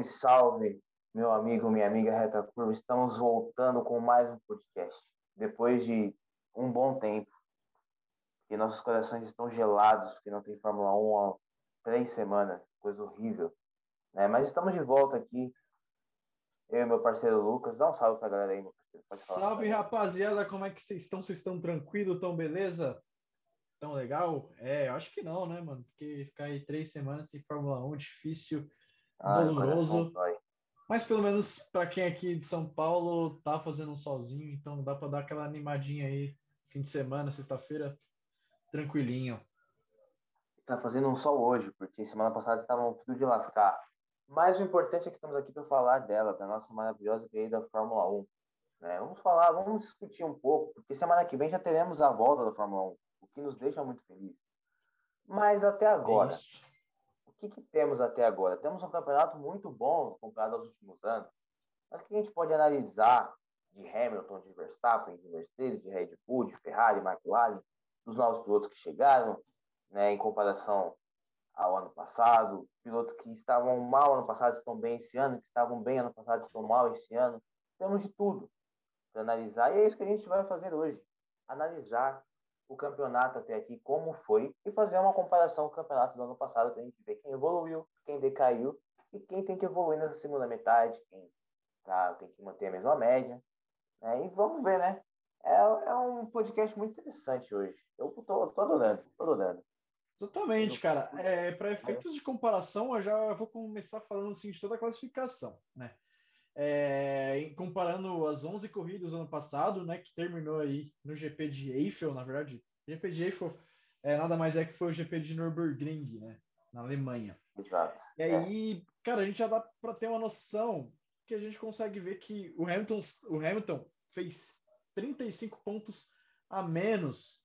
Salve, salve, meu amigo, minha amiga Reta Curva. Estamos voltando com mais um podcast. Depois de um bom tempo, que nossos corações estão gelados, porque não tem Fórmula 1 há 3 semanas, coisa horrível, né? Mas estamos de volta aqui, eu e meu parceiro Lucas. Dá um salve pra galera aí, meu parceiro. Pode falar com a Salve, galera. rapaziada, como é que vocês estão? Vocês estão tranquilo, tão beleza? Tão legal? Eu acho que não, né, mano? Porque ficar aí 3 semanas sem Fórmula 1, difícil, Ai, o coração doloroso. dói. Mas pelo menos para quem é aqui de São Paulo tá fazendo um solzinho, então dá para dar aquela animadinha aí, fim de semana, sexta-feira, tranquilinho. Tá fazendo um sol hoje, porque semana passada estava um frio de lascar. Mas o importante é que estamos aqui para falar dela, da nossa maravilhosa querida Fórmula 1. Né? Vamos falar, vamos discutir um pouco, porque semana que vem já teremos a volta da Fórmula 1, o que nos deixa muito felizes. Mas até É agora, isso. o que temos até agora? Temos um campeonato muito bom comparado aos últimos anos, mas o que a gente pode analisar de Hamilton, de Verstappen, de Mercedes, de Red Bull, de Ferrari, McLaren, dos novos pilotos que chegaram, né, em comparação ao ano passado, pilotos que estavam mal ano passado estão bem esse ano, que estavam bem ano passado estão mal esse ano. Temos de tudo para analisar, e é isso que a gente vai fazer hoje. Analisar o campeonato até aqui, como foi, e fazer uma comparação com o campeonato do ano passado, para a gente ver quem evoluiu, quem decaiu, e quem tem que evoluir nessa segunda metade, quem tem que manter a mesma média. Né? E vamos ver, né? É um podcast muito interessante hoje. Eu tô adorando, tô adorando. Mas Exatamente, o- cara. Para efeitos de comparação, eu já vou começar falando assim, de toda a classificação, né? Comparando as 11 corridas do ano passado, né, que terminou aí no GP de Eiffel, na verdade. GP de Eiffel nada mais é que foi o GP de Nürburgring, né, na Alemanha. Exato. E aí, cara, a gente já dá para ter uma noção que a gente consegue ver que o Hamilton fez 35 pontos a menos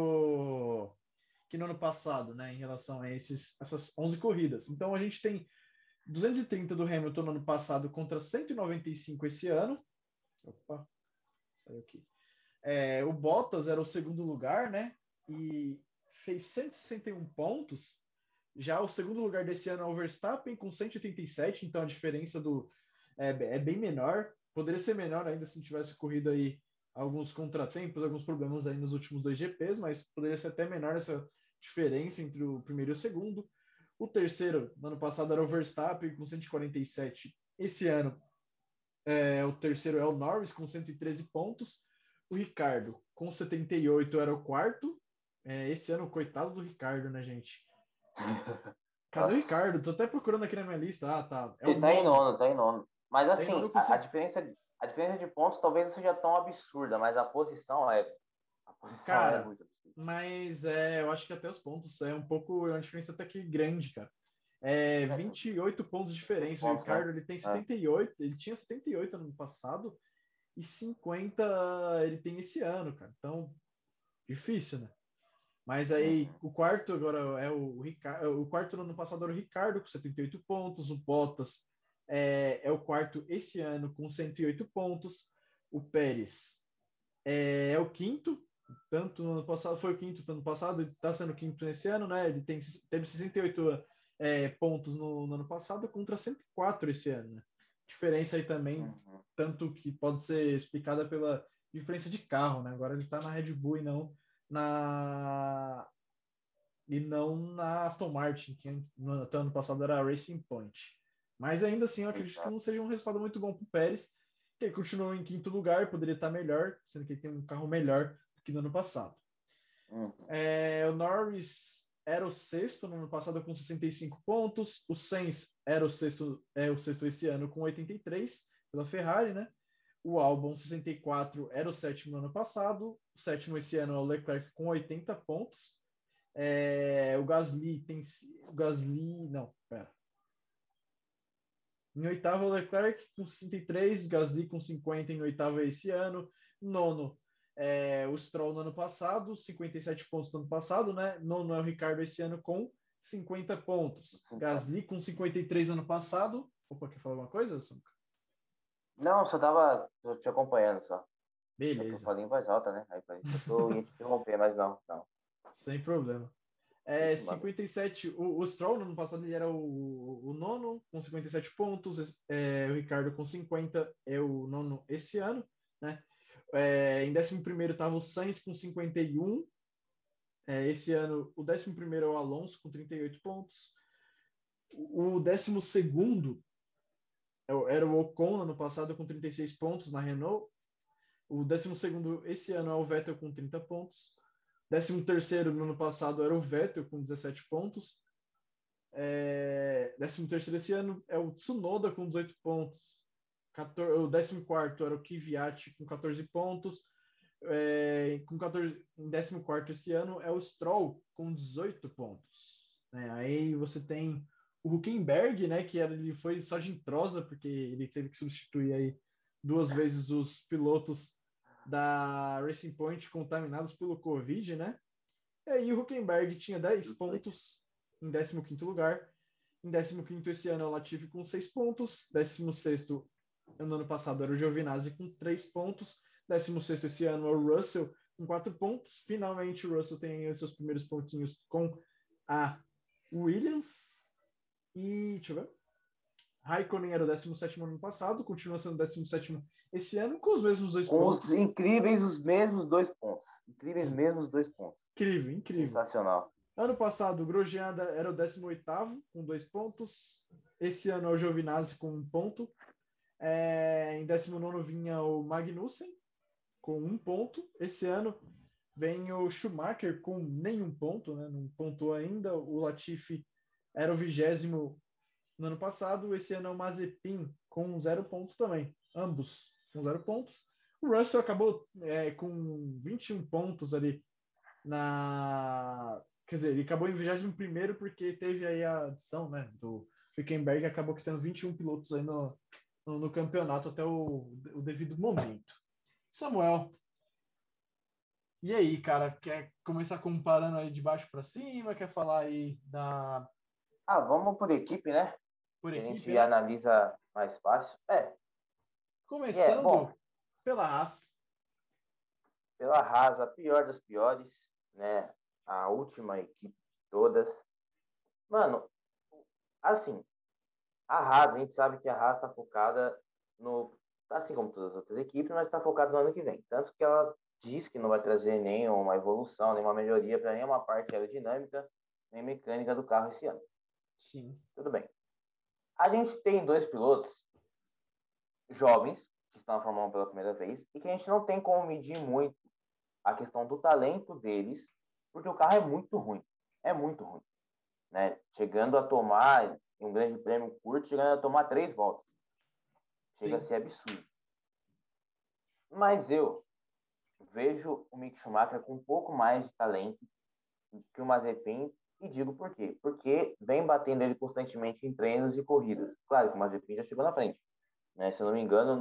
que no ano passado, né, em relação a essas 11 corridas. Então a gente tem 230 do Hamilton no ano passado contra 195 esse ano. Opa, saiu aqui. O Bottas era o segundo lugar, né? E fez 161 pontos. Já o segundo lugar desse ano é o Verstappen com 187, então a diferença é bem menor. Poderia ser menor ainda se não tivesse corrido aí alguns contratempos, alguns problemas aí nos últimos dois GPs, mas poderia ser até menor essa diferença entre o primeiro e o segundo. O terceiro, no ano passado, era o Verstappen com 147. Esse ano, o terceiro é o Norris com 113 pontos. O Ricardo com 78 era o quarto. Esse ano, coitado do Ricardo, né, gente? Cadê o Nossa. Ricardo? Tô até procurando aqui na minha lista. Ah, tá. É o Ele tá em nono. nono, tá em nono. Mas Tá em nono assim, com a diferença de pontos talvez não seja tão absurda, mas a posição é Cara, muito absurda. mas eu acho que até os pontos é uma diferença até que grande, cara. São 28 pontos de 8 diferença. O pontos, né? Ricardo ele tem É. 78, ele tinha 78 no ano passado e 50 ele tem esse ano, cara. Então, difícil, né? Mas aí Uhum. o quarto agora é o Ricardo. O quarto no ano passado era o Ricardo com 78 pontos. O Bottas é o quarto esse ano com 108 pontos. O Pérez é o quinto. Tanto no ano passado foi o quinto no ano passado, ele está sendo o quinto nesse ano, né? Teve 68 pontos no ano passado contra 104 esse ano, né? Diferença aí também, Uhum. tanto que pode ser explicada pela diferença de carro, né? Agora ele está na Red Bull na e não na Aston Martin, que até ano passado era a Racing Point. Mas ainda assim, eu acredito que Exato. não seja um resultado muito bom para o Pérez, que ele continuou em quinto lugar, poderia estar melhor, sendo que ele tem um carro melhor do que no ano passado. Uhum. O Norris era o sexto no ano passado com 65 pontos, o Sainz era o sexto esse ano com 83 pela Ferrari, né? O Albon 64 era o sétimo no ano passado, o sétimo esse ano é o Leclerc com 80 pontos. O Gasly tem. O Gasly. Não, pera. Em oitavo, o Leclerc com 63, Gasly com 50 em oitavo esse ano. Nono, o Stroll no ano passado, 57 pontos no ano passado, né? Nono é o Ricardo esse ano com 50 pontos. Gasly com 53 no ano passado. Opa, quer falar alguma coisa, Samuca? Não, tô te acompanhando só. É que eu Beleza, falei em voz alta, né? Aí parecia que eu ia te interromper, mas não, não. sem problema. Isso, mano. 57. O Stroll, no ano passado, ele era o nono, com 57 pontos. O Ricardo com 50 é o nono esse ano, né? Em 11º estava o Sainz com 51. Esse ano, o 11º é o Alonso com 38 pontos. O 12º era o Ocon no ano passado com 36 pontos na Renault. O 12º esse ano é o Vettel com 30 pontos. 13º no ano passado era o Vettel com 17 pontos. 13º esse ano é o Tsunoda com 18 pontos. O 14º era o Kvyat com 14 pontos. Com 14, em 14º esse ano é o Stroll com 18 pontos. Aí você tem o Hülkenberg, né, que ele foi só de entrosa, porque ele teve que substituir aí 2 vezes os pilotos da Racing Point contaminados pelo Covid, né? E aí o Hülkenberg tinha 10 pontos em 15º lugar. Em 15º esse ano é o Latifi com 6 pontos. 16º no ano passado era o Giovinazzi com 3 pontos. 16º esse ano é o Russell com 4 pontos. Finalmente o Russell tem os seus primeiros pontinhos com a Williams. E deixa eu ver. Raikkonen era o 17º no ano passado, continua sendo o 17º esse ano, com os mesmos 2 pontos. Os incríveis, os mesmos 2 pontos. Incríveis Sim. mesmos 2 pontos. Incrível, incrível. Sensacional. Ano passado, o Grosjean era o 18º, com 2 pontos. Esse ano é o Giovinazzi com 1 ponto. Em 19º vinha o Magnussen, com 1 ponto. Esse ano vem o Schumacher com nenhum ponto, né? Não pontuou ainda. O Latifi era o 20º no ano passado. Esse ano é o Mazepin com 0 pontos também. Ambos com 0 pontos. O Russell acabou com 21 pontos ali Quer dizer, ele acabou em 21º porque teve aí a adição, né, do Hülkenberg, acabou que tendo 21 pilotos aí no campeonato até o devido momento. Samuel, e aí, cara, quer começar comparando aí de baixo para cima? Quer falar aí Vamos por equipe, né? por Que a equipe, gente né? analisa mais fácil. Começando Bom, pela Haas. pela Haas, a pior das piores, né? A última equipe de todas. Mano, assim, a Haas, a gente sabe que a Haas está focada no. Assim como todas as outras equipes, mas está focada no ano que vem. Tanto que ela diz que não vai trazer nenhuma evolução, nenhuma melhoria para nenhuma parte aerodinâmica, nem mecânica do carro esse ano. Sim. Tudo bem. A gente tem 2 pilotos jovens que estão na Fórmula 1 pela primeira vez e que a gente não tem como medir muito a questão do talento deles, porque o carro é muito ruim. É muito ruim. Né? Chegando a tomar, em um grande prêmio curto, chegando a tomar 3 voltas. Chega a ser absurdo. Mas eu vejo o Mick Schumacher com um pouco mais de talento que o Mazepin, e digo por quê? Porque vem batendo ele constantemente em treinos e corridas. Claro que o Mazepin já chegou na frente. Né? Se eu não me engano,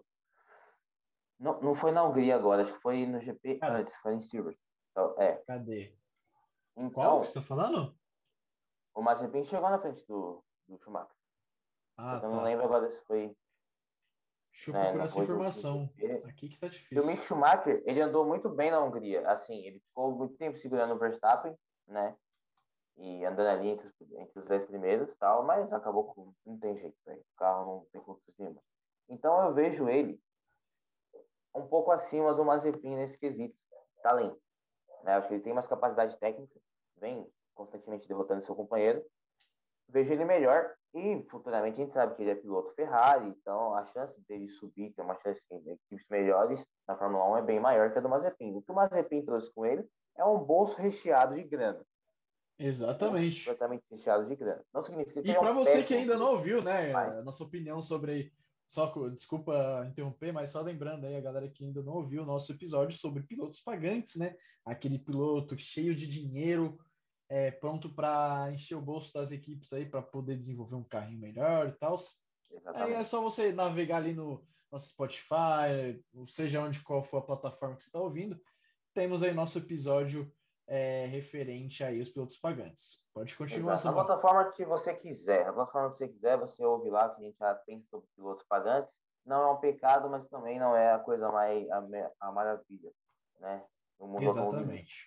não foi na Hungria agora, acho que foi no GP Cara, antes, foi em Silverstone. Então, cadê? Qual que você Então, tá falando? o Mazepin chegou na frente do Schumacher. Só Ah, que eu não tá. lembro agora se foi, Deixa eu né, procurar não essa foi do último informação. GP. Aqui que tá E o difícil. Mick Schumacher, ele andou muito bem na Hungria. Assim, ele ficou muito tempo segurando o Verstappen, né? E andando ali entre os 10 primeiros tal, mas acabou com. Não tem jeito, velho. O carro não tem condições nenhuma. Então eu vejo ele um pouco acima do Mazepin nesse quesito, talento. Né? Acho que ele tem mais capacidade técnica, vem constantemente derrotando seu companheiro. Vejo ele melhor e futuramente a gente sabe que ele é piloto Ferrari, então a chance dele subir, ter uma chance de equipes melhores na Fórmula 1 é bem maior que a do Mazepin. O que o Mazepin trouxe com ele é um bolso recheado de grana. Bolso Exatamente. completamente recheado de grana. Não significa que E ele é para um você que péssimo ainda não piloto, ouviu, né, mas a nossa opinião sobre. Desculpa interromper, mas só lembrando aí a galera que ainda não ouviu o nosso episódio sobre pilotos pagantes, né? Aquele piloto cheio de dinheiro, pronto para encher o bolso das equipes aí para poder desenvolver um carrinho melhor e tal. Aí é exatamente. só você navegar ali no nosso Spotify, seja onde qual for a plataforma que você está ouvindo, temos aí nosso episódio referente aí aos pilotos pagantes. Pode continuar, Exato. Na Samuel. plataforma que você quiser, na plataforma que você quiser, você ouve lá que a gente já pensa sobre pilotos pagantes. Não é um pecado, mas também não é a coisa mais a maravilha, né? No mundo automobilístico. Exatamente.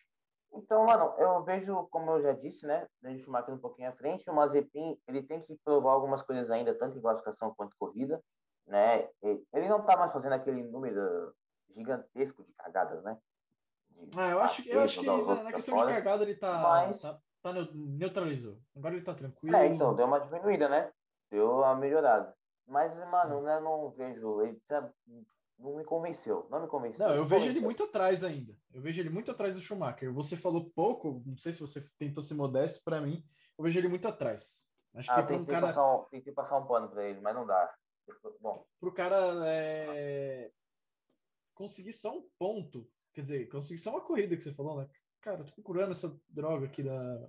Então, mano, eu vejo, como eu já disse, né? Vejo o Schumacher um pouquinho à frente. O Mazepin, ele tem que provar algumas coisas ainda, tanto em classificação quanto em corrida, né? Ele não tá mais fazendo aquele número gigantesco de cagadas, né? De Ah, eu bater, acho jogar que os outros na pra questão de fora. cagada ele Mas, neutralizou. Agora ele tá então, tranquilo. deu uma diminuída, né? Deu uma melhorada. Mas, mano, Sim. né, não vejo. Ele sabe, não me convenceu. Não me Não, convenceu. eu Te vejo ele convenceu? muito atrás ainda. Eu vejo ele muito atrás do Schumacher. Você falou pouco, não sei se você tentou ser modesto, para mim, eu vejo ele muito atrás. Acho Ah, que eu tentei passar um pano pra ele, mas não dá. Bom, pro cara conseguir só um ponto, quer dizer, conseguir só uma corrida que você falou, né? Cara, eu tô procurando essa droga aqui da.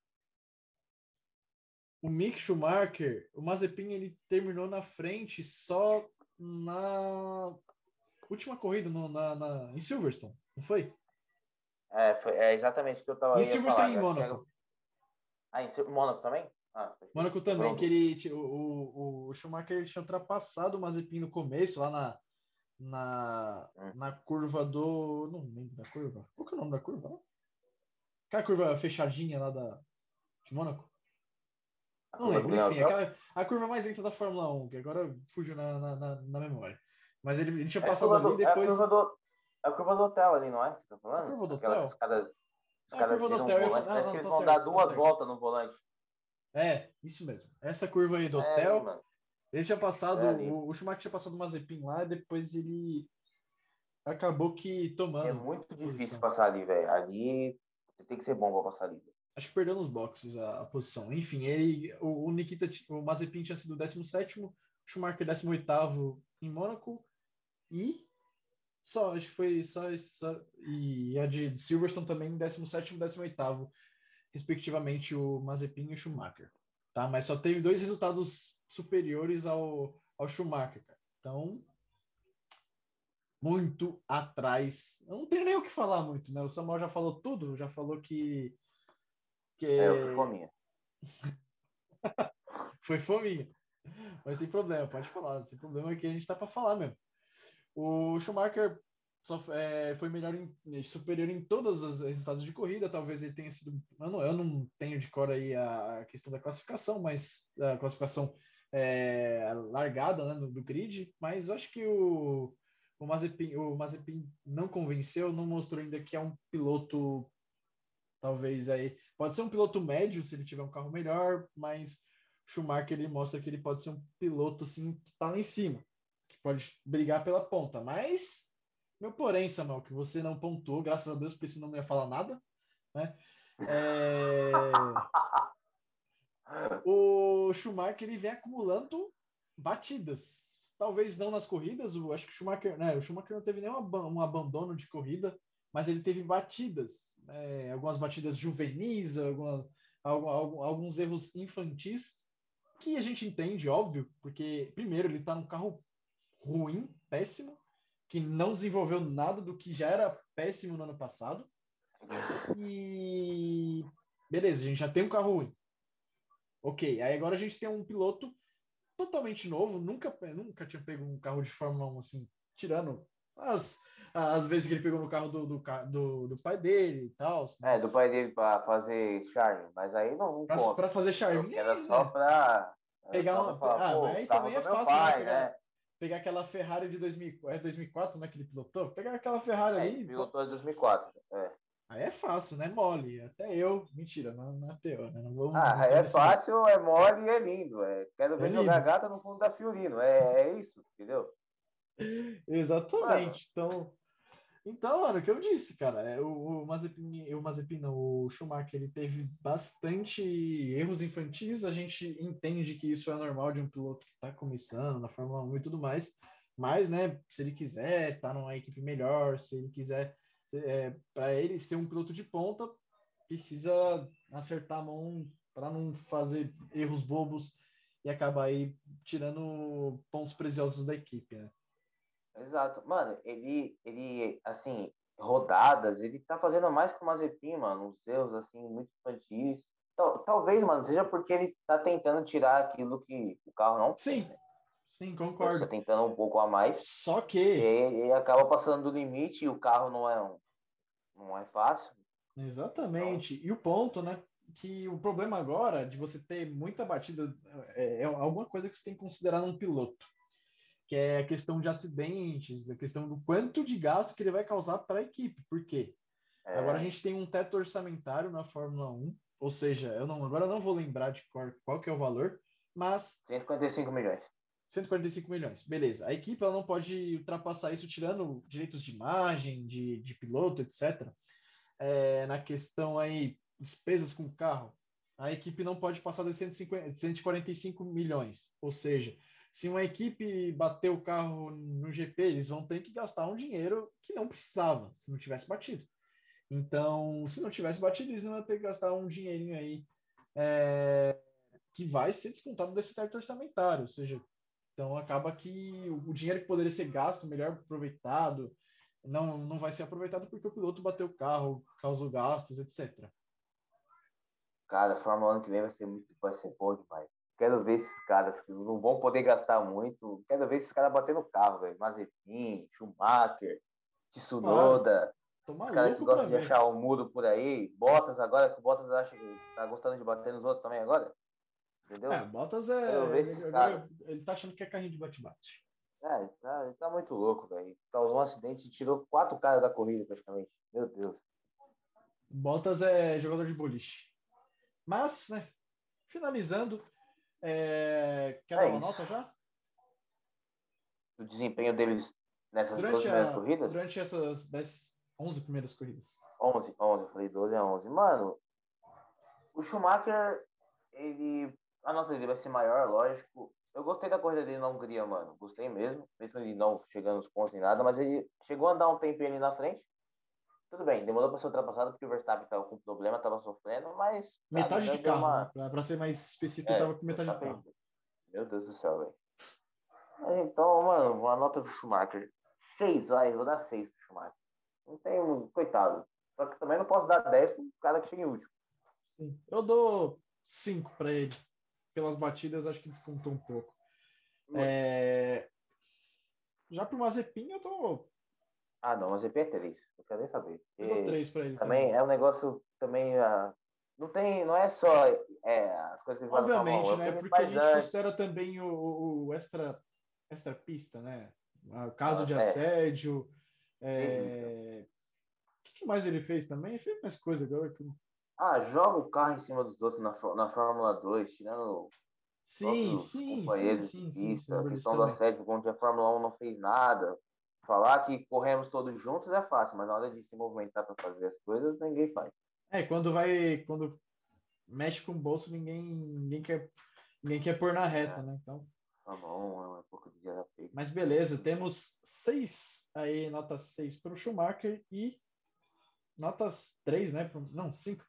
O Mick Schumacher, o Mazepin, ele terminou na frente só na última corrida, em Silverstone, não foi? é exatamente o que Em ia Silverstone falar. e em Eu acho que era. Mônaco. Ah, em Mônaco também? Ah, pode crer. Mônaco Que também, foram que duas. o Schumacher ele tinha ultrapassado o Mazepin no começo, lá Hum. na curva do. Não lembro da curva. Qual que é o nome da curva? Aquela curva fechadinha lá de Mônaco? A Não curva do lembro, Grêmio enfim, Hotel? a curva mais lenta da Fórmula 1, que agora fugiu na memória. Mas ele tinha É a passado curva ali, é a depois. curva é a curva do hotel ali, não é? Que você tá A falando? curva do Aquela que hotel? os É a caras curva do giram o hotel. Eu ia volante. falar, não, Parece que não, eles tá vão dar certo, tá duas certo. voltas no volante. É, isso mesmo. Essa curva aí do É ali, hotel, mano. ele tinha É passado, ali. o Schumacher tinha passado o Mazepin lá, e depois ele acabou que É tomando muito difícil posição. passar ali, velho. Ali você tem que ser bom pra passar ali. Acho que perdeu nos boxes a posição. Enfim, o Nikita, o Mazepin tinha sido o 17º, o Schumacher 18º em Mônaco e só, acho que foi só e a de Silverstone também 17º e 18º, respectivamente, o Mazepin e o Schumacher. Tá? Mas só teve dois resultados superiores ao Schumacher, cara. Então, muito atrás. Eu não tenho nem o que falar muito, né? O Samuel já falou tudo, já falou É, eu fui que fominha. foi fominha. Mas sem problema, pode falar. Sem problema que a gente tá para falar mesmo. O Schumacher foi melhor superior em todos os resultados de corrida. Talvez ele tenha sido. Eu não tenho de cor aí a questão da classificação, mas a classificação largada, né, do grid. Mas eu acho que o Mazepin não convenceu, não mostrou ainda que é um piloto. Talvez aí. Pode ser um piloto médio se ele tiver um carro melhor, mas Schumacher ele mostra que ele pode ser um piloto assim, que tá lá em cima, que pode brigar pela ponta. Mas, meu porém, Samuel, que você não pontuou, graças a Deus, porque senão não ia falar nada, né? É... O Schumacher ele vem acumulando batidas. Talvez não nas corridas, acho que o Schumacher não teve nenhum um abandono de corrida, mas ele teve batidas, algumas batidas juvenis, alguns erros infantis, que a gente entende, óbvio, porque, primeiro, ele está num carro ruim, péssimo, que não desenvolveu nada do que já era péssimo no ano passado. E beleza, a gente já tem um carro ruim. Ok, aí agora a gente tem um piloto totalmente novo, nunca tinha pego um carro de Fórmula 1 assim, tirando as vezes que ele pegou no carro do pai dele e tal, É, do mas pai dele pra fazer charme, mas aí não conta, para fazer entendeu? charme, Que né? era só pra falar, Mas pô, aí carro também do é meu fácil, né? pai, né? Pegar aquela Ferrari de 2004, né, que ele pilotou, pegar aquela Ferrari É, ele ali, pô, pilotou em 2004. É. aí é fácil, né? Mole. Até eu, mentira, não é teu, né? Não vamos Ah, entrar é nesse mérito. fácil, é mole e é lindo. É. Quero É ver jogar lindo. gata no fundo da Fiorino. É isso, entendeu? Mano, Exatamente. Então, mano, o que eu disse, cara, o Mazepin, não, o Schumacher, ele teve bastante erros infantis, a gente entende que isso é normal de um piloto que está começando na Fórmula 1 e tudo mais, mas, né, se ele quiser estar numa equipe melhor, se ele quiser, para ele ser um piloto de ponta, precisa acertar a mão para não fazer erros bobos e acabar aí tirando pontos preciosos da equipe, né? exato. Mano, assim, rodadas, ele tá fazendo mais que o Mazepin, mano. Uns erros, assim, muito infantis. Talvez, mano, seja porque ele tá tentando tirar aquilo que o carro não tem, Sim, né? sim, Então, você concordo. tentando um pouco a mais, Só e que aí ele acaba passando do limite e o carro não é fácil. Exatamente. E o ponto, né? Que o problema agora de você ter muita batida é alguma coisa que você tem que considerar num piloto, que é a questão de acidentes, a questão do quanto de gasto que ele vai causar para a equipe. Por quê? Agora a É, gente tem um teto orçamentário na Fórmula 1, ou seja, agora eu não vou lembrar de qual que é o valor, mas 155 milhões. 145 milhões. Beleza. A equipe ela não pode ultrapassar isso tirando direitos de imagem, de piloto, etc. Na questão aí, despesas com o carro, a equipe não pode passar de 145 milhões. Ou seja, se uma equipe bater o carro no GP, eles vão ter que gastar um dinheiro que não precisava, se não tivesse batido. Então, se não tivesse batido, eles não iam ter que gastar um dinheirinho aí que vai ser descontado desse teto orçamentário. Ou seja, então acaba que o dinheiro que poderia ser gasto, melhor aproveitado, não vai ser aproveitado porque o piloto bateu o carro, causou gastos, etc. Cara, a Fórmula ano que vem vai ser bom demais. Quero ver esses caras que não vão poder gastar muito. Quero ver esses caras batendo o carro, velho. Mazepin, Schumacher, Claro, Tsunoda. tô Esses caras que maluco para gostam de ver. achar um muro por aí. Bottas agora, que o Bottas acha que tá gostando de bater nos outros também agora. O Entendeu? Bottas Quero ver ele, esses caras. agora ele tá achando que é carrinho de bate-bate. Ele tá muito louco, velho. Causou um acidente e tirou 4 caras da corrida, praticamente. Meu Deus. O Bottas é jogador de boliche. Mas, né, finalizando, quer dar É uma isso. nota já? O desempenho deles nessas duas Durante, primeiras corridas? durante essas 11 primeiras corridas. 11, eu falei 12 a 11. Mano, o Schumacher, a nota dele vai ser maior, lógico. Eu gostei da corrida dele na Hungria, mano. Gostei mesmo ele não chegando nos pontos nem nada, mas ele chegou a andar um tempinho ali na frente. Tudo bem, demorou para ser ultrapassado porque o Verstappen estava com problema, estava sofrendo, mas, sabe, Metade já de deu carro, né? uma. Para ser mais específico, ele tava com metade de Verstappen, carro. meu Deus do céu, velho. Então, mano, uma nota pro Schumacher. 6, vai, vou dar 6 pro Schumacher. Não tem, coitado. Só que também não posso dar 10 pro cara que chega em último. Sim. Eu dou 5 para ele. Pelas batidas, acho que descontou um pouco. É, Já pro Mazepin, Ah, não, mas EP é 3. Não quero nem saber. eu dou Porque 3 para ele também também. é um negócio também. Não é só as coisas que ele faz na Fórmula 1, é Obviamente, o que né? ele Porque a faz gente antes. considera também o extra pista, né? O caso de É, assédio. terrível. O que mais ele fez também? Ele fez mais coisa agora. Ah, joga o carro em cima dos outros na Fórmula 2, tirando Sim, próprios sim, sim, companheiros de sim, sim, se pista, a lembro disso questão do também. assédio, onde a Fórmula 1 não fez nada. Falar que corremos todos juntos é fácil, mas na hora de se movimentar para fazer as coisas, ninguém faz. Quando mexe com o bolso, ninguém quer pôr na reta, É, né? Então, Fórmula 1 é um pouco de dia feito. mas beleza, temos 6 aí, nota 6 para o Schumacher e notas 3, né? Não, 5.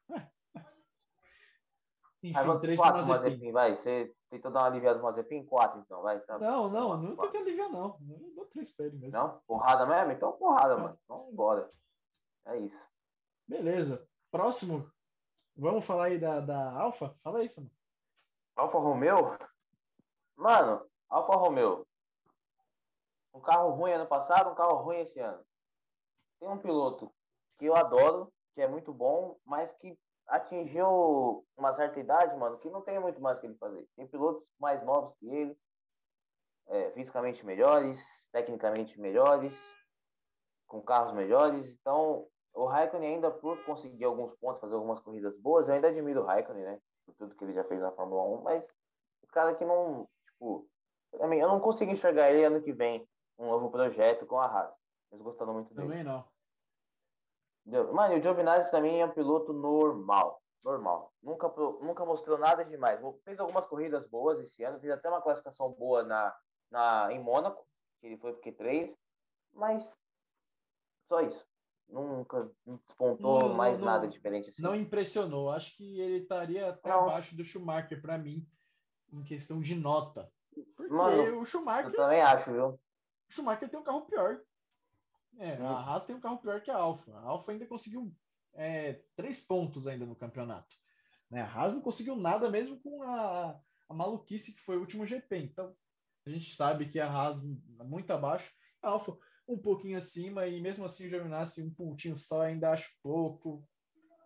Aí, Enfim, 3 para o 4 Mazepin. Mazepin, vai. Você tentou dar uma aliviada no Mazepin? 4, então, vai. Tá bom. Não, Vamos não, lá, não tentei 4. aliviar, não. Eu dou 3 para ele mesmo. Não? Porrada mesmo? Então, porrada, É, mano. Vamos embora. É isso. beleza. Próximo, vamos falar aí da Alfa? Fala aí, Samuel. Alfa Romeo? Mano, Alfa Romeo. Um carro ruim ano passado, um carro ruim esse ano. Tem um piloto que eu adoro, que é muito bom, mas que atingiu uma certa idade, mano, que não tem muito mais o que ele fazer. Tem pilotos mais novos que ele, fisicamente melhores, tecnicamente melhores, com carros melhores. Então, o Raikkonen ainda por conseguir alguns pontos, fazer algumas corridas boas, eu ainda admiro o Raikkonen, né? Por tudo que ele já fez na Fórmula 1, mas o cara que não, tipo, eu não consigo enxergar ele ano que vem, um novo projeto com a Haas, mas gostando muito dele. Também não. Mano, e o Giovinazzi pra mim é um piloto normal. Normal. Nunca mostrou nada demais. Fez algumas corridas boas esse ano, fez até uma classificação boa em Mônaco, que ele foi pro Q3, mas só isso. Nunca despontou Não, não, mais nada não, diferente não assim. impressionou. Acho que ele estaria até Não, abaixo do Schumacher para mim, em questão de nota. Porque mano, eu O também acho, viu? Schumacher tem um carro pior. A Sim. Haas tem um carro pior que a Alfa. A Alfa ainda conseguiu 3 pontos ainda no campeonato. Né? A Haas não conseguiu nada mesmo com a maluquice que foi o último GP. Então, a gente sabe que a Haas muito abaixo, a Alfa um pouquinho acima, e mesmo assim o Giovinazzi um pontinho só ainda acho pouco.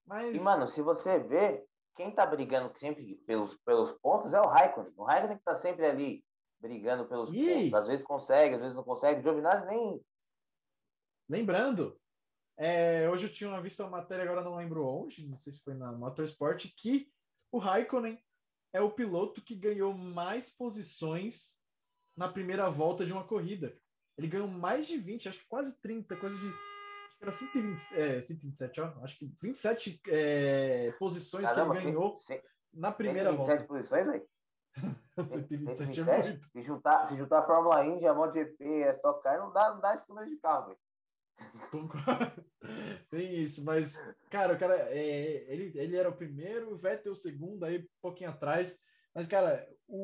E, Mas. mano, se você vê, quem tá brigando sempre pelos pontos é o Raikkonen. O Raikkonen que tá sempre ali brigando pelos pontos. E, Às vezes consegue, às vezes não consegue. O Giovinazzi nem. lembrando, hoje eu tinha visto uma matéria, agora não lembro onde, não sei se foi na Motorsport, que o Raikkonen é o piloto que ganhou mais posições na primeira volta de uma corrida. Ele ganhou mais de 20, acho que quase 30, coisa de. Acho que era 120, 127, ó. Acho que 27 posições que ele Caramba, ganhou na primeira 127 volta. posições, velho. 127 é 127? muito. Se juntar a Fórmula Indy, a MotoGP, a Stock Car, não dá esse número de carro, velho. Concordo. Tem isso, mas, cara, o cara, ele era o primeiro, o Vettel o segundo, aí um pouquinho atrás. Mas, cara,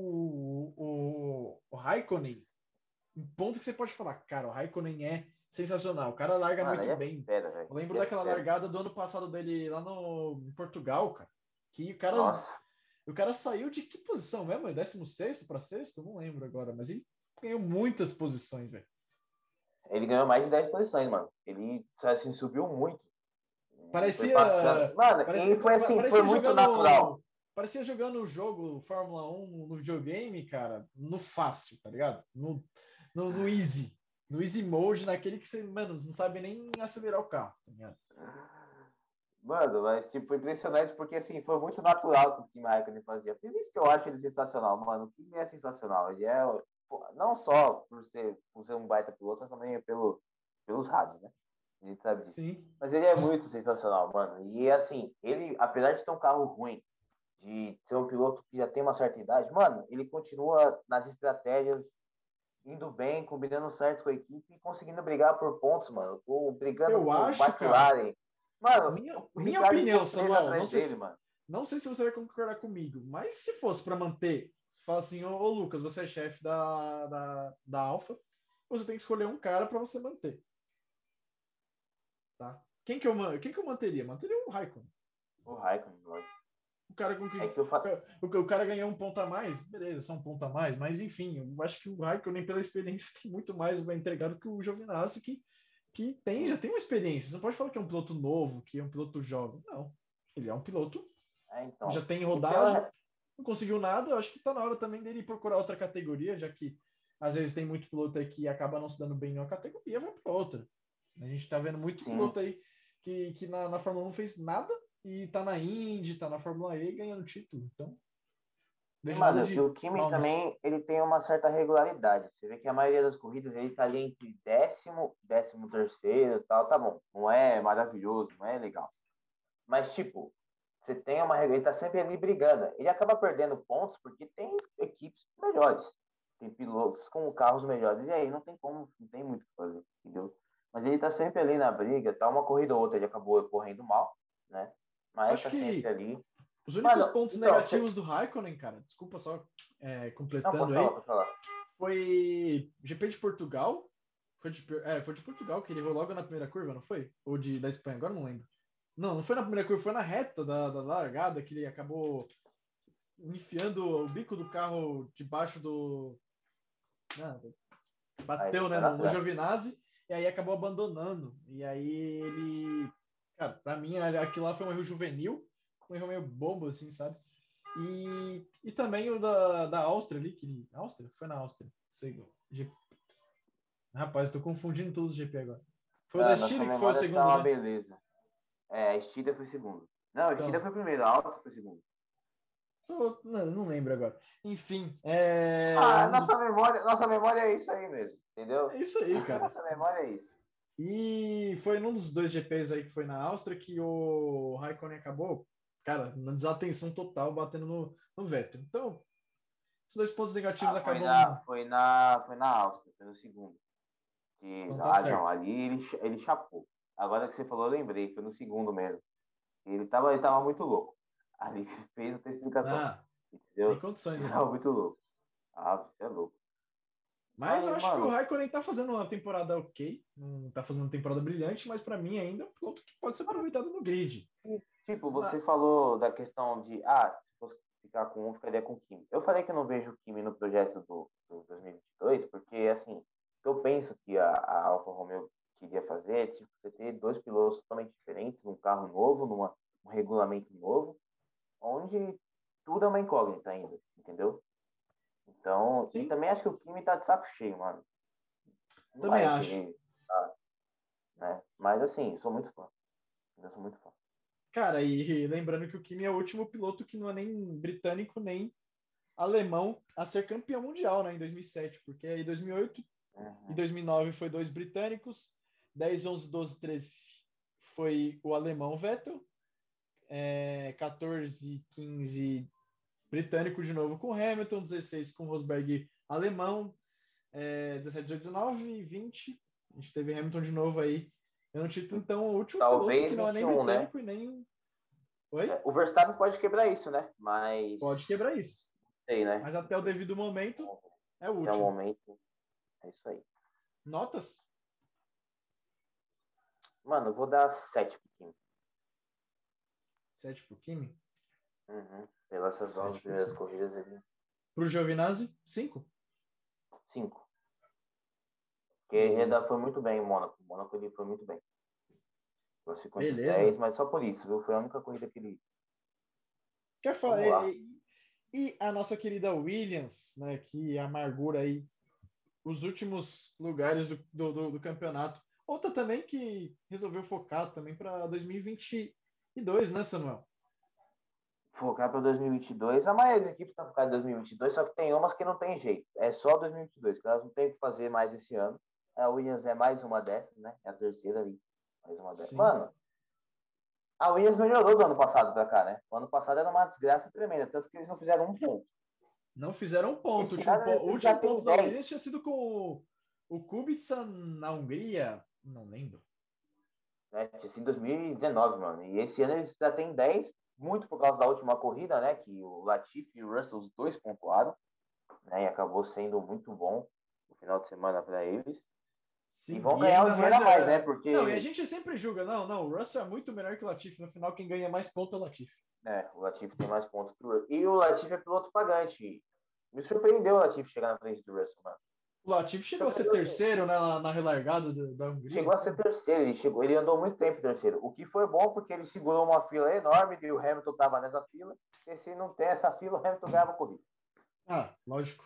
o Raikkonen, um ponto que você pode falar, cara, o Raikkonen é sensacional. O cara larga Mano, muito ele é bem. fera, velho. Eu lembro Ele é daquela fera. largada do ano passado dele lá no, em Portugal, cara. Que Nossa, o cara saiu de que posição mesmo? 16º para sexto? Não lembro agora, mas ele ganhou muitas posições, velho. ele ganhou mais de 10 posições, mano. Ele assim, subiu muito. E foi passando. Parecia, Mano, e parecia, foi assim, foi parecia muito natural. jogando o jogo Fórmula 1 no videogame, cara, no fácil, tá ligado? No easy. No easy mode, naquele que você, mano, não sabe nem acelerar o carro, tá ligado? Mano, mas tipo, foi impressionante porque assim, foi muito natural o que o Kimi Raikkonen fazia. Por isso que eu acho ele sensacional, mano. O Kimi é sensacional. Ele é, pô, não só por ser um baita piloto, mas também pelos rádios, né? A gente sabe disso. Sim. Mas ele é muito sensacional, mano. E assim, ele, apesar de ter um carro ruim, de ser um piloto que já tem uma certa idade, mano, ele continua nas estratégias indo bem, combinando certo com a equipe e conseguindo brigar por pontos, mano. Ou brigando Eu com o acho, cara, McLaren. Mano, o minha Ricardo opinião, ficou preso Samuel, atrás dele, mano. não sei se você vai concordar comigo, mas se fosse para manter, fala assim, ô Lucas, você é chefe da Alfa, você tem que escolher um cara para você manter, tá? Quem que eu manteria? Manteria o Raikkonen. O Raikkonen, lógico. O cara com É que que eu falo. o cara ganhou um ponto a mais, beleza, só um ponto a mais, mas enfim, eu acho que o Raikkonen, pela experiência, tem muito mais vai entregar do que o Giovinazzi, que já Sim. tem uma experiência. Você não pode falar que é um piloto novo, que é um piloto jovem. Não. Ele é um piloto É, que já então. tem Então, rodagem, não conseguiu nada. Eu acho que está na hora também dele procurar outra categoria, já que às vezes tem muito piloto aí que acaba não se dando bem em uma categoria, vai para outra. A gente está vendo muito sim. piloto aí que na Fórmula 1 não fez nada e tá na Indy, tá na Fórmula E ganhando título. Então, E, vejo nada mano, e de o Kimi mal nisso. também, ele tem uma certa regularidade. Você vê que a maioria das corridas ele tá ali entre décimo terceiro e tal. Tá bom. Não é maravilhoso, não é legal. Mas, tipo, você tem uma. Ele tá sempre ali brigando. Ele acaba perdendo pontos porque tem equipes melhores. Tem pilotos com carros melhores. E aí não tem como, não tem muito o que fazer, entendeu? Mas ele tá sempre ali na briga. Tá uma corrida ou outra, ele acabou correndo mal, né? Mas Acho tá sempre que ali. os únicos Mano, pontos então, negativos do Raikkonen, cara, desculpa só não, pode completando falar, aí, pode falar. foi GP de Portugal. Foi de Portugal, que ele errou logo na primeira curva, não foi? Ou da Espanha, agora não lembro. Não, não foi na primeira curva, foi na reta da largada que ele acabou enfiando o bico do carro debaixo do. Ah, Ah, esse bateu, né, foi na no França. Giovinazzi e aí acabou abandonando. E aí ele. Cara, pra mim aquilo lá foi um erro juvenil, um erro meio bobo, assim, sabe? E também o da Áustria ali, que. Áustria? Foi na Áustria. Sei, rapaz, tô confundindo todos os GP agora. Foi o da Ah, nossa Estíria que foi o memória tá segundo, uma né? beleza. É, a Estíria foi segundo. Não, a Estíria Então, foi primeiro, a Alta foi segundo. não lembro agora. Enfim, Ah, nossa memória é isso aí mesmo, é entendeu? isso aí, cara. Nossa memória é isso. E foi num dos dois GPs aí que foi na Áustria que o Raikkonen acabou, cara, na desatenção total, batendo no Vettel. Então, esses dois pontos negativos Ah, foi acabam. na, foi na, foi na Áustria, foi no segundo. Não tá Não, certo. ali ele chapou. Agora que você falou, eu lembrei, foi no segundo mesmo. Ele tava muito louco. Ali fez outra explicação, Ah, sem entendeu? condições Ele ali. tava muito louco. Ah, você é louco. Mas eu Mas, acho que o mano, Raikkonen tá fazendo uma temporada ok, não tá fazendo uma temporada brilhante, mas para mim ainda é um piloto que pode ser aproveitado no grid. tipo, Ah, você falou da questão de, se fosse ficar com um, ficaria com o Kimi. Eu falei que eu não vejo o Kimi no projeto do 2022, porque, assim, eu penso que a Alfa Romeo queria fazer, tipo, você ter dois pilotos totalmente diferentes, num carro novo, numa regulamento novo, onde tudo é uma incógnita ainda, entendeu? Então, e Sim, também acho que o Kimi tá de saco cheio, mano. Não também vai acho. querer, tá, né? Mas assim, sou muito fã. Eu sou muito fã. Cara, e lembrando que o Kimi é o último piloto que não é nem britânico nem alemão a ser campeão mundial, né, em 2007, porque aí 2008 e Uhum. 2009 foi dois britânicos, 10, 11, 12, 13 foi o alemão Vettel, 14, 15 britânico de novo com Hamilton, 16 com Rosberg alemão, 17, 18, 19 e 20 a gente teve Hamilton de novo aí. Eu não tive, então, o último piloto Talvez que não é vinte e nem um, né? britânico e nem. Oi? O Verstappen pode quebrar isso, né? Mas Pode quebrar isso. sei, né? Mas Não até o sei. devido momento é o Até o último. momento, é isso aí. Notas? Mano, eu vou dar 7 pro Kim. 7 pro Kimi? Uhum. Pelas essas 11 7 pro primeiras Kimi. corridas, ele. Pro Giovinazzi? 5? 5. Porque ele Beleza. ainda foi muito bem em Mônaco. O Mônaco ele foi muito bem. Classificou entre os Beleza. 10, mas só por isso, viu? Foi a única corrida que ele. Quer falar? Vamos lá. E a nossa querida Williams, né? Que amargura aí os últimos lugares do campeonato. Outra também que resolveu focar também para 2022, né, Samuel? Focar para 2022. A maioria das equipes está focada em 2022, só que tem umas que não tem jeito. É só 2022, que elas não têm o que fazer mais esse ano. A Williams é mais uma dessas, né? É a terceira ali. Mais uma dessas. Sim. Mano, a Williams melhorou do ano passado pra cá, né? O ano passado era uma desgraça tremenda, tanto que eles não fizeram um ponto. Não fizeram um ponto. Esse ano O eles já último têm ponto da Williams 10. tinha sido com o Kubica na Hungria. Não lembro. Né? Tinha sido em 2019, mano. E esse ano eles já têm 10, muito por causa da última corrida, né? Que o Latifi e o Russell, os dois pontuaram, né? E acabou sendo muito bom o final de semana para eles. E Sim, vão e ganhar um ainda dinheiro mais a mais, né? Não, e a Porque gente sempre julga, não, o Russell é muito melhor que o Latifi. No final, quem ganha mais ponto é o Latifi. o Latifi tem mais pontos que o Russell. E o Latifi é piloto pagante. Me surpreendeu o Latifi chegar na frente do Russell, mano. O Latifi Me chegou a ser surpreendeu sim. terceiro, né, na relargada da Chegou Hungria. a ser terceiro, ele andou muito tempo terceiro. O que foi bom porque ele segurou uma fila enorme e o Hamilton estava nessa fila. E se não tem essa fila, o Hamilton ganhava a corrida. Ah, lógico.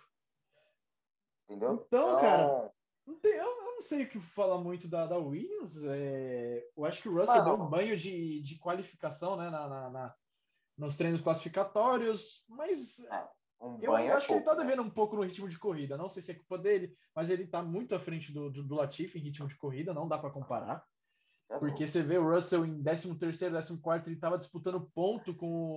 Entendeu? Então, cara, Então, eu não sei o que falar muito da Williams. Eu acho que o Russell deu um mano, banho de qualificação, né, nos treinos classificatórios, mas é, um eu banho ainda é acho que ele tá pouco, né? devendo um pouco no ritmo de corrida. Não sei se é culpa dele, mas ele tá muito à frente do Latifi em ritmo de corrida, não dá para comparar. Isso é Porque louco. você vê o Russell em 13º, 14º, ele estava disputando ponto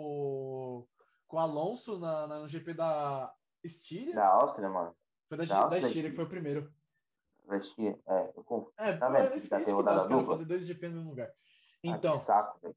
com o Alonso no GP da Estíria. Da Áustria, mano. Foi Da da Áustria, Estíria que foi o primeiro. Tá tá vendo que já tem isso que dá rodada os caras dupla? fazer dois GP no mesmo lugar. Ah, que Então, saco, velho.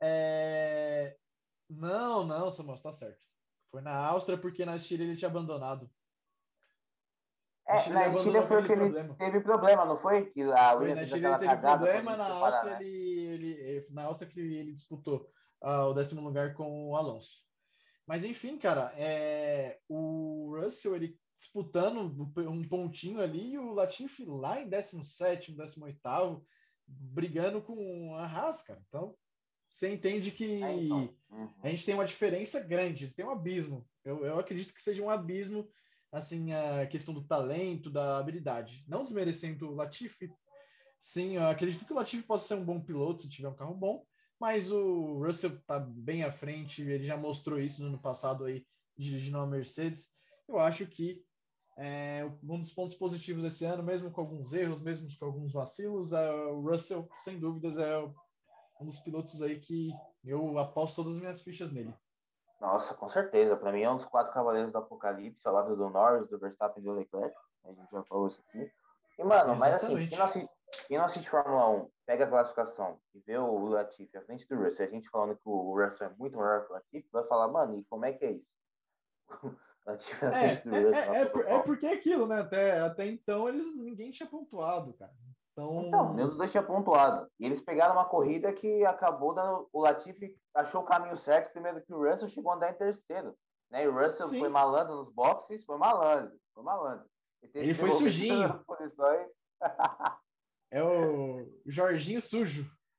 não, Samuel, tá certo. Foi na Áustria porque na Estíria ele tinha abandonado. Na Estíria ele Na Estíria abandonou com foi o aquele que ele problema. teve problema, não foi? Que a Foi, Williams na fez Estíria ele aquela teve cagada problema, quando na foi parar, Áustria né? na Áustria que ele disputou o 10º lugar com o Alonso. Mas enfim, cara, o Russell ele disputando um pontinho ali e o Latifi lá em 17º, 18º, brigando com a Haas, cara. Então, você entende Então. que a Uhum. gente tem uma diferença grande, tem um abismo. Eu acredito que seja um abismo, assim, a questão do talento, da habilidade. Não desmerecendo o Latifi, sim, eu acredito que o Latifi possa ser um bom piloto se tiver um carro bom, mas o Russell está bem à frente, ele já mostrou isso no ano passado aí, dirigindo a Mercedes. Eu acho que um dos pontos positivos desse ano, mesmo com alguns erros, mesmo com alguns vacilos, o Russell, sem dúvidas, é um dos pilotos aí que eu aposto todas as minhas fichas nele. Nossa, com certeza. Para mim é um dos quatro cavaleiros do Apocalipse, ao lado do Norris, do Verstappen e do Leclerc. A gente já falou isso aqui. E, mano, mas assim, Exatamente. quem não assiste Fórmula 1, pega a classificação e vê o Latifi à frente do Russell, a gente falando que o Russell é muito maior que o Latifi, vai falar, mano, e como é que é isso? Latifi à frente do Russell na pontuação. Porque é aquilo, né? Até então ninguém tinha pontuado, cara. Então, nenhum Então, dos dois tinha pontuado. E eles pegaram uma corrida que acabou dando. O Latifi achou o caminho certo, primeiro que o Russell chegou a andar em terceiro. Né? E o Russell foi sim, malandro nos boxes, foi malandro, foi malandro. Ele teve ele que foi devolver todas sujinho. as posições. É o Jorginho sujo.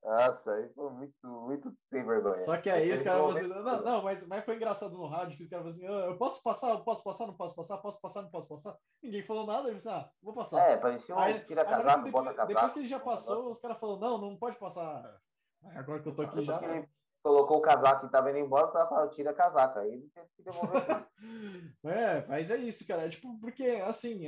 Nossa, aí foi muito, muito sem vergonha. Só que Aí aí os teve caras um falaram assim, momento. não, mas foi engraçado no rádio que os caras falaram assim, eu posso passar, não posso passar, posso passar, não posso passar. Ninguém falou nada, ele disse, vou passar. É, parecia um Aí na hora que tira-casaco, depois que bota-casaco. ele já Um passou, negócio. os caras falaram, não pode passar. Aí agora que eu tô Então, aqui depois já, que vai. ele colocou o casaco e tava indo embora, os caras falaram, tira casaca. Aí ele teve que devolver tudo. Mas é isso, cara. É tipo, porque assim,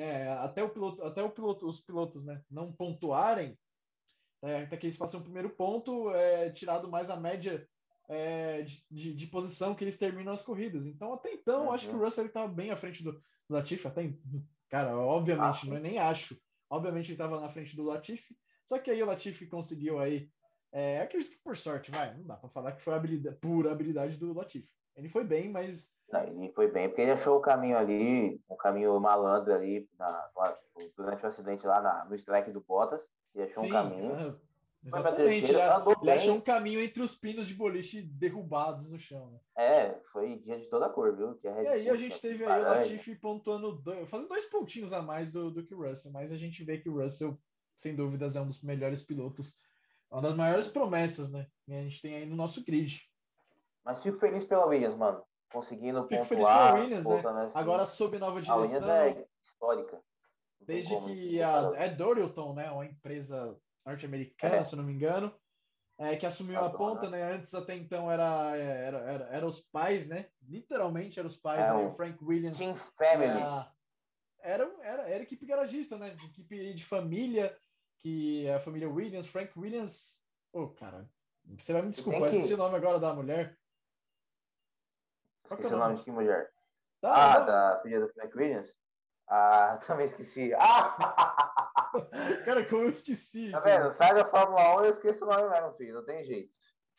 os pilotos, né, não pontuarem, até que eles façam o primeiro ponto, tirado mais a média de posição que eles terminam as corridas. Então, até então, acho que o Uhum. Russell estava bem à frente do Latifi, cara, Ah, obviamente, não sim. é nem acho. Obviamente ele estava na frente do Latifi, só que aí o Latifi conseguiu aí, acredito que por sorte, não dá para falar que foi pura habilidade do Latifi. Ele foi bem, mas Não, ele foi bem, porque ele achou o caminho ali, um caminho malandro ali, durante o acidente lá no strike do Bottas. Ele achou um sim, caminho. Foi para exatamente. terceiro, andou Ele achou um bem. caminho entre os pinos de boliche derrubados no chão, né? É, foi dia de toda cor, viu? Tinha E Red aí a Bull, gente tinha teve aí o laranja. Latifi pontuando, fazendo 2 pontinhos a mais do que o Russell, mas a gente vê que o Russell, sem dúvidas, é um dos melhores pilotos, uma das maiores Sim. promessas, né? Que a gente tem aí no nosso grid. Mas fico feliz pela Williams, mano. Conseguindo Fico feliz pela pontuar, Williams, né? voltando Agora aqui. sob nova A Williams direção, é histórica. Não tem desde como não que gostar da é Williams. Dorilton, né? Uma empresa norte-americana, É, se eu não me engano, que assumiu a a ponta, dona. né? Antes até então era os pais, né? Literalmente eram os pais É aí, o um Frank Williams Team e Family. era equipe garagista, né? Equipe de família, que é a família Williams, Frank Williams. Ô, cara, você vai me E tem desculpar, eu esqueci o que. nome agora da mulher. Qual que é o Esqueci o nome nome? de que mulher. Tá, Ah, não. da filha do Frank Williams? Ah, também esqueci. Ah! Cara, como eu esqueci Tá isso aí. vendo? Sai da Fórmula 1 e eu esqueço o nome mesmo, filho. Não tem jeito.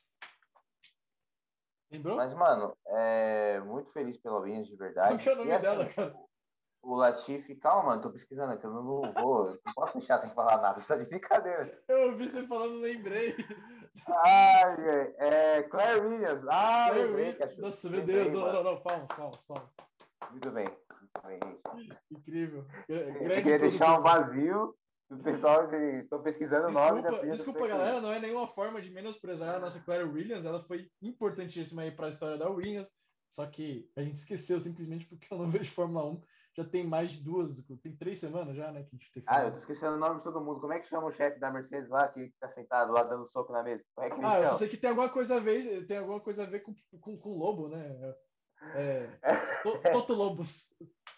Lembrou? Mas, mano, muito feliz pela Williams, de Qual que é verdade. o E nome dela, assim, cara? o Latifi, calma, mano, tô pesquisando aqui, eu não vou, não posso deixar sem falar nada, tá de brincadeira. Eu ouvi você falando, lembrei. Ai, Claire Williams. Ah, Claire lembrei, Will. cachorro. Nossa, meu Deus, Lembrei, não, mano. não, não, palmas, palmas, palmas. Muito bem, muito bem, gente. Incrível. Você Grande queria deixar um produtor. vazio, o pessoal estou pesquisando o nome da filha do Desculpa, Frank galera, Williams. não é nenhuma forma de menosprezar a nossa Claire Williams, ela foi importantíssima aí para a história da Williams, só que a gente esqueceu simplesmente porque eu não vejo Fórmula 1, já tem mais de 3 semanas já, né, que a gente tem Ah, eu Fórmula tô 1. esquecendo o nome de todo mundo. Como é que chama o chefe da Mercedes lá, que fica sentado lá dando soco na mesa? Como é que ele Eu só chama? sei que tem alguma coisa a ver com Lobo, né, é, Toto Lobos,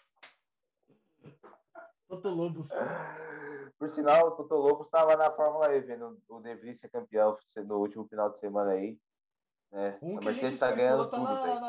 Toto Lobos. Por sinal, o Toto Lobo estava na Fórmula E, vendo o De Vries ser campeão no último final de semana aí, né? Um A que a gente Mercedes está especulou ganhando tá tudo, velho.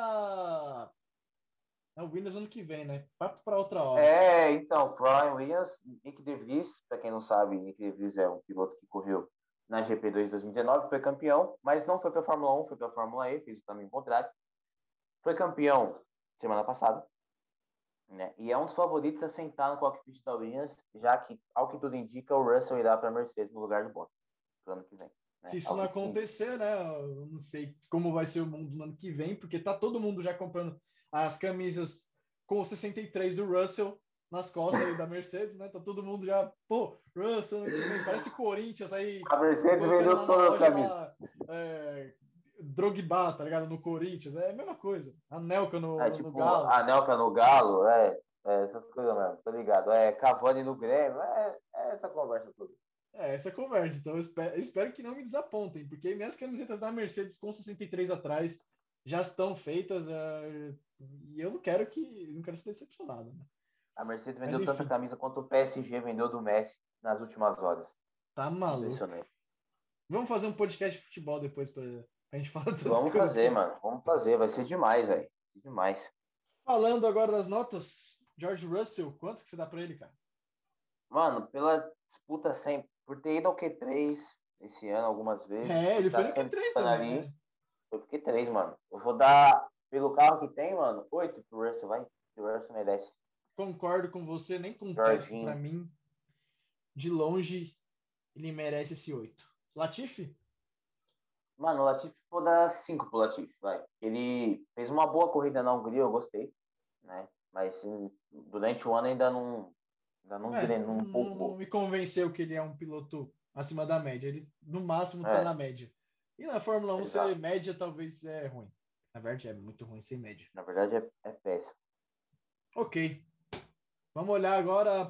na Williams ano que vem, né, papo para outra hora. Então, Brian Williams, Nick De Vries, para quem não sabe, Nick De Vries é um piloto que correu na GP2 de 2019, foi campeão, mas não foi para a Fórmula 1, foi para a Fórmula E, fez o caminho contrário. Foi campeão semana passada, né? E é um dos favoritos a sentar no cockpit da Williams, já que, ao que tudo indica, o Russell irá para a Mercedes no lugar do Bottas pro ano que vem, Se né? isso Ao não que tudo indica. acontecer, né? Eu não sei como vai ser o mundo no ano que vem, porque tá todo mundo já comprando as camisas com o 63 do Russell nas costas aí da Mercedes, né? Tá todo mundo já, pô, Russell ano que vem, parece Corinthians aí A Mercedes colocando vendeu lá na todas as loja camisas. lá Drogba, tá ligado? No Corinthians, é a mesma coisa. A Nelca no Tipo, Galo. a Nelca no Galo, essas coisas mesmo, tá ligado? Cavani no Grêmio, é essa conversa toda. Essa conversa. Então eu espero que não me desapontem, porque minhas camisetas da Mercedes com 63 atrás já estão feitas, e eu não quero ser decepcionado, né? A Mercedes Mas vendeu tanta enfim, camisa quanto o PSG vendeu do Messi nas últimas horas. tá maluco. Impressionante. Vamos fazer um podcast de futebol depois pra gente falar dessas Vamos coisas fazer, também. mano. Vamos fazer. Vai ser demais, velho. Vai ser demais. Falando agora das notas, George Russell, quanto que você dá pra ele, cara? Mano, pela disputa sempre, por ter ido ao Q3 esse ano algumas vezes, por Ele foi estar no sempre Q3 disputando também, ali, né? eu fiquei 3, mano. Eu vou dar, pelo carro que tem, mano, 8 pro Russell, vai. O Russell merece. Concordo com você, nem contesto pra Jorginho. mim. De longe, ele merece esse 8. Latifi? Mano, o Latifi, vou dar 5 pro Latifi, vai. Ele fez uma boa corrida na Hungria, eu gostei, né? Mas durante o ano ainda não Não, engrenou, não não empolgou. me convenceu que ele é um piloto acima da média. Ele, no máximo, tá na É, média. E na Fórmula 1, ser exato. média talvez é ruim. Na verdade, é muito ruim ser média. Na verdade, é péssimo. Ok. Vamos olhar agora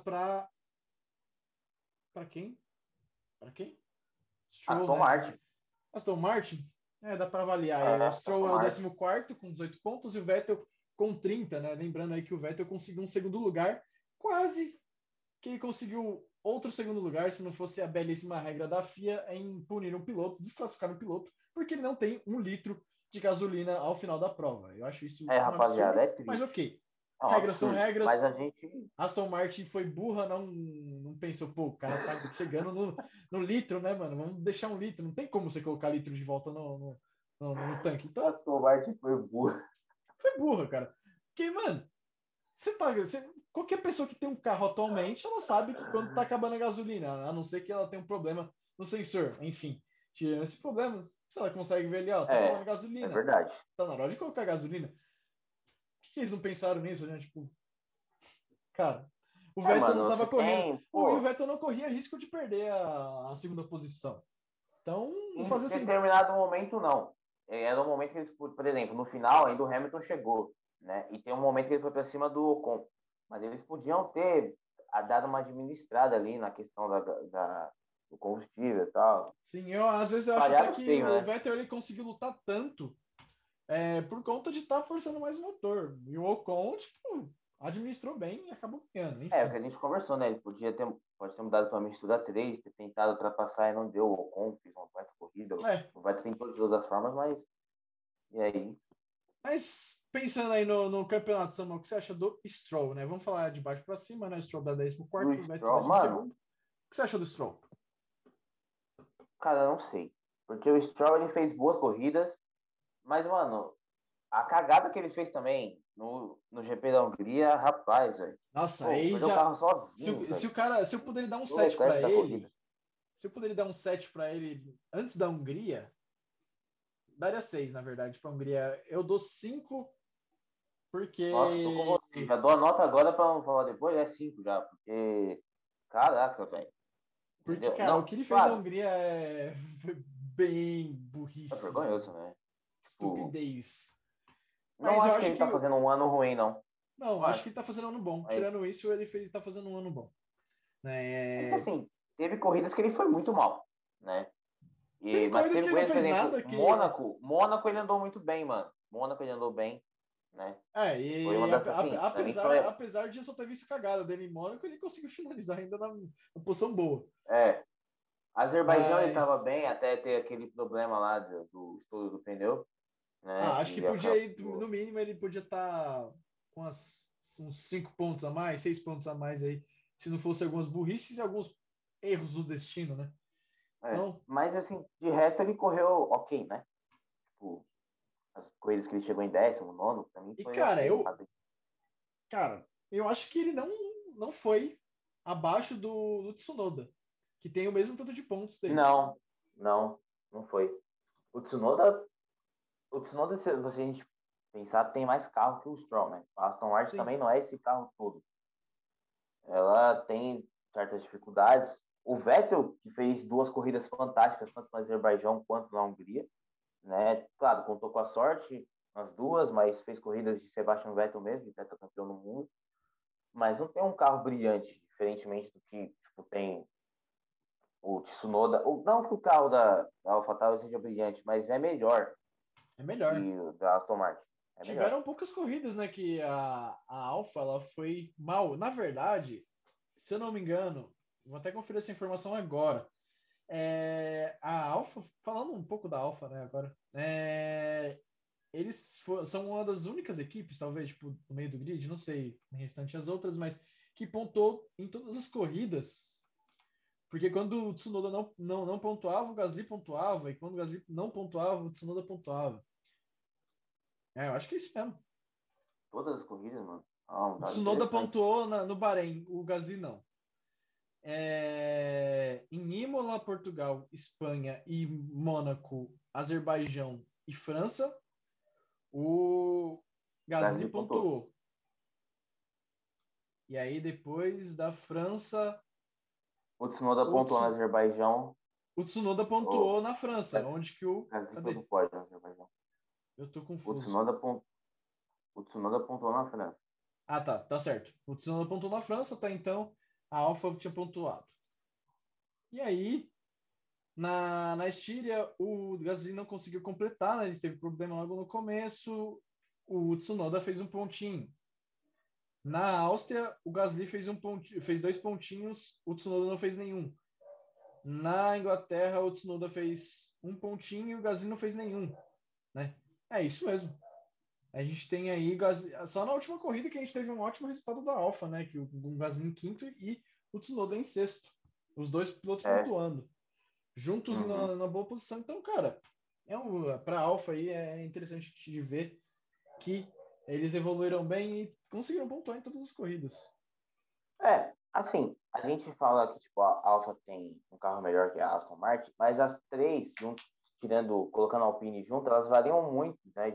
para quem? Para quem? Stroll, Aston né? Martin. Aston Martin, dá para avaliar. É, O Stroll Aston é o Martin. 14º com 18 pontos e o Vettel com 30, né? Lembrando aí que o Vettel conseguiu um segundo lugar, quase que ele conseguiu outro segundo lugar se não fosse a belíssima regra da FIA em punir um piloto, desclassificar um piloto, porque ele não tem 1 litro de gasolina ao final da prova. Eu acho isso É, um rapaziada, absurdo, é mas triste. ok. É um Regras são absurdo. Mas regras. a gente. Aston Martin foi burra, não pensou, pô, o cara tá chegando no litro, né, mano? Vamos deixar 1 litro. Não tem como você colocar litro de volta no tanque. Então, Aston Martin foi burro. foi burra, cara. Porque, mano, qualquer pessoa que tem um carro atualmente, ela sabe que quando tá acabando a gasolina, a não ser que ela tenha um problema no sensor. Enfim, tirando esse problema, se ela consegue ver ali, ó, tá acabando a É gasolina, verdade. tá na hora de colocar gasolina. Por que eles não pensaram nisso, né? Tipo, cara, o É, Vettel não mano, estava você correndo. tem, E o pô, Vettel não corria risco de perder a segunda posição. Então, não em fazia assim. determinado momento, não. Era um momento que eles, por exemplo, no final, ainda o Hamilton chegou, né? E tem um momento que ele foi para cima do Ocon. Mas eles podiam ter dado uma administrada ali na questão do combustível e tal. Sim, às vezes eu acho até Falharam que feio, o né? Vettel ele conseguiu lutar tanto por conta de estar forçando mais o motor. E o Ocon, tipo, administrou bem e acabou ganhando. É, o que Enfim. a gente conversou, né? Ele pode ter mudado para a mistura 3, ter tentado ultrapassar e não deu. O Ocon fez uma baita corrida. É, O Vettel tentou de todas as formas, mas e aí? mas pensando aí no campeonato, Samuel, o que você acha do Stroll, né? Vamos falar de baixo para cima, né? O Stroll da 14º, Do o Vettel Stroll, 12º. mano, O que você achou do Stroll? cara, eu não sei. Porque o Stroll ele fez boas corridas, mas, mano, a cagada que ele fez também no GP da Hungria, rapaz, velho. Nossa, Pô, aí perdeu o já. carro sozinho, Se velho. o cara, se eu puder dar um O 7 Leclerc para da corrida. ele, se eu puder dar um 7 para ele antes da Hungria, daria 6, na verdade, para a Hungria. Eu dou 5 Nossa, eu tô com porque. você. Já dou a nota agora pra não falar depois, é 5 já, porque. Caraca, velho. Porque, Entendeu? cara, o Não, que ele fez na claro, Hungria foi bem é burrice, vergonhoso, né? Tipo, estupidez. não Mas eu acho que acho ele que. tá fazendo um ano ruim, não. Não, Não acho que acho. ele tá fazendo um ano bom. Mas Tirando isso, ele tá fazendo um ano bom. é que Né? assim, teve corridas que ele foi muito mal, né? Teve Mas corridas que teve ele não corridas, por fez exemplo, nada que. Mônaco ele andou muito bem, mano. Mônaco ele andou bem, né? Foi uma E das, assim, pra mim foi. apesar de eu só ter visto cagada dele em Mônaco, ele conseguiu finalizar ainda na posição boa. É, Azerbaijão ele tava Mas. bem até ter aquele problema lá do estouro do pneu, né? Acho que Que podia ir, no acabou. mínimo, ele podia estar com uns 5 pontos a mais, 6 pontos a mais aí, se não fosse algumas burrices e alguns erros do destino, né? É. Então, Mas assim, de resto ele correu ok, né? Tipo, as corridas que ele chegou em 10º, 9º, pra mim e foi ok. cara, eu acho que ele não foi abaixo do Tsunoda, que tem o mesmo tanto de pontos dele. Não, não, não foi. O Tsunoda, se a gente pensar, tem mais carro que o Stroll, né? A Aston Martin Sim. também não é esse carro todo. Ela tem certas dificuldades. O Vettel, que fez duas corridas fantásticas, tanto no Azerbaijão quanto na Hungria, né? Claro, contou com a sorte nas duas, mas fez corridas de Sebastian Vettel mesmo, de Vettel campeão no mundo. Mas não tem um carro brilhante, diferentemente do que tipo, tem o Tsunoda. Não que o carro da AlphaTauri seja brilhante, mas é melhor É melhor. que o da Aston Martin. É melhor. Tiveram poucas corridas, né, que a Alfa ela foi mal. Na verdade, se eu não me engano, vou até conferir essa informação agora. A Alfa, falando um pouco da Alfa, né, agora, são uma das únicas equipes, talvez, tipo, no meio do grid, não sei, no restante as outras, mas que pontuou em todas as corridas. Porque quando o Tsunoda não pontuava, o Gasly pontuava, e quando o Gasly não pontuava, o Tsunoda pontuava. Eu acho que é isso mesmo. Todas as corridas, mano. Ah, um O dado Tsunoda interessante. pontuou no Bahrein, o Gasly não. Em Imola, Portugal, Espanha e Mônaco, Azerbaijão e França, o Gasly Gasly pontuou. pontuou. E aí, depois da França, O Tsunoda o pontuou no Tsu... Azerbaijão. O Tsunoda pontuou na França, onde que o... Brasil foi Cadê? no pódio na Azerbaijão. Eu tô O confuso. Tsunoda, pon- o Tsunoda pontuou na França. Ah, tá certo. O Tsunoda pontuou na França, tá? Então, a Alfa tinha pontuado. E aí, na Estíria, o Gasly não conseguiu completar, né? Ele teve problema logo no começo. O Tsunoda fez um pontinho. Na Áustria, o Gasly fez fez 2 pontinhos, o Tsunoda não fez nenhum. Na Inglaterra, o Tsunoda fez um pontinho e o Gasly não fez nenhum, né? É isso mesmo. A gente tem aí só na última corrida que a gente teve um ótimo resultado da Alfa, né? Que o Gasly em quinto e o Tsunoda em sexto. Os dois pilotos É. pontuando juntos e Uhum. na boa posição. Então, cara, para a Alfa aí é interessante de ver que eles evoluíram bem e conseguiram pontuar em todas as corridas. Assim, a gente fala que tipo, a Alfa tem um carro melhor que a Aston Martin, mas as três, colocando a Alpine junto, elas variam muito, né,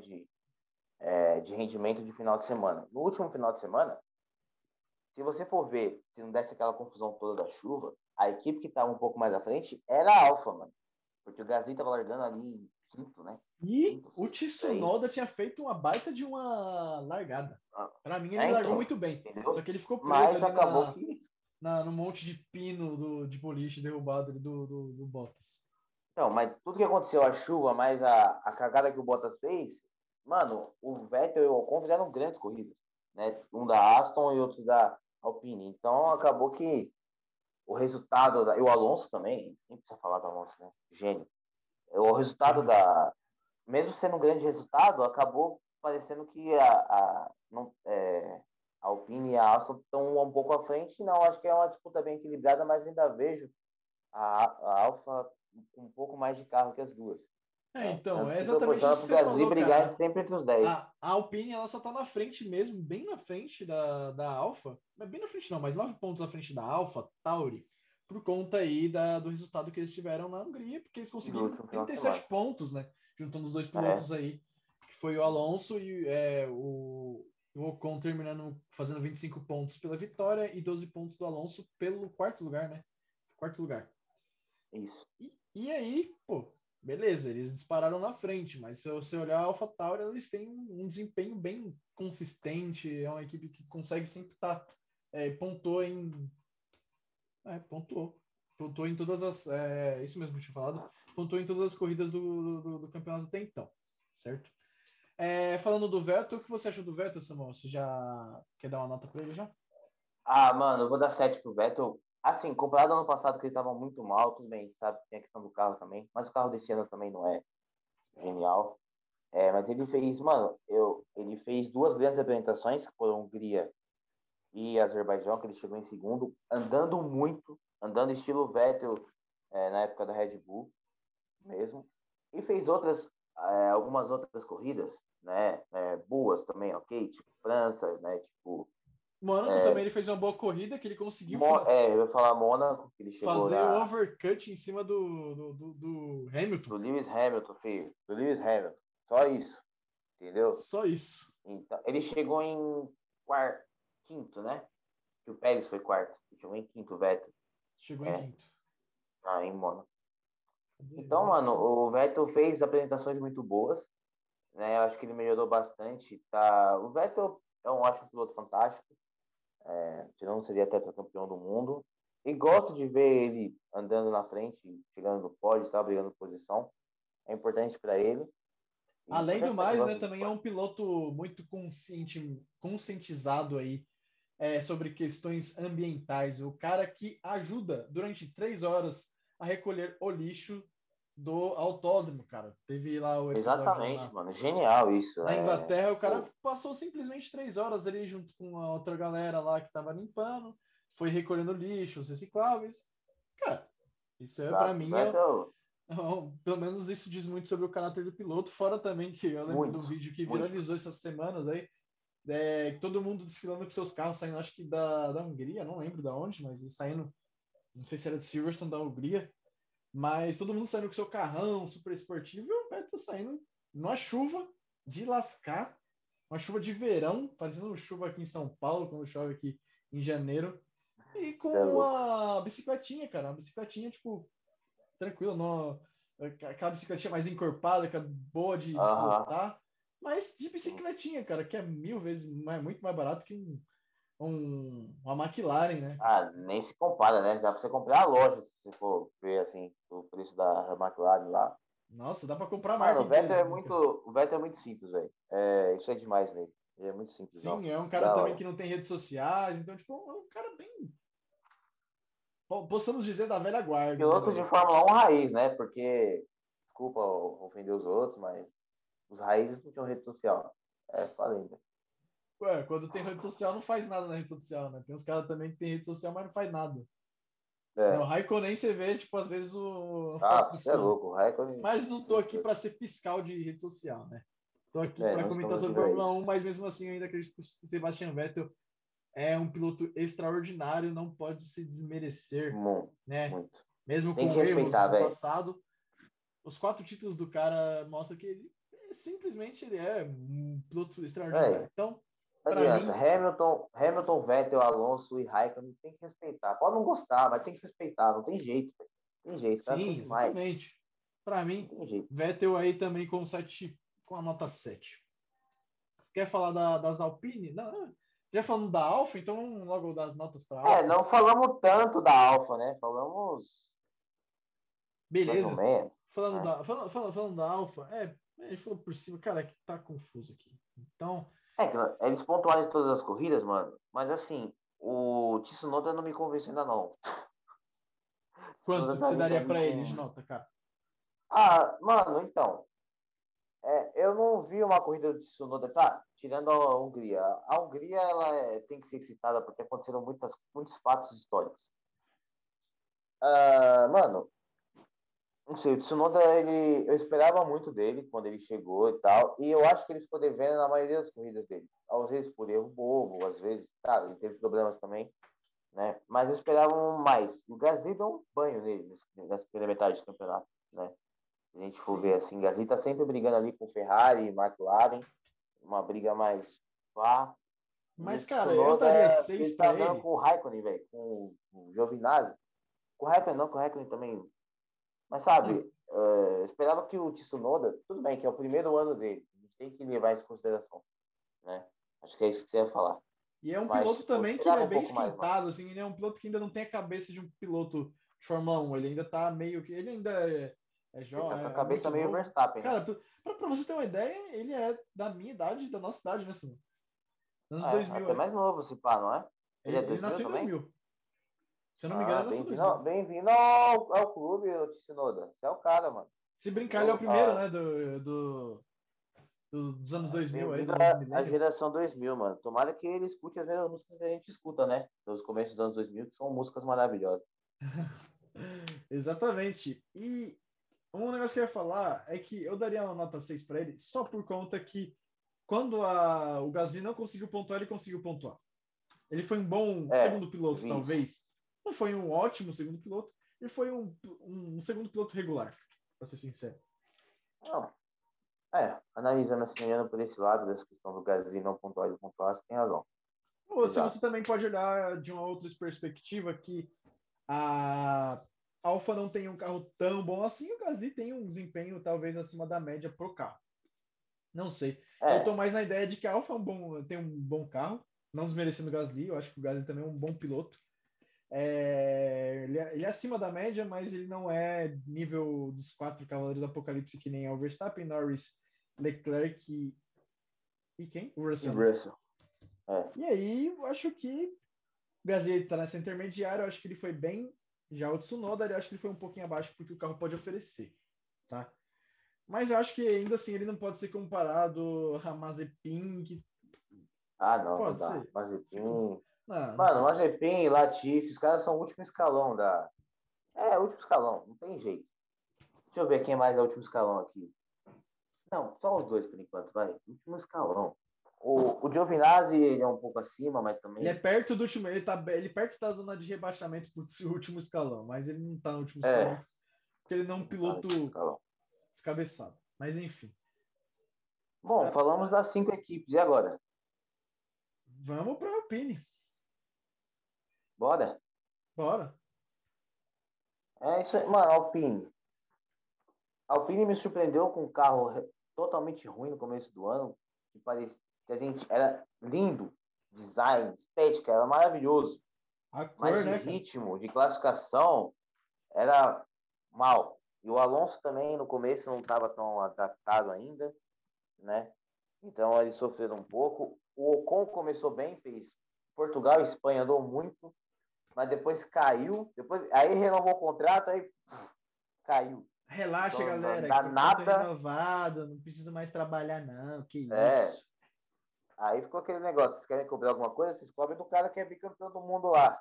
de rendimento de final de semana. No último final de semana, se você for ver, se não desse aquela confusão toda da chuva, a equipe que estava um pouco mais à frente era a Alfa, mano. Porque o Gasly estava largando ali em quinto, né? E Quinto, o sexto, por aí. Tsunoda tinha feito uma baita de uma largada. Para mim, ele largou Então, muito bem. Só entendeu? que ele ficou preso Mas ali acabou que. no monte de pino de boliche derrubado ali do Bottas. Então, mas tudo que aconteceu, a chuva, mais a cagada que o Bottas fez, mano, o Vettel e o Ocon fizeram grandes corridas, né? Um da Aston e outro da Alpine. Então, acabou que o resultado, e o Alonso também, nem precisa falar do Alonso, né? Gênio. O resultado Gênio. mesmo sendo um grande resultado, acabou parecendo que não, a Alpine e a Aston estão um pouco à frente. Não, acho que é uma disputa bem equilibrada, mas ainda vejo a Alfa com um pouco mais de carro que as duas. Né? Então, Tanto é que exatamente proporciona isso para que o você Gasly falou, brigar cara. sempre entre os 10. A Alpine, ela só tá na frente mesmo, bem na frente da Alfa. Não é bem na frente não, mas 9 pontos à frente da Alfa Tauri, por conta aí do resultado que eles tiveram na Hungria, porque eles No conseguiram último final de 37 semana. pontos, né? Juntando os dois É, pilotos aí, que foi o Alonso e o Ocon terminando fazendo 25 pontos pela vitória e 12 pontos do Alonso pelo quarto lugar, né? Quarto lugar. isso. E aí, pô, beleza, eles dispararam na frente, mas se você olhar a AlphaTauri, eles têm um desempenho bem consistente, é uma equipe que consegue sempre estar, pontuou em, pontuou. Pontuou em todas isso mesmo que eu tinha falado, pontuou em todas as corridas do campeonato até então, certo? Falando do Vettel, o que você achou do Vettel, Samuel? Você já quer dar uma nota para ele já? Ah, mano, eu vou dar 7 pro Vettel. Assim, comparado ao ano passado, que ele estava muito mal, tudo bem, sabe? Tem a questão do carro também. Mas o carro desse ano também não é genial. Mas ele fez, mano, ele fez duas grandes apresentações, que foram Hungria e Azerbaijão, que ele chegou em segundo, andando muito, andando estilo Vettel na época da Red Bull mesmo. E fez algumas outras corridas, né, boas também, ok? Tipo França, né, tipo Mônaco também ele fez uma boa corrida, que ele conseguiu eu ia falar Mônaco, que ele chegou fazer o overcut em cima do Hamilton. do Lewis Hamilton, filho, do Lewis Hamilton, só isso, entendeu? Só isso. Então, ele chegou em quinto, né? Que o Pérez foi quarto, ele chegou em quinto, o Vettel, Chegou em é, quinto. em Mônaco. Cadê? Então, mano, o Vettel fez apresentações muito boas, né? Eu acho que ele melhorou bastante, tá? O Vettel é um ótimo piloto fantástico, senão não seria tetracampeão do mundo. E gosto de ver ele andando na frente, chegando no pódio, tá, brigando posição. É importante para ele. E Além do importante para quem mais, né, gosta de também é esporte. um piloto muito conscientizado aí sobre questões ambientais. O cara que ajuda durante 3 horas a recolher o lixo do autódromo, cara. Teve lá o episódio Exatamente, mano. Genial isso. na Inglaterra, o cara Pô, passou simplesmente 3 horas ali junto com a outra galera lá que estava limpando, foi recolhendo lixo, os recicláveis. Cara, isso para exato. mim Vettel, pelo menos isso diz muito sobre o caráter do piloto, fora também que eu lembro do muito, vídeo que muito. viralizou essas semanas aí, todo mundo desfilando com seus carros, saindo acho que da Hungria, não lembro da onde, mas saindo, não sei se era de Silverstone da Hungria, mas todo mundo saindo com seu carrão super esportivo e o Vettel saindo numa chuva de lascar, uma chuva de verão, parecendo chuva aqui em São Paulo, quando chove aqui em janeiro, e com Você é louco. uma bicicletinha, cara, uma bicicletinha, tipo, tranquilo, não, aquela bicicletinha mais encorpada, que é boa de Aham. pilotar, mas de bicicletinha, cara, que é 1000 vezes muito mais barato que uma McLaren, né? Ah, nem se compara, né? Dá pra você comprar a loja, se você for ver, assim, o preço da McLaren lá. Nossa, dá pra comprar a Mano, marca inteira, assim, cara. o Vettel é muito simples, velho. É, isso é demais nele. Ele é muito simples, não. Sim, é um cara Da também hora. que não tem redes sociais, então, tipo, é um cara bem, possamos dizer, da velha guarda, né, Piloto de velho? Fórmula 1 raiz, né? Porque, desculpa ofender os outros, mas os raízes não tinham rede social. É, falei, velho. Ué, quando tem rede social, não faz nada na rede social, né? Tem uns caras também que tem rede social, mas não faz nada. Né? O É. Raikkonen, você vê, tipo, às vezes a Ah, foto do você é fã. louco. O Raikkonen. Mas não tô aqui para ser fiscal de rede social, né? Tô aqui É, para não comentar estamos aqui sobre pra Fórmula 1, isso. mas mesmo assim eu ainda acredito que o Sebastian Vettel é um piloto extraordinário, não pode se desmerecer, Muito, né? muito. Mesmo Tem que com erros respeitar, do velho. passado, os 4 títulos do cara mostram que ele simplesmente ele é um piloto extraordinário. Velho, Então, não para adianta. mim, Hamilton, Vettel, Alonso e Raikkonen tem que respeitar. Pode não gostar, mas tem que respeitar. Não tem jeito, velho. Não tem jeito. Os caras são sim, demais. exatamente. Para Não mim, tem jeito. Vettel aí também com 7, com a nota 7. Quer falar das Alpine? Não, já falando da Alfa, então vamos logo das notas para a É, Alfa. não falamos tanto da Alfa, né? Falamos mais ou Beleza. menos, Falando né? falando da Alfa, a gente falou por cima, cara, que tá confuso aqui. Então, É que eles pontuaram em todas as corridas, mano. Mas assim, o Tsunoda não me convence ainda não. O Tsunoda quanto que tá você vindo daria ali para ele de com. nota, cara? Ah, mano, então. Eu não vi uma corrida do Tsunoda, tá? Tirando a Hungria. A Hungria, tem que ser citada porque aconteceram muitos fatos históricos. Ah, mano, não sei, o Tsunoda, eu esperava muito dele quando ele chegou e tal, e eu acho que ele ficou devendo na maioria das corridas dele. Às vezes por erro bobo, às vezes, cara, ele teve problemas também, né? Mas eu esperava mais. O Gasly deu um banho nele nessa primeira metade do campeonato, né? Se a gente for ver Sim. assim, Gasly tá sempre brigando ali com Ferrari, McLaren, uma briga mais pá. E o Mas, cara, eu Tsunoda, daria 6 ele tá para andando ele. com o Raikkonen, velho, com o Giovinazzi. Com o Raikkonen não, com o Raikkonen também. Mas sabe, Não. eu esperava que o Tsunoda, tudo bem, que é o primeiro ano dele, a gente tem que levar isso em consideração, né? Acho que é isso que você ia falar. E é um Mas, piloto tipo, eu também que ele esperava é um bem pouco mais, mano. esquentado, assim, ele é um piloto que ainda não tem a cabeça de um piloto de Fórmula 1, ele ainda tá meio que, ele ainda Ele tá com a é cabeça muito meio novo. Verstappen, né? Cara, pra você ter uma ideia, ele é da minha idade, da nossa idade, né, assim, anos É, 2000 até aí. mais novo, se pá, não é? Ele é Ele 2000 nasceu em também? 2000. Se eu não me engano, Ah, ele nasceu em 2000. bem-vindo ao clube, o Tsunoda. Você é o cara, mano. Se brincar, ele é o Eu, primeiro, né, dos anos 2000 aí, bem-vindo do novo à milênio. geração 2000, mano. Tomara que ele escute as mesmas músicas que a gente escuta, né? Dos começos dos anos 2000, que são músicas maravilhosas. Exatamente. E um negócio que eu ia falar é que eu daria uma nota 6 para ele só por conta que quando o Gasly não conseguiu pontuar, ele conseguiu pontuar. Ele foi um bom É, segundo piloto, vi isso. talvez. Não foi um ótimo segundo piloto, ele foi um segundo piloto regular, para ser sincero. Não, analisando assim, olhando por esse lado, dessa questão do Gasly não pontuar e pontuar, você tem razão. Ou se você Exato. também pode olhar de uma outra perspectiva que a Alfa não tem um carro tão bom assim, o Gasly tem um desempenho talvez acima da média pro carro. Não sei. Eu tô É, mais na ideia de que a Alfa tem um bom carro, não desmerecendo o Gasly, eu acho que o Gasly também é um bom piloto. Ele é acima da média, mas ele não é nível dos 4 Cavaleiros do Apocalipse, que nem é o Verstappen, Norris, Leclerc e quem? O e Russell, né? Russell. É. E aí, eu acho que o Gasly está nessa intermediária, eu acho que ele foi bem. Já o Tsunoda, eu acho que ele foi um pouquinho abaixo porque o carro pode oferecer, tá? Mas eu acho que ainda assim ele não pode ser comparado a Mazepin, que Ah, não, não pode dá. ser Mazepin. não Mano, pode. Mazepin, Latifi, os caras são o último escalão da. É, último escalão, não tem jeito. Deixa eu ver quem mais é o último escalão aqui. Não, só os dois por enquanto, vai. Último escalão. O Giovinazzi, ele é um pouco acima, mas Ele é também. perto do último, ele perto da zona de rebaixamento pro último escalão, mas ele não tá no último escalão É, porque ele não é um não tá no piloto último escalão. descabeçado. Mas enfim, Bom, tá, falamos das 5 equipes, e agora? vamos para a Alpine. Bora? Bora. É isso aí, mano, Alpine. Alpine me surpreendeu com um carro totalmente ruim no começo do ano, que parecia que a gente era lindo, design, estética, era maravilhoso, A mas cor, de né, cara? ritmo, de classificação, era mal. E o Alonso também no começo não estava tão adaptado ainda, né? Então eles sofreram um pouco. O Ocon começou bem, fez Portugal e Espanha andou muito, mas depois caiu, depois aí renovou o contrato, aí caiu. Relaxa, Então não galera, dá contrato nada. renovado, não precisa mais trabalhar, não. Que É, isso. aí ficou aquele negócio, vocês querem cobrar alguma coisa, vocês cobrem do cara que é bicampeão do mundo lá.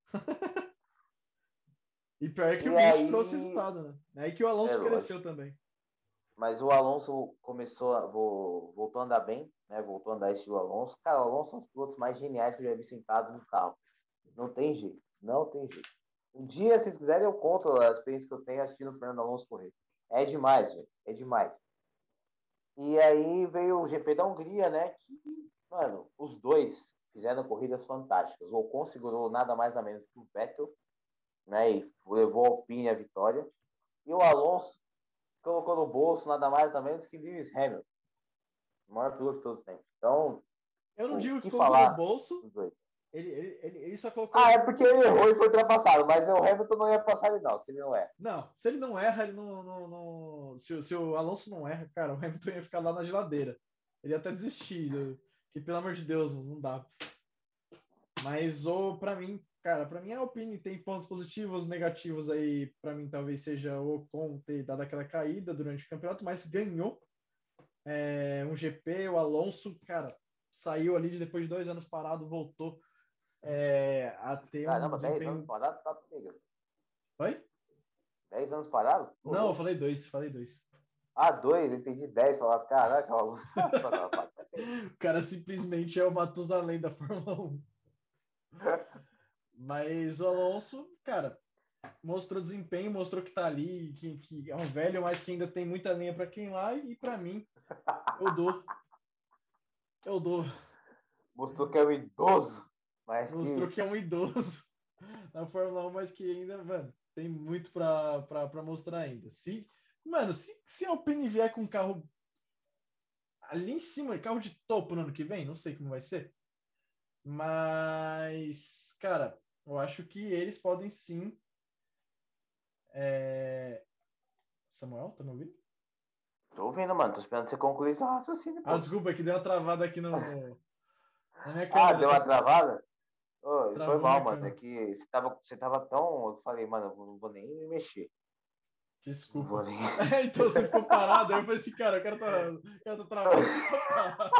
E pior que E o bicho trouxe aí, resultado, né? É aí que o é Alonso lógico. cresceu também. Mas o Alonso voltou a andar bem, né? Voltou a andar estilo Alonso. Cara, o Alonso é um dos pilotos mais geniais que eu já vi sentado no carro. Não tem jeito, não tem jeito. Um dia, se vocês quiserem, eu conto a experiência que eu tenho assistindo o Fernando Alonso correr. É demais, velho. É demais. E aí veio o GP da Hungria, né? Que, mano, os dois fizeram corridas fantásticas. O Ocon segurou nada mais nada menos que o Vettel, né? E levou a Alpine à vitória. E o Alonso colocou no bolso nada mais nada menos que Lewis Hamilton, o maior piloto de todos os tempos. Então, Eu não o digo que que colocou no falar bolso, dos dois? ele só colocou. Ah, é porque ele errou e foi ultrapassado, mas o Hamilton não ia passar ele, não, se ele não é. Não, se ele não erra, ele se o Alonso não erra, cara, o Hamilton ia ficar lá na geladeira. Ele ia até desistir, que pelo amor de Deus, não dá. Mas ou para mim, cara, para mim a Alpine tem pontos positivos, negativos aí, para mim talvez seja o Ocon ter dado aquela caída durante o campeonato, mas ganhou um GP, o Alonso, cara, saiu ali depois de 2 anos parado, voltou a ter um Caramba, 10 anos desempenho. parado, tá comigo. Oi? 10 anos parado? Ô, Não, eu louco. falei dois, falei dois. Ah, 2, entendi 10, falava, caraca, o Alonso. O cara simplesmente é o Matusalém da Fórmula 1. Mas o Alonso, cara, mostrou desempenho, mostrou que tá ali, que é um velho, mas que ainda tem muita linha para queimar. E para mim, eu dou. Eu dou. Mostrou que é um idoso, mas Mostrou que. que é um idoso na Fórmula 1, mas que ainda, mano, tem muito para mostrar ainda. Mano, se a Alpine vier com um carro ali em cima, carro de topo no ano que vem, não sei como vai ser. Mas, cara, eu acho que eles podem sim. Samuel, tá me ouvindo? Tô ouvindo, mano, tô esperando você concluir seu raciocínio, Ah, pô. desculpa, é que deu uma travada aqui na minha Ah, câmera. deu uma travada? Ô, foi Travou mal, minha mano. É câmera. que você tava tão. Eu falei, mano, eu não vou nem me mexer. Não vou Desculpa. nem. Então você ficou parado. Aí eu falei assim, cara, o cara tá travado, deixa eu parar.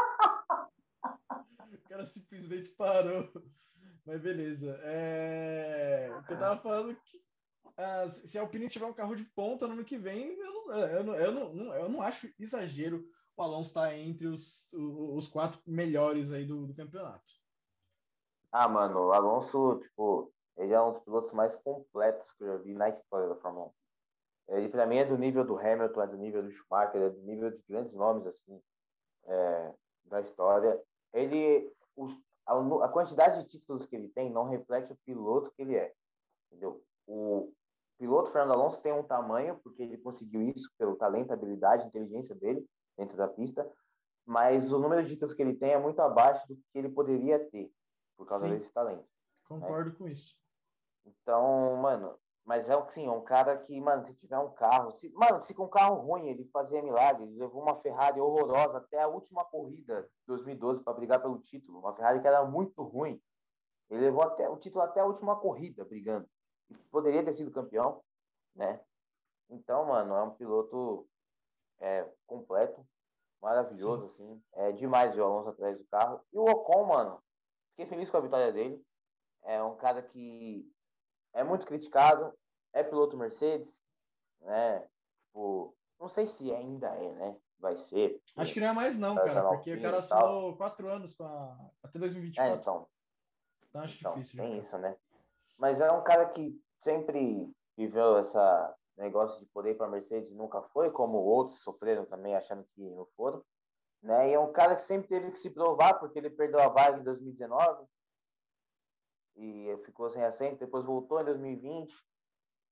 O cara simplesmente parou. Mas beleza. O que eu tava falando que se a Alpine tiver um carro de ponta no ano que vem, eu não acho exagero o Alonso estar entre os 4 melhores aí do campeonato. Ah, mano, o Alonso, tipo, ele é um dos pilotos mais completos que eu já vi na história da Fórmula 1. Ele, pra mim, é do nível do Hamilton, é do nível do Schumacher, é do nível de grandes nomes, assim, da história. Ele, a quantidade de títulos que ele tem não reflete o piloto que ele é, entendeu? O piloto Fernando Alonso tem um tamanho, porque ele conseguiu isso pelo talento, habilidade, inteligência dele dentro da pista, mas o número de títulos que ele tem é muito abaixo do que ele poderia ter, por causa Sim, desse talento, né? concordo com isso. Então, mano, mas é assim, é um cara que, mano, se tiver um carro, se com um carro ruim ele fazia milagre, ele levou uma Ferrari horrorosa até a última corrida de 2012 para brigar pelo título, uma Ferrari que era muito ruim. Ele levou até o título até a última corrida brigando. E poderia ter sido campeão, né? Então, mano, é um piloto completo, Sim. maravilhoso, assim. É demais ver o Alonso atrás do carro. E o Ocon, mano, fiquei feliz com a vitória dele. É um cara que é muito criticado, é piloto Mercedes, né? Tipo, não sei se ainda é, né? Vai ser, Acho porque que não é mais não, tá cara, na porque o Alpine cara e tal. assinou 4 anos até É, 2024. então, Então acho difícil já, tem cara. isso, né? Mas é um cara que sempre viveu essa negócio de poder ir para Mercedes, nunca foi, como outros sofreram também achando que não foram, né? E é um cara que sempre teve que se provar, porque ele perdeu a vaga em 2019 e ficou sem assento, depois voltou em 2020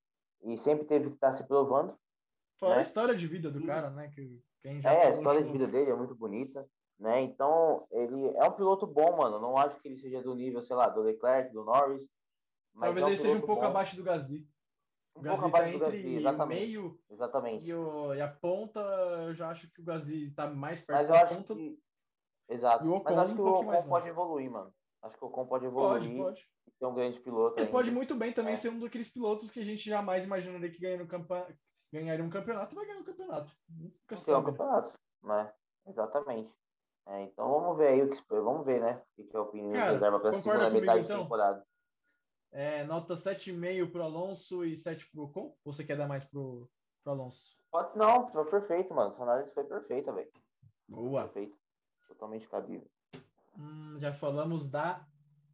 e sempre teve que estar se provando, Fora a né? história de vida do E cara, né? Que quem já a falou no história de último. vida dele é muito bonita, né? Então, ele é um piloto bom, mano. Não acho que ele seja do nível, sei lá, do Leclerc, do Norris, mas é Talvez um ele seja um piloto pouco bom, abaixo do Gasly. O um pouco Gasly tá abaixo do Gasly, entre o exatamente. meio Exatamente. e a ponta. Eu já acho que o Gasly tá mais perto Mas eu da acho ponta que, e exato. o Mas eu Ocon acho um que o pouquinho mais Ocon longe. pode evoluir, mano. Acho que o Ocon pode Pode, evoluir pode. e ser um grande piloto Ele pode ainda, muito bem também né? ser um daqueles pilotos que a gente jamais imaginaria que ganharia um campeonato e vai ganhar um campeonato. Nunca se Campeão do sabe, né? campeonato, né? Exatamente. Então vamos ver aí vamos ver, né? O que é o pneu Cara, reserva para a concorda segunda comigo metade de então? temporada. Nota 7,5 pro Alonso e 7 pro Ocon? Ou você quer dar mais pro Alonso? Pode, não, foi perfeito, mano. Sua análise foi perfeita, velho. Foi Boa. perfeito. Totalmente cabível. Já falamos da.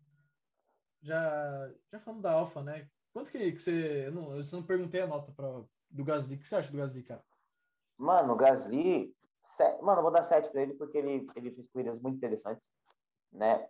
Já falamos da Alfa, né? Quanto que você. Eu não perguntei a nota do Gasly. O que você acha do Gasly, cara? Mano, o Gasly. Mano, eu vou dar 7 pra ele porque ele fez corridas muito interessantes, né?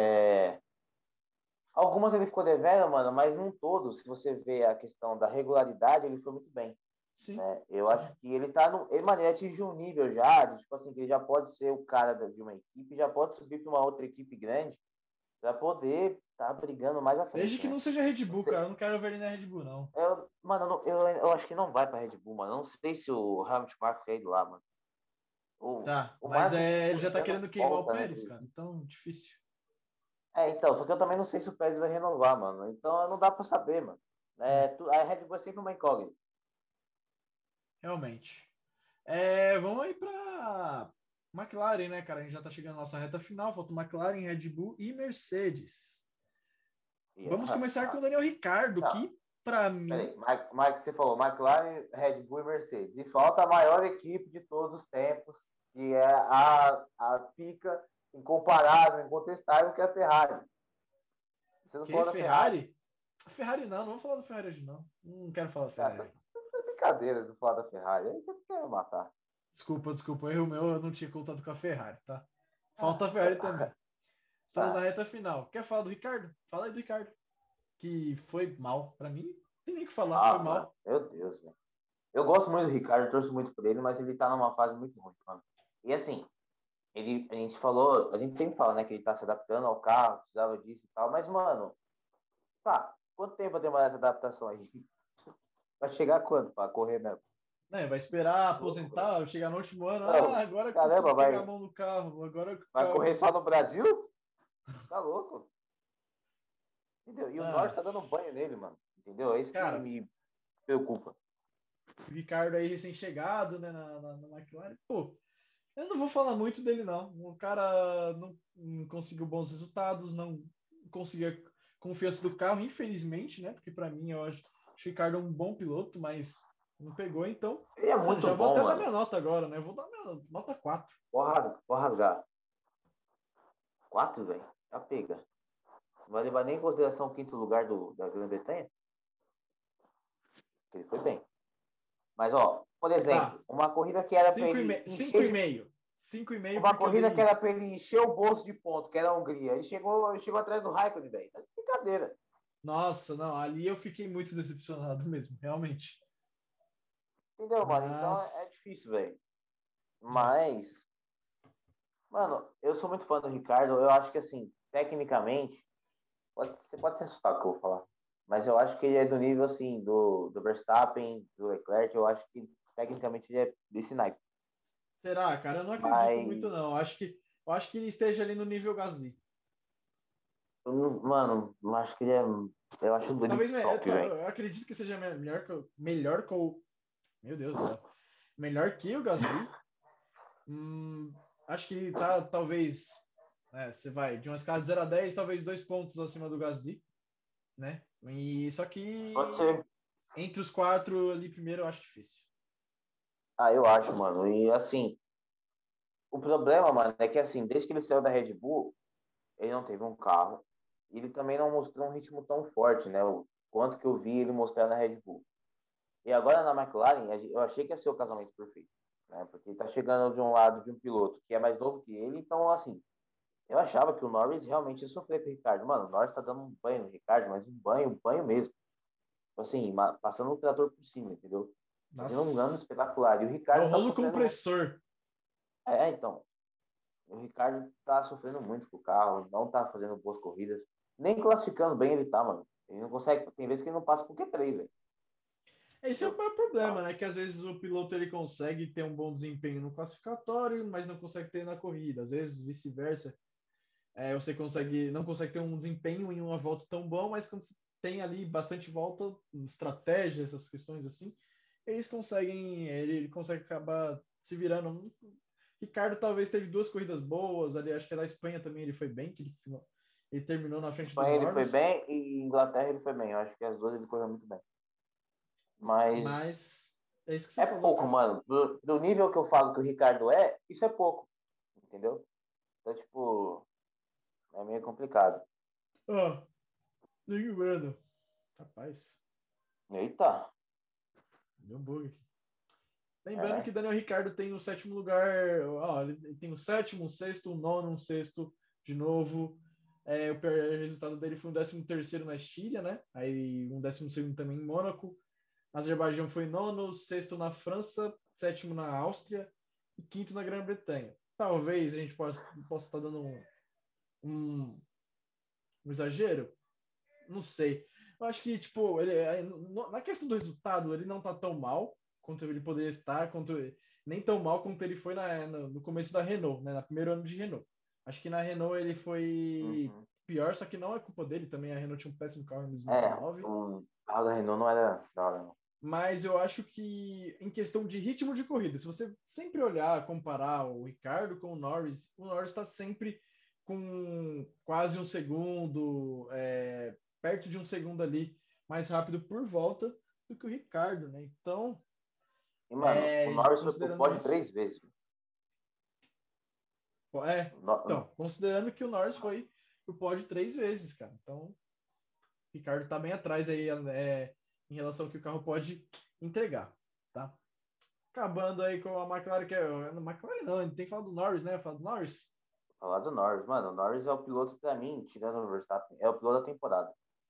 Algumas ele ficou devendo, mano, mas não todos. Se você vê a questão da regularidade, ele foi muito bem, Sim. né? Eu acho que ele tá no. Ele, mano, ele atingiu um nível já, de, tipo assim, que ele já pode ser o cara de uma equipe, já pode subir para uma outra equipe grande para poder estar brigando mais à Desde frente, que né? não seja Red Bull, Você, cara. Eu não quero ver ele na Red Bull, não. mano, eu acho que não vai para Red Bull, mano. Eu não sei se o Hamilton Marko quer ir lá, mano. Tá, O mas Marco, ele se não já me tá engano, querendo queimar o volta, né? Pérez, cara. Então, difícil. Então, só que eu também não sei se o Pérez vai renovar, mano. Então não dá para saber, mano. É, A Red Bull é sempre uma incógnita. realmente. Vamos aí pra McLaren, né, cara? A gente já tá chegando na nossa reta final. Falta McLaren, Red Bull e Mercedes. Vamos começar com o Daniel Ricciardo, Não, que, pra mim, peraí. Você falou McLaren, Red Bull e Mercedes. E falta a maior equipe de todos os tempos, que é a pica incomparável, incontestável, que é a Ferrari. Você não que falou da Ferrari. Ferrari? Ferrari não vou falar do Ferrari hoje, não. Não quero falar da Cara, Ferrari. é brincadeira de falar da Ferrari. Aí você quer me matar. Desculpa, erro meu, eu não tinha contado com a Ferrari, tá? Falta Ah, a Ferrari também. Estamos na tá. reta final. Quer falar do Ricardo? Fala aí do Ricardo. Que foi mal. Pra mim, não tem nem o que falar, foi Mano, mal. meu Deus, velho. Eu gosto muito do Ricardo, eu torço muito por ele, mas ele tá numa fase muito ruim, mano. E assim, a gente sempre fala, né, que ele tá se adaptando ao carro, precisava disso e tal, mas, mano, tá, quanto tempo vai demorar essa adaptação aí? Vai chegar quando pra correr mesmo? Né, vai esperar Tá louco, velho. aposentar, chegar no último ano. Ah, Não, agora eu caramba, consigo pegar a mão no carro. Agora que o vai correr carro. só no Brasil? Tá louco, entendeu? E o Norte Ah, tá dando banho nele, mano, entendeu? É isso que cara, me preocupa. o Ricardo aí recém-chegado, né, na McLaren. Pô, eu não vou falar muito dele, não. O cara não conseguiu bons resultados, não conseguiu a confiança do carro, infelizmente, né? Porque para mim, eu acho que o Ricardo é um bom piloto, mas não pegou. Então, Ele é mano, muito já vou bom, até dar mano. minha nota agora, né? Eu vou dar minha nota 4. Pode rasgar. 4, velho, tá pega. Não vai levar nem em consideração o quinto lugar da Grã-Bretanha? Que ele foi bem. Mas, ó, por Tá, exemplo, uma corrida que era para ele 5,5. 5,5 Uma porque eu corrida que dei. era para ele encher o bolso de ponto, que era a Hungria. Ele chegou atrás do Raikkonen, velho. Tá de brincadeira. Nossa, não, ali eu fiquei muito decepcionado mesmo, realmente. Entendeu, mano? Então é Mas. difícil, velho. É. Mas, mano, eu sou muito fã do Ricardo. Eu acho que, assim, tecnicamente, você pode se assustar com o que eu vou falar. Mas eu acho que ele é do nível, assim, do Verstappen, do Leclerc. Eu acho que, tecnicamente, ele é desse naipe. Será, cara? Eu não acredito muito, Mas, não. Eu acho que ele esteja ali no nível Gasly. mano, eu acho que ele é. Eu acho ele Talvez top, velho. eu acredito que seja melhor que o. Meu Deus do céu. Melhor que o Gasly. Hum, acho que tá, talvez. Você vai de uma escala de 0 a 10, talvez 2 pontos acima do Gasly, né? Só Pode que ser. entre os quatro ali primeiro eu acho difícil. Ah, eu acho, mano. E assim, o problema, mano, é que assim, desde que ele saiu da Red Bull, ele não teve um carro. E ele também não mostrou um ritmo tão forte, né? O quanto que eu vi ele mostrar na Red Bull. E agora na McLaren, eu achei que ia ser o casamento perfeito, né? Porque ele tá chegando de um lado de um piloto que é mais novo que ele, então assim, eu achava que o Norris realmente ia sofrer com o Ricardo. Mano, o Norris tá dando um banho no Ricardo, mas um banho mesmo. assim, passando o trator por cima, entendeu? Fazendo um ano Nossa. espetacular. E o É o Ricardo tá rolo sofrendo muito. compressor. Então. O Ricardo tá sofrendo muito com o carro, não tá fazendo boas corridas. Nem classificando bem ele tá, mano. Ele não consegue. Tem vezes que ele não passa por Q3, velho. Esse é o Entendeu? maior problema, Tá. né? Que às vezes o piloto ele consegue ter um bom desempenho no classificatório, mas não consegue ter na corrida. Às vezes vice-versa. Você não consegue ter um desempenho em uma volta tão bom, mas quando você tem ali bastante volta, estratégia, essas questões assim, ele consegue acabar se virando. Ricardo talvez teve duas corridas boas ali, acho que na Espanha também ele foi bem, ele terminou na frente do Espanha ele foi Norris, bem e Inglaterra ele foi bem. Eu acho que as duas ele correu muito bem. Mas mas é isso que você é falou, pouco, cara. mano. Do nível que eu falo que o Ricardo isso é pouco. Entendeu? Então, tipo, é meio complicado. Ó, lembrando, rapaz, Eita, deu um bug aqui. Lembrando que é. Daniel Ricciardo tem o sétimo lugar, ó, ele tem o sétimo, o sexto, o nono, um sexto de novo. O pior resultado dele foi um 13º na Estíria, né? Aí um 12º também em Mônaco. Azerbaijão foi nono, sexto na França, sétimo na Áustria e quinto na Grã-Bretanha. Talvez a gente possa estar dando um, um exagero, não sei. Eu acho que, tipo, na questão do resultado, ele não tá tão mal quanto ele poderia estar, nem tão mal quanto ele foi no começo da Renault, né? No primeiro ano de Renault. Acho que na Renault ele foi Uhum. pior, só que não é culpa dele também. A Renault tinha um péssimo carro em É, 2019. o carro da Renault não era da hora, não. Mas eu acho que, em questão de ritmo de corrida, se você sempre olhar, comparar o Ricardo com o Norris está sempre com quase um segundo, perto de um segundo ali, mais rápido por volta do que o Ricardo, né? Então, E, mano, o Norris foi pro considerando pódio isso, 3 vezes. é, No- então, considerando que o Norris foi o pódio 3 vezes, cara. Então, o Ricardo tá bem atrás aí, em relação ao que o carro pode entregar, tá? Acabando aí com a McLaren, a McLaren não, a gente tem que falar do Norris, né? Falar do Norris. Falar do Norris, mano, o Norris é o piloto, pra mim, tirando o Verstappen, é o piloto da temporada.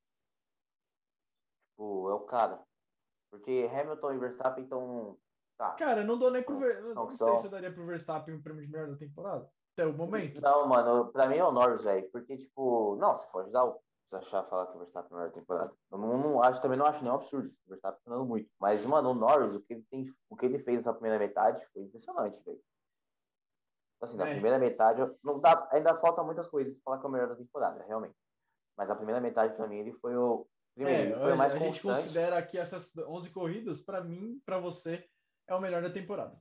Tipo, é o cara. Porque Hamilton e Verstappen estão. Tá. Cara, não dou nem pro Não não sei se eu são. daria pro Verstappen o prêmio de melhor da temporada. Até o momento. Não, mano, pra mim é o Norris, velho. Porque, tipo, não, você pode dar o. Se achar falar que o Verstappen é a melhor temporada. Eu não acho, também não acho nenhum absurdo. O Verstappen tá andando muito. Mas, mano, o Norris, o que ele fez na primeira metade foi impressionante, velho. Então, assim, na É, primeira metade, não dá, ainda falta muitas coisas pra falar que é o melhor da temporada, realmente. Mas a primeira metade, pra mim, ele foi o. Primeiro, ele foi o mais a gente constante. considera aqui essas 11 corridas, para mim, para você, é o melhor da temporada.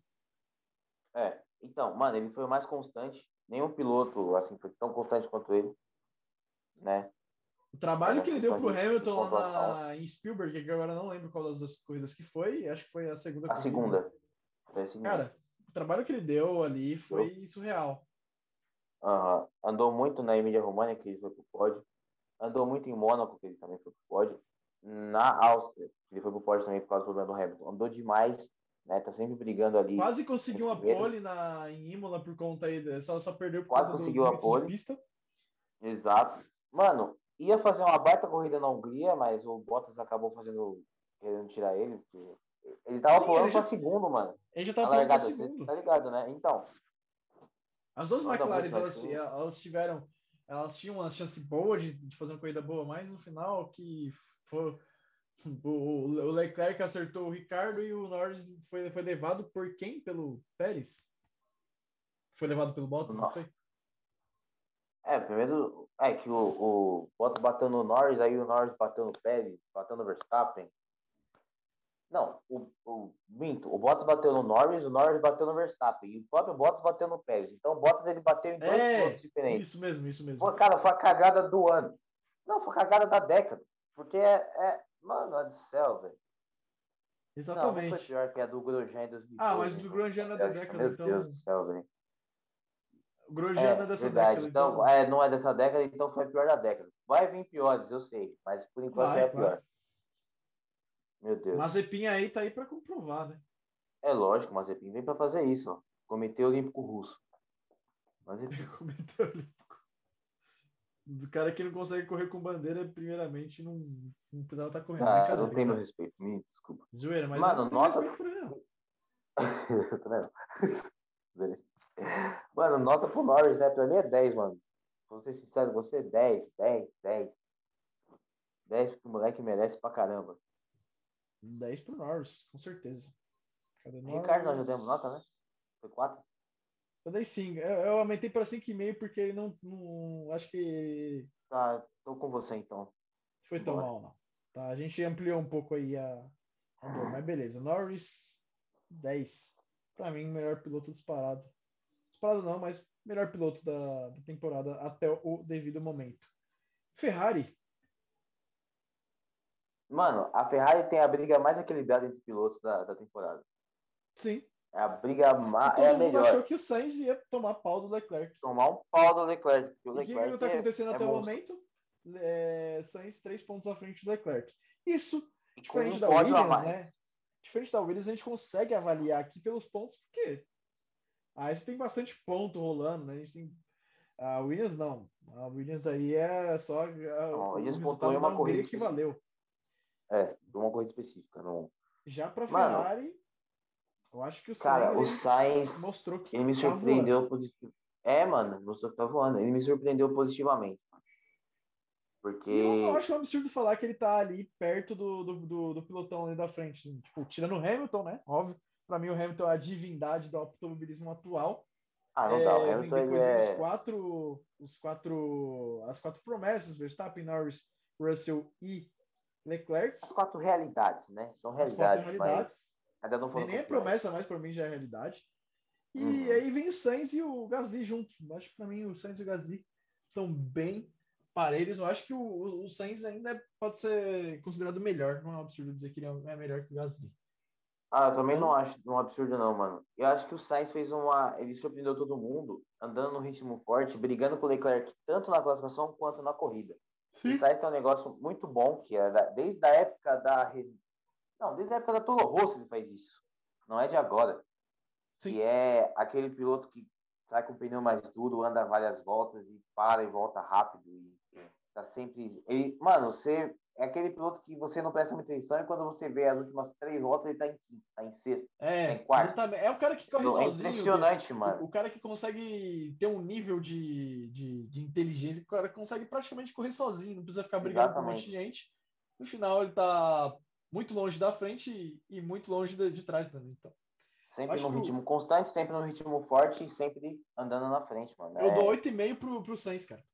Então, mano, ele foi o mais constante. Nenhum piloto, assim, foi tão constante quanto ele, né? O trabalho Na que ele deu questão pro de Hamilton pontuação. em Spielberg, que agora não lembro qual das duas corridas que foi, acho que foi a segunda A corrida. segunda, foi a segunda. Cara, o trabalho que ele deu ali Entendeu? foi surreal. Aham. Andou muito na Emília-Romagna, que ele foi pro pódio. Andou muito em Mônaco, que ele também foi pro pódio. Na Áustria, que ele foi pro pódio também por causa do problema do Hamilton. Andou demais, né? Tá sempre brigando ali Quase entre conseguiu os uma primeiros. pole em Imola por conta aí, só perdeu por Quase conta dos conseguiu a limites de pole. pista. Exato. Mano, ia fazer uma baita corrida na Hungria, mas o Bottas acabou querendo tirar ele, porque ele tava Sim, pulando pra segundo, mano. ele já Na tava pulando para largada, você segundo. tá ligado, né? Então, As duas anda McLaren, muito, eu acho. elas tinham uma chance boa de fazer uma corrida boa, mas no final que foi, o Leclerc acertou o Ricardo e o Norris foi levado por quem? Pelo Pérez? Foi levado pelo Bottas, não foi? Primeiro é que o Bottas bateu no Norris, aí o Norris bateu no Pérez, bateu no Verstappen. Não, minto, o Bottas bateu no Norris, o Norris bateu no Verstappen, e o próprio Bottas bateu no Pérez. Então o Bottas ele bateu em dois pilotos diferentes. Isso mesmo, isso mesmo. Pô, cara, foi a cagada do ano. Não, foi a cagada da década. Porque mano do céu, velho. Não foi Exatamente. pior que a do Grosjean em Ah, 2012, mas hein, o mano. Grosjean não Na é da Bélgica, década, meu Deus do então. céu, velho. O Grosjean não é dessa Verdade. década, Então, então. não é dessa década, então foi a pior da década. Vai vir piores, eu sei, mas por enquanto é Vai, a claro. pior. Meu Deus. Mazepin aí tá aí para comprovar, né? É lógico, o Mazepin vem para fazer isso, ó. Comitê Olímpico Russo. Mazepin. Comentando. Do cara que não consegue correr com bandeira, primeiramente, não precisava estar correndo. Ah, não Brincadeira, tem meu brincadeira. respeito, me desculpa. Zoeira, mas eu não Mano, tenho nota. respeito por ele, não. Eu também não. Mano, nota pro Norris, né? Pra mim é 10, mano. Vou ser sincero, você é 10, 10, 10. 10 porque o moleque merece pra caramba. 10 pro Norris, com certeza. Cadê Ricardo, nós já demos nota, Norris? né? Foi 4. Eu dei 5. Eu aumentei para 5,5 porque ele não. Acho que Tá, tô com você então. foi tão Bora. mal, não. Tá, a gente ampliou um pouco aí a dor, mas beleza. Norris, 10. Para mim, melhor piloto disparado. Disparado não, mas melhor piloto da temporada até o devido momento. Ferrari, Mano, a Ferrari tem a briga mais equilibrada entre pilotos da temporada. sim. É a briga E é a todo mundo achou melhor. que o Sainz ia tomar pau do Leclerc. Tomar um pau do Leclerc, porque o E o que Leclerc está acontecendo é até o monstro. momento? Sainz 3 pontos à frente do Leclerc. Isso, E com diferente um da pódio a Williams, né? mais. Diferente da Williams, a gente consegue avaliar aqui pelos pontos, porque aí você tem bastante ponto rolando, né? A gente tem. A Williams não. A Williams aí é só Não, o eles pontuam em resultado da uma corrida Hungria que específica. valeu. É, uma corrida específica. Não. Já para a Mano, Ferrari, eu acho que o cara, Sainz o ele Sainz, mostrou ele que me tá voando. surpreendeu positivamente. É, mano, você tá voando. Ele me surpreendeu positivamente. E eu Porque. acho um absurdo falar que ele tá ali perto do pilotão ali da frente. Tipo, tirando o Hamilton, né? Óbvio. Para mim, o Hamilton é a divindade do automobilismo atual. Ah, não dá. O Vem Hamilton, ele depois vem é. as quatro promessas, Verstappen, Norris, Russell e Leclerc. As 4 realidades, né? São As quatro realidades, mas realidades. ainda não foram Nem é campeões. promessa, mas para mim já é realidade. E Uhum. aí vem o Sainz e o Gasly juntos. Acho que para mim o Sainz e o Gasly estão bem parelhos. Eu acho que o Sainz ainda pode ser considerado melhor. Não é um absurdo dizer que ele é melhor que o Gasly. Ah, eu também não Então, acho um absurdo, não, mano. Eu acho que o Sainz fez uma. Ele surpreendeu todo mundo, andando no ritmo forte, brigando com o Leclerc, tanto na classificação quanto na corrida. E o sim, Sainz tem um negócio muito bom, que é desde a época da. Não, desde a época da Toro Rosso ele faz isso. Não é de agora. sim. Que é aquele piloto que sai com o pneu mais duro, anda várias voltas e para e volta rápido. E tá sempre. Ele, mano, você é aquele piloto que você não presta muita atenção e quando você vê as últimas 3 voltas, ele tá em quinto, tá em sexto, tá em quarto. Exatamente. É o cara que corre Entendeu? É sozinho, impressionante, mano. o cara que consegue ter um nível de inteligência, que o cara consegue praticamente correr sozinho, não precisa ficar brigando com um monte de Exatamente. gente. No final, ele tá muito longe da frente e muito longe de trás também. Então, Sempre acho no que ritmo constante, sempre no ritmo forte e sempre andando na frente, mano. eu dou É, 8,5 pro Sainz, cara.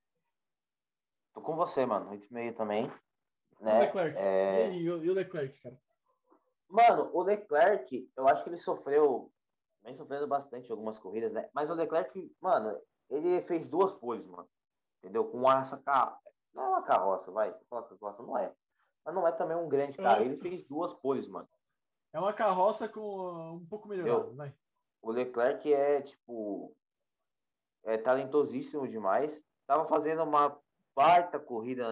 tô com você, mano. 8,5 também, E o né? Leclerc? E É, aí, e o Leclerc, cara? mano, o Leclerc, eu acho que ele sofreu, vem sofrendo bastante em algumas corridas, né? Mas o Leclerc, mano, ele fez 2 poles, mano. Entendeu? Com essa não é uma carroça, vai. Falar carroça não é. Mas não é também um grande cara. Ele fez 2 poles, mano. É uma carroça com um pouco melhorada, Entendeu? vai. O Leclerc é, tipo, é talentosíssimo demais. Tava fazendo uma baita corrida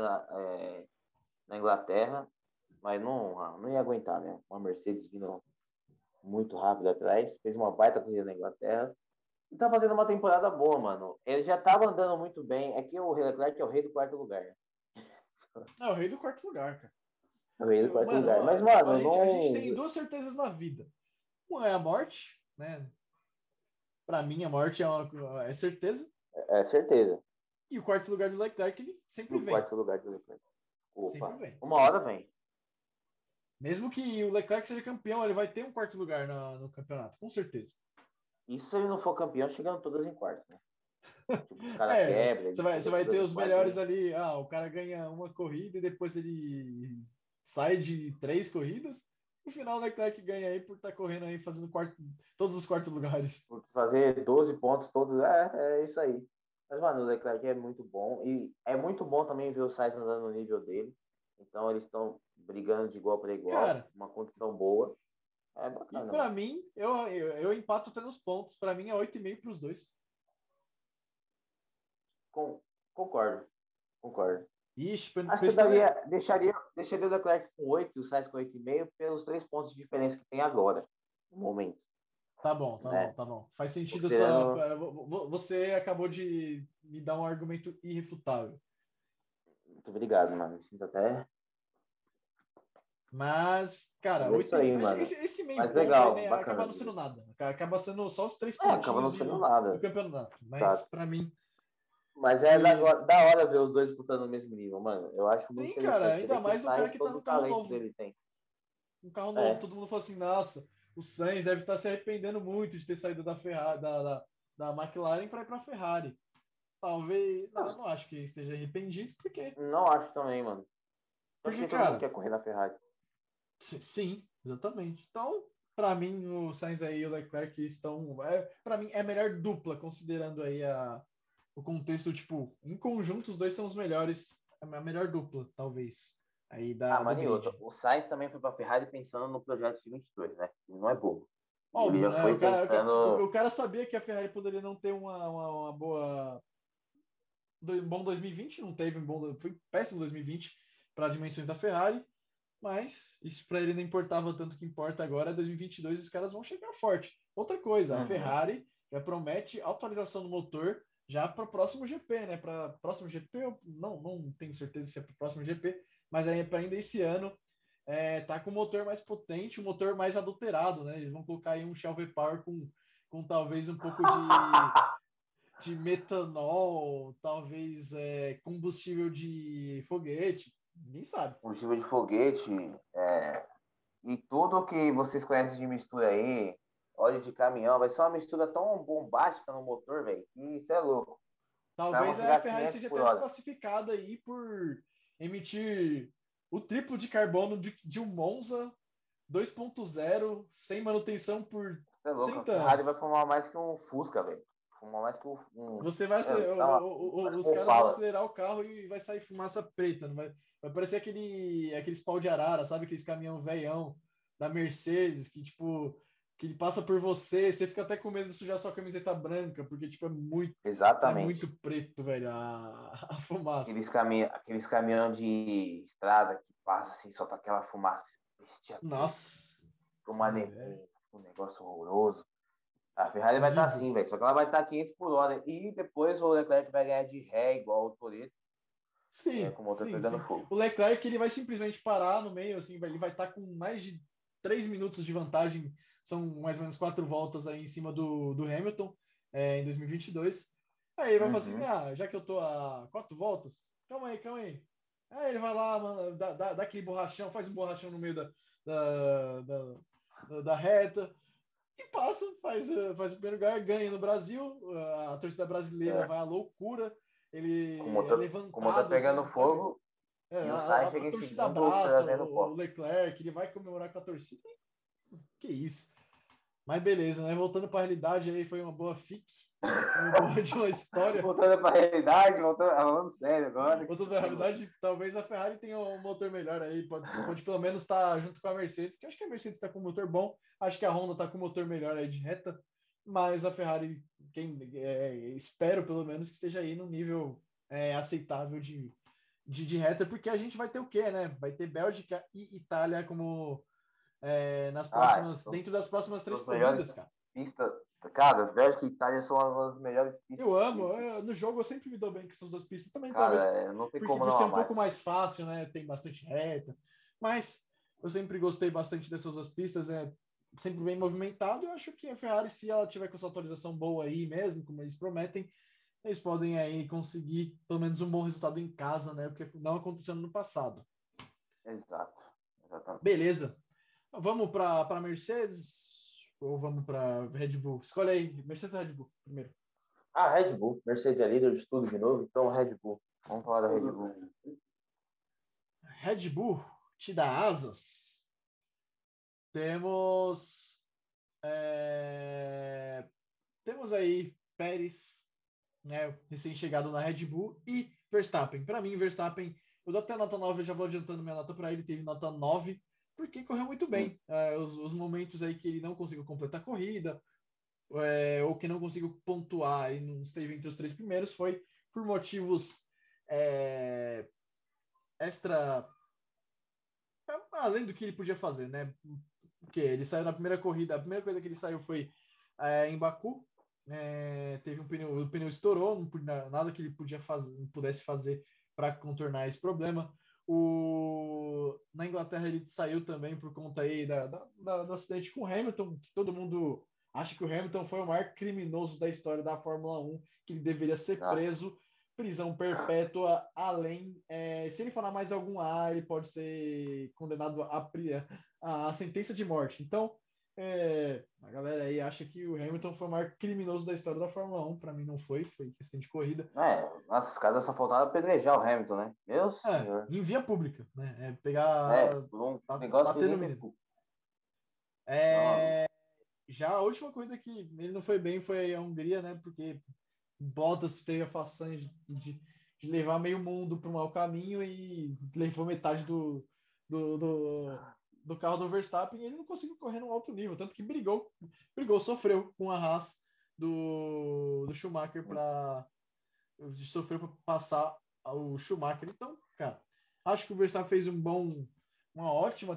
na Inglaterra, mas não ia aguentar, né? Uma Mercedes vindo muito rápido atrás. Fez uma baita corrida na Inglaterra. E tá fazendo uma temporada boa, mano. Ele já tava andando muito bem. É que o Leclerc é o rei do quarto lugar, né? É o rei do quarto lugar, cara. É o rei do quarto Mano, lugar. Mas, a mano, gente, a gente não. tem duas certezas na vida. Uma é a morte, né? Para mim, a morte é certeza. É certeza. E o quarto lugar do Leclerc, ele No sempre vem. quarto lugar do Leclerc. Sempre Opa, vem. uma hora vem. Mesmo que o Leclerc seja campeão, ele vai ter um quarto lugar no campeonato, com certeza. E se ele não for campeão, chegando todas em quarto, né? Tipo, os caras É, quebram, ele você chega vai ter todas em os quarto. melhores ali. Ah, o cara ganha uma corrida e depois ele sai de 3 corridas. No final, o Leclerc ganha aí por estar correndo aí, fazendo todos os quartos lugares. Porque fazer 12 pontos todos, é isso aí. Mas, mano, o Leclerc é muito bom. E é muito bom também ver o Sainz andando no nível dele. Então, eles estão brigando de igual para igual. Cara, Uma condição boa. É e bacana, para mano. mim, eu empato até nos pontos. Para mim é 8,5 para os dois. Com, concordo, concordo. Ixi, Acho que eu precisando. deixaria o Leclerc com 8 e o Sainz com 8,5 pelos 3 pontos de diferença que tem agora, no momento. Tá bom, tá né? bom, tá bom. Faz sentido essa. Considerando. Você acabou de me dar um argumento irrefutável. Muito obrigado, mano. Me sinto até. Mas, cara, Mas é isso aí, mano. esse meio Mas ponto aí, legal, né, acaba bacana. não sendo nada. Acaba sendo só os três Acaba não pontinhos sendo do nada. campeonato. Mas, Exato. pra mim, Mas é foi. da hora ver os dois disputando no mesmo nível, mano. Eu acho muito Sim, cara, interessante. Você vê ainda que o mais o cara Sainz, que tá todo o no carro talento novo. dele tem. Um carro novo, É. todo mundo falou assim, nossa, o Sainz deve estar se arrependendo muito de ter saído da Ferrari, da McLaren para ir para a Ferrari. Talvez, não, não acho que esteja arrependido, Não acho também, mano. porque, Porque todo mundo cara, quer correr na Ferrari. sim, exatamente. Então, para mim, o Sainz aí e o Leclerc estão, para mim, é a melhor dupla, considerando aí o contexto, tipo, em conjunto, os dois são os melhores, é a melhor dupla, talvez, aí Ah, do mano, e outra. grid. O Sainz também foi pra Ferrari pensando no projeto de 22, né? Ele não é bobo. Ele Óbvio, já né? foi pensando. O cara sabia que a Ferrari poderia não ter uma boa. Um bom 2020, não teve um bom. Foi péssimo 2020 para dimensões da Ferrari, mas isso para ele não importava tanto. Que importa agora é 2022 os caras vão chegar forte. Outra coisa, a Uhum. Ferrari já promete atualização do motor já para o próximo GP, né? Para próximo GP, eu não tenho certeza se é para o próximo GP, mas é para ainda esse ano. Tá com o motor mais potente, o motor mais adulterado, né? Eles vão colocar aí um Shell V-Power com talvez um pouco de metanol, talvez combustível de foguete, ninguém sabe. Combustível de foguete. E tudo que vocês conhecem de mistura aí, óleo de caminhão, vai ser uma mistura tão bombástica no motor, velho, que isso é louco. Os caras vão Talvez a chegar a Ferrari 500 seja por até hora. desclassificada aí por emitir o triplo de carbono de um Monza 2.0 sem manutenção por Isso é louco. A 30 Ferrari vai anos. fumar mais que um Fusca, velho. Fumar mais que Você vai Meu, mais que os um caras vão Opala. acelerar o carro e vai sair fumaça preta, não vai parecer aqueles pau de arara, sabe? Aqueles caminhão veião da Mercedes que ele passa por você, você fica até com medo de sujar sua camiseta branca, porque tipo sai muito Exatamente. preto, velho, a fumaça. Aqueles caminhão de estrada que passa assim, solta aquela fumaça bestialmente. Nossa, Uma é neblina, um negócio horroroso. A Ferrari vai estar horrível. assim, velho. Só que ela vai estar 500 por hora. E depois o Leclerc vai ganhar de ré, igual o Toretto, Sim, com o motor sim, pegando sim. fogo. O Leclerc ele vai simplesmente parar no meio, assim, ele vai estar com mais de 3 minutos de vantagem, são mais ou menos 4 voltas aí em cima do Hamilton em 2022. Aí ele vai falar assim, Uhum. já que eu tô a 4 voltas, calma aí, calma aí. Aí ele vai lá, mano, dá aquele borrachão, faz um borrachão no meio da, da, da reta e passa, faz o primeiro lugar, ganha no Brasil, a torcida brasileira É. vai à loucura, Com o ele é motor levantado, pegando assim, sabe? fogo e o A Sainz chega em torcida segundo abraça trazendo o pó. Leclerc, ele vai comemorar com a torcida. Que isso. Mas beleza, né? Voltando para a realidade, aí foi uma boa fic, uma boa de uma história. Voltando para a realidade, falando sério agora. Voltando para a realidade, talvez a Ferrari tenha um motor melhor aí, pode pelo menos estar junto com a Mercedes, que eu acho que a Mercedes está com um motor bom, acho que a Honda está com um motor melhor aí de reta, mas a Ferrari, espero pelo menos que esteja aí no nível aceitável de reta, porque a gente vai ter o quê, né? Vai ter Bélgica e Itália como dentro das próximas três São as melhores corridas, cara. pistas. Cara, Bélgica e Itália são as melhores pistas Eu que amo, existem. no jogo eu sempre me dou bem com essas duas pistas, também talvez Cara, não tem porque como por não ser um amar pouco essas mais pistas. fácil, né? Tem bastante reta, mas eu sempre gostei bastante dessas duas pistas, é sempre bem movimentado. Eu acho que a Ferrari, se ela tiver com essa atualização boa aí mesmo, como eles prometem, eles podem aí conseguir pelo menos um bom resultado em casa, né? Porque não aconteceu no passado. Exato, exatamente. Beleza. Vamos para Mercedes ou vamos para Red Bull? Escolhe aí, Mercedes ou Red Bull primeiro. Ah, Red Bull. Mercedes é líder de tudo de novo, então Red Bull. Vamos falar da Red Bull. Red Bull te dá asas. Temos é, temos aí Pérez, né, recém-chegado na Red Bull, e Verstappen. Para mim, Verstappen, eu dou até nota 9, eu já vou adiantando minha nota para ele, teve nota 9, porque correu muito Hum. bem. Os momentos aí que ele não conseguiu completar a corrida, ou que não conseguiu pontuar e não esteve entre os três primeiros, foi por motivos é, extra, além do que ele podia fazer, né? Porque ele saiu na primeira corrida, a primeira coisa que ele saiu foi em Baku. Teve o pneu estourou, nada que ele pudesse fazer para contornar esse problema. Na Inglaterra ele saiu também por conta aí do acidente com o Hamilton, que todo mundo acha que o Hamilton foi o maior criminoso da história da Fórmula 1, que ele deveria ser Nossa. preso, prisão perpétua, além, se ele falar mais algum A, ele pode ser condenado a sentença de morte. Então, a galera aí acha que o Hamilton foi o maior criminoso da história da Fórmula 1. Para mim não foi questão de corrida. Nossa, os caras só faltavam apedrejar o Hamilton, né? Meu senhor. Em via pública, né? Por um negócio que Bater ele no nem tem menino. culpa. É, já a última corrida que ele não foi bem foi a Hungria, né? Porque Bottas teve a façanha de levar meio mundo para um mau caminho e levou metade do, do, do carro do Verstappen e ele não conseguiu correr num alto nível, tanto que brigou, sofreu com a Haas do Schumacher para sofreu para passar o Schumacher. Então, cara, acho que o Verstappen fez uma ótima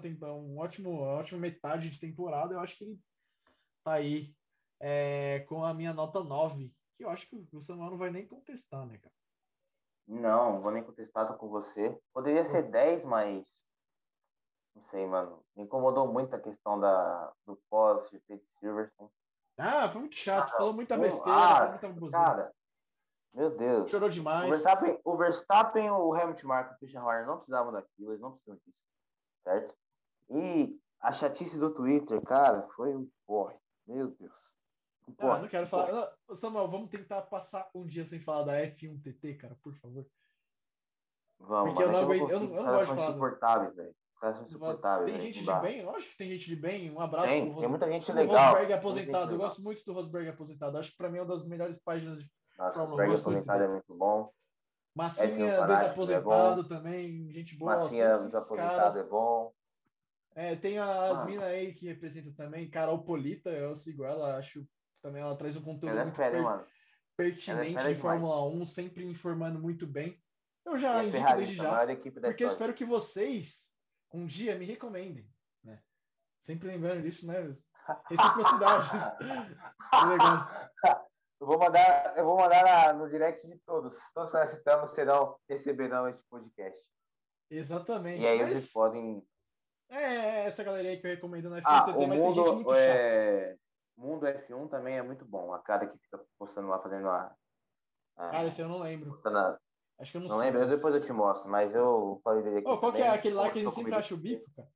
metade de temporada. Eu acho que ele tá aí com a minha nota 9, que eu acho que o Samuel não vai nem contestar, né, cara? Não vou nem contestar, tô com você. Poderia ser 10, mas não sei, mano. Me incomodou muito a questão do pós-GP de Silverstone. Foi muito chato, falou muita Um, besteira, falou ah, muita baboseira. cara, meu Deus. Chorou demais. O Verstappen, o Hamilton Marko e o Christian Horner não precisavam daquilo, eles não precisam disso, certo? E a chatice do Twitter, cara, foi um porre. Meu Deus. Um porre, Não quero um porre. falar. Samuel, vamos tentar passar um dia sem falar da F1 TT, cara, por favor. Vamos, Porque eu mano, é não que eu não aguento, consigo. Os eu não caras gosto de são falar. insuportáveis, velho. Os caras são insuportáveis, Tem velho. gente Não de dá. bem, lógico que tem gente de bem. Um abraço Tem muita gente pro legal. Rosberg Muita gente aposentado. Eu legal. gosto muito do Rosberg aposentado. Acho que para mim é uma das melhores páginas de Nossa, o Fórmula 1. Rosberg Gosto muito aposentado é dele. muito bom. F1 Massinha Fanáticos é bom. desaposentado também, gente boa. Massinha Todos esses desaposentado é caras. bom. Tem as Mano, minas aí que representam também. Carol Polita, eu sigo ela. Acho também ela traz um conteúdo ela é muito fera, hein, mano. Ela é pertinente fera de demais. Fórmula 1, sempre informando muito bem. Eu E já é indico desde ferrarista, a já, maior equipe da porque eu história. espero que vocês um dia me recomendem, né? Sempre lembrando disso, né? Reciprocidade do negócio. Eu vou mandar no direct de todos. Todos que nós citamos receberão esse podcast. E Exatamente. aí vocês Mas podem. essa galera aí que eu recomendo na F1 TT, O mas tem gente muito chata. Mundo F1 também é muito bom. A cara que fica postando lá, fazendo Cara, esse eu não lembro. postando Acho que eu não não sigo lembro, esse. depois eu te mostro, mas eu falei dele aqui Qual que é também. aquele lá que ele Conversou sempre comigo. acha o bico, cara?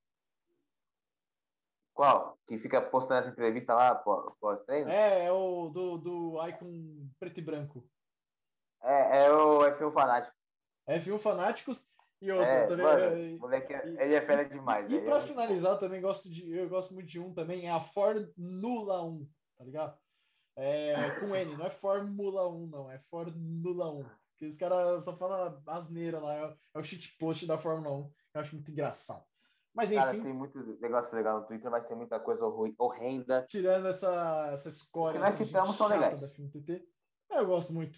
Qual? Que fica postando essa entrevista lá pós-treino? É o do Icon preto e branco. É o F1 Fanáticos. F1 Fanáticos e outra também. Mano, o moleque, ele é fera demais, E velho. É para muito bom. finalizar, também eu gosto muito de um também, é a Fórmula 1, tá ligado? Com N, não é Fórmula 1, não, é Fórmula 1. Porque os caras só falam asneira lá, é o shitpost da Fórmula 1. Eu acho muito engraçado. Mas Cara, enfim, tem muito negócio legal no Twitter, mas tem muita coisa horrenda. tirando essa Os que escória nós assim, de gente citamos são chata da legais. F1 TT, eu gosto muito.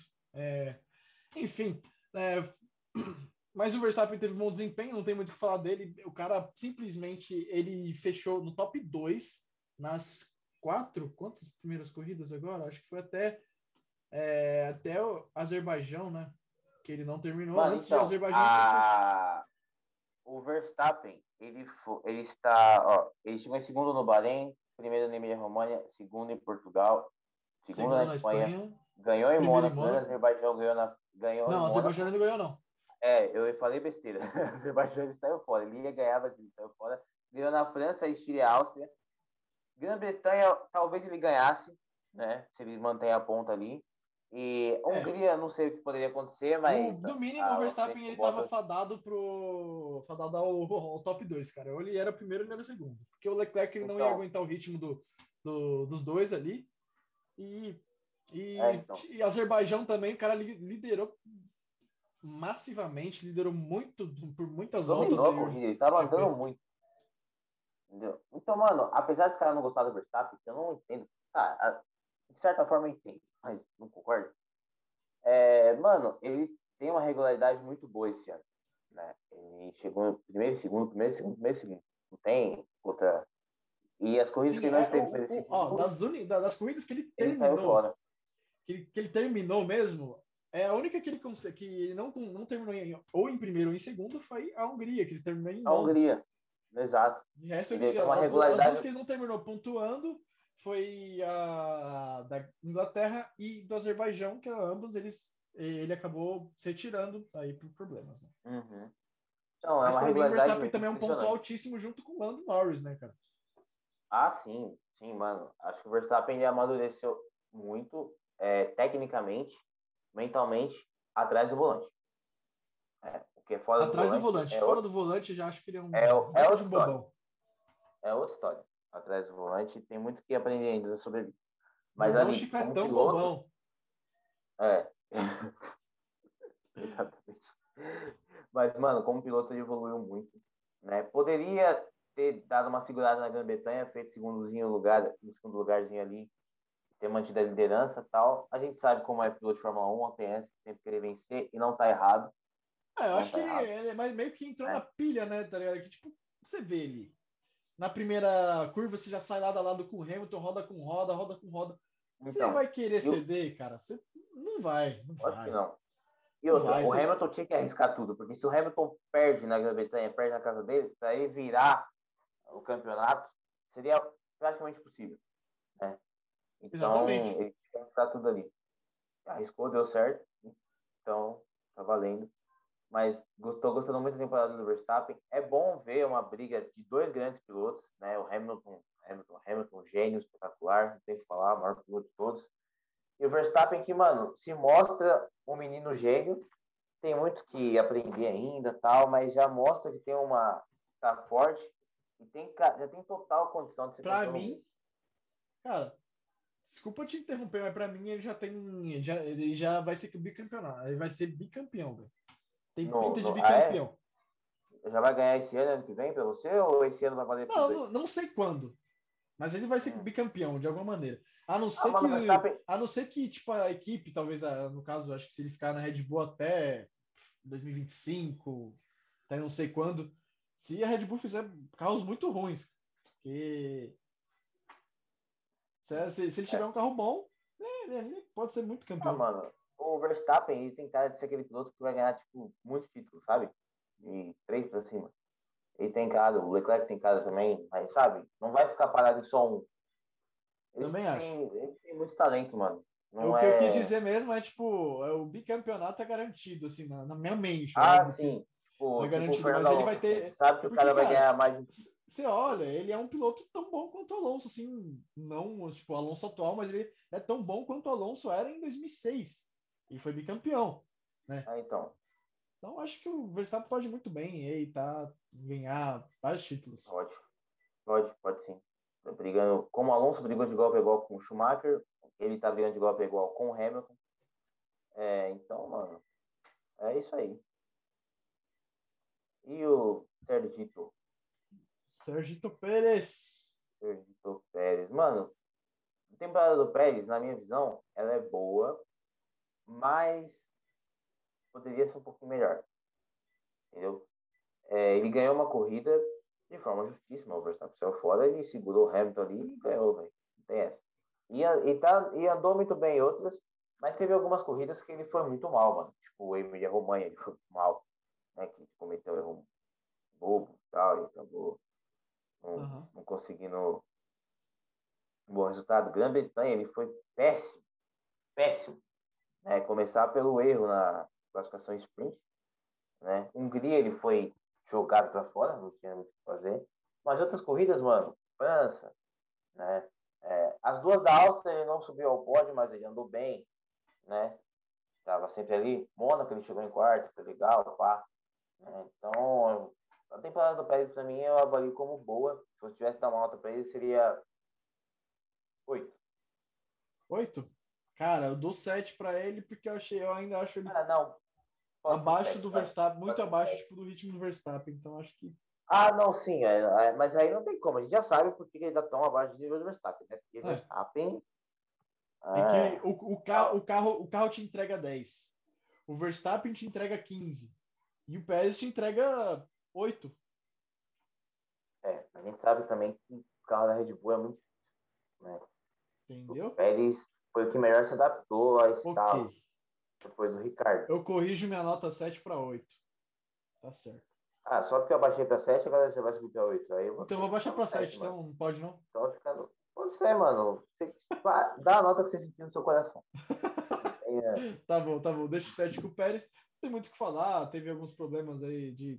Enfim, é, mas o Verstappen teve um bom desempenho, não tem muito o que falar dele. O cara simplesmente ele fechou no top 2 nas quantas primeiras corridas agora? Acho que foi até o Azerbaijão, né? Que ele não terminou. Mano, Antes de então, Azerbaijão, ele fechou. o Verstappen, ele está, ó, ele chegou em segundo no Bahrein, primeiro na Emília-Romanha, segundo em Portugal, segundo na Segundo na Espanha, Espanha, ganhou em primeiro em Mônaco, ganhou no Mônaco. Azerbaijão, ganhou em Não, Azerbaijão Mônaco. ele não ganhou, não. Eu falei besteira. O Azerbaijão ele saiu fora, ele ia ganhar, mas ele saiu fora. Ganhou na França, Estíria e Áustria. Grã-Bretanha, talvez ele ganhasse, né? Se ele mantém a ponta ali. E É, Hungria, não sei o que poderia acontecer, mas no mínimo o o acidente Verstappen com ele tava Bottas. fadado ao top 2, cara. Ou ele era o primeiro ou ele era o segundo. Porque o Leclerc ele não ia Então, aguentar o ritmo dos dois ali. E, então. e Azerbaijão também, o cara liderou massivamente, liderou muito, por muitas voltas Dominou a aí corrida, ele o tava andando GP. muito. Entendeu? Então, mano, apesar dos caras não gostar do Verstappen, que eu não entendo. De certa forma eu entendo, mas não concordo. Mano, ele tem uma regularidade muito boa esse ano. Né? Ele chegou no primeiro, segundo, primeiro, segundo, primeiro, segundo. Não tem outra. E as corridas Sim, que ele não esteve nesse ó, ponto, das corridas que ele ele saiu terminou, fora. que ele terminou mesmo, é a única que que ele não terminou ou em primeiro ou em segundo foi a Hungria, que ele terminou em A nono. Hungria, exato. De resto, Ele ele, tem uma as duas regularidade. que ele não terminou pontuando foi a da Inglaterra e do Azerbaijão, que ambos ele acabou se retirando aí por problemas, né? Uhum. Então, é Mas uma para mim o regularidade Verstappen também é um ponto impressionante. altíssimo junto com o Lando Norris, né, cara? Ah, sim, sim, mano. Acho que o Verstappen ele amadureceu muito, tecnicamente, mentalmente, atrás do volante. O que é fora do Atrás do volante volante, fora do volante, eu já acho que ele é um é baita de outra um história. bobão. É outra história. Atrás do volante tem muito que aprender ainda sobre ele. Mas Bobão, ali, como chicletão, piloto, bobão. é. Exatamente. Mas, mano, como piloto ele evoluiu muito, né? Poderia ter dado uma segurada na Grã-Bretanha, feito segundozinho lugar, no segundo lugarzinho ali, ter mantido a liderança e tal. A gente sabe como é piloto de Fórmula 1, tem essa, sempre querer vencer e não tá errado. Eu Não acho que tá errado. ele é meio que entrou na Né? pilha, né, tá ligado? Que, tipo, você vê ele. Na primeira curva, você já sai lado a lado com o Hamilton, roda com roda, roda com roda. Você Então, vai querer eu ceder, cara? Você não vai, não acho que vai, não. E não outra, vai. o Hamilton tinha que arriscar tudo, porque se o Hamilton perde na Grã-Bretanha, perde na casa dele, para ele virar o campeonato, seria praticamente possível, né? Então, Exatamente. ele tinha que arriscar tudo ali. Arriscou, deu certo, então tá valendo. Mas estou gostando muito da temporada do Verstappen. É bom ver uma briga de dois grandes pilotos, né? O Hamilton, gênio espetacular, não tem o que falar, maior piloto de todos. E o Verstappen que, mano, se mostra um menino gênio, tem muito que aprender ainda, tal, mas já mostra que tem uma tá forte e já tem total condição de ser Pra campeão do mundo. mim, cara, desculpa te interromper, mas pra mim ele já vai ser bicampeonato. Ele vai ser bicampeão, velho. Tem pinta de Ah, é? bicampeão. Já vai ganhar esse ano que vem pra você ou esse ano vai valer pros Não, dois? não sei quando, mas ele vai ser Hum. bicampeão de alguma maneira. Ah, mano, o Verstappen. A não ser que tipo a equipe, talvez no caso, acho que se ele ficar na Red Bull até 2025, até não sei quando, se a Red Bull fizer carros muito ruins, porque se ele tiver É, um carro bom, ele pode ser muito ah, campeão. mano, o Verstappen ele tem cara de ser aquele piloto que vai ganhar, tipo, muitos títulos, sabe? De três pra cima. Ele tem cara, o Leclerc tem cara também, mas sabe? Não vai ficar parado em só um. Também acho. Eles têm muito talento, mano. O Não que eu quis é. dizer mesmo é, tipo, o bicampeonato é garantido, assim, na minha mente, é Ah, óbvio que sim. não Tipo, é tipo o garantido, Fernando mas ele vai Alonso, assim. Você ter. sabe que o Porque, cara vai cara, ganhar mais de um título. você olha, ele é um piloto tão bom quanto o Alonso, assim, não, tipo, o Alonso atual, mas ele é tão bom quanto o Alonso era em 2006 e foi bicampeão, né? Ah, então. Então, acho que o Verstappen pode muito bem e tá ganhar vários títulos. Pode. Pode sim. Tá brigando. Como o Alonso brigou de igual para igual com o Schumacher, ele tá brigando de igual para igual com o Hamilton. Então, mano, é isso aí. E o Sergito Pérez. Sergito Pérez. Mano, a temporada do Pérez, na minha visão, ela é boa, mas poderia ser um pouquinho melhor. Entendeu? Ele ganhou uma corrida de forma justíssima. O Verstappen saiu fora, ele segurou o Hamilton ali e ganhou, velho. Não tem essa. E andou muito bem em outras, mas teve algumas corridas que ele foi muito mal, mano. Tipo, o Emília Romanha, ele foi muito mal, né? Que cometeu erro bobo e tal, e acabou Uhum. não conseguindo um bom resultado. Grã-Bretanha, ele foi péssimo, péssimo. Né? Começar pelo erro na classificação sprint, né? Hungria, ele foi jogado para fora, não tinha muito o que fazer. Mas outras corridas, mano, França, né? As duas da Áustria ele não subiu ao pódio, mas ele andou bem, né? Tava sempre ali. Mônaco ele chegou em quarto, foi legal, pá. Né? Então, a temporada do Pérez para mim eu avalio como boa. Se eu tivesse dar uma nota para ele seria 8. 8? Cara, eu dou 7 para ele porque eu ainda acho ele Ah, não, pode ser abaixo 7, do vai. Verstappen, muito Pode ser abaixo 7. tipo do ritmo do Verstappen, então acho que Ah, não, sim, mas aí não tem como. A gente já sabe por que ele está tão abaixo do nível do Verstappen, né? Porque é, Verstappen. é que É, não, o carro te entrega 10. O Verstappen te entrega 15 e o Pérez te entrega 8. a gente sabe também que o carro da Red Bull é muito difícil, né? O Entendeu? Pérez foi o que melhor se adaptou a esse Ok. carro, depois do Ricardo. Eu corrijo minha nota 7 para 8. Tá certo. Ah, só porque eu baixei pra 7, agora você vai subir pra 8. Aí eu vou Então eu ter vou que baixar ficar no para 7, 7, mano. então não pode não? Então vai ficando. Pode ser, mano. Você dá a nota que você sentir no seu coração. Tá bom, tá bom. Deixa o 7 com o Pérez. Não tem muito o que falar. Teve alguns problemas aí de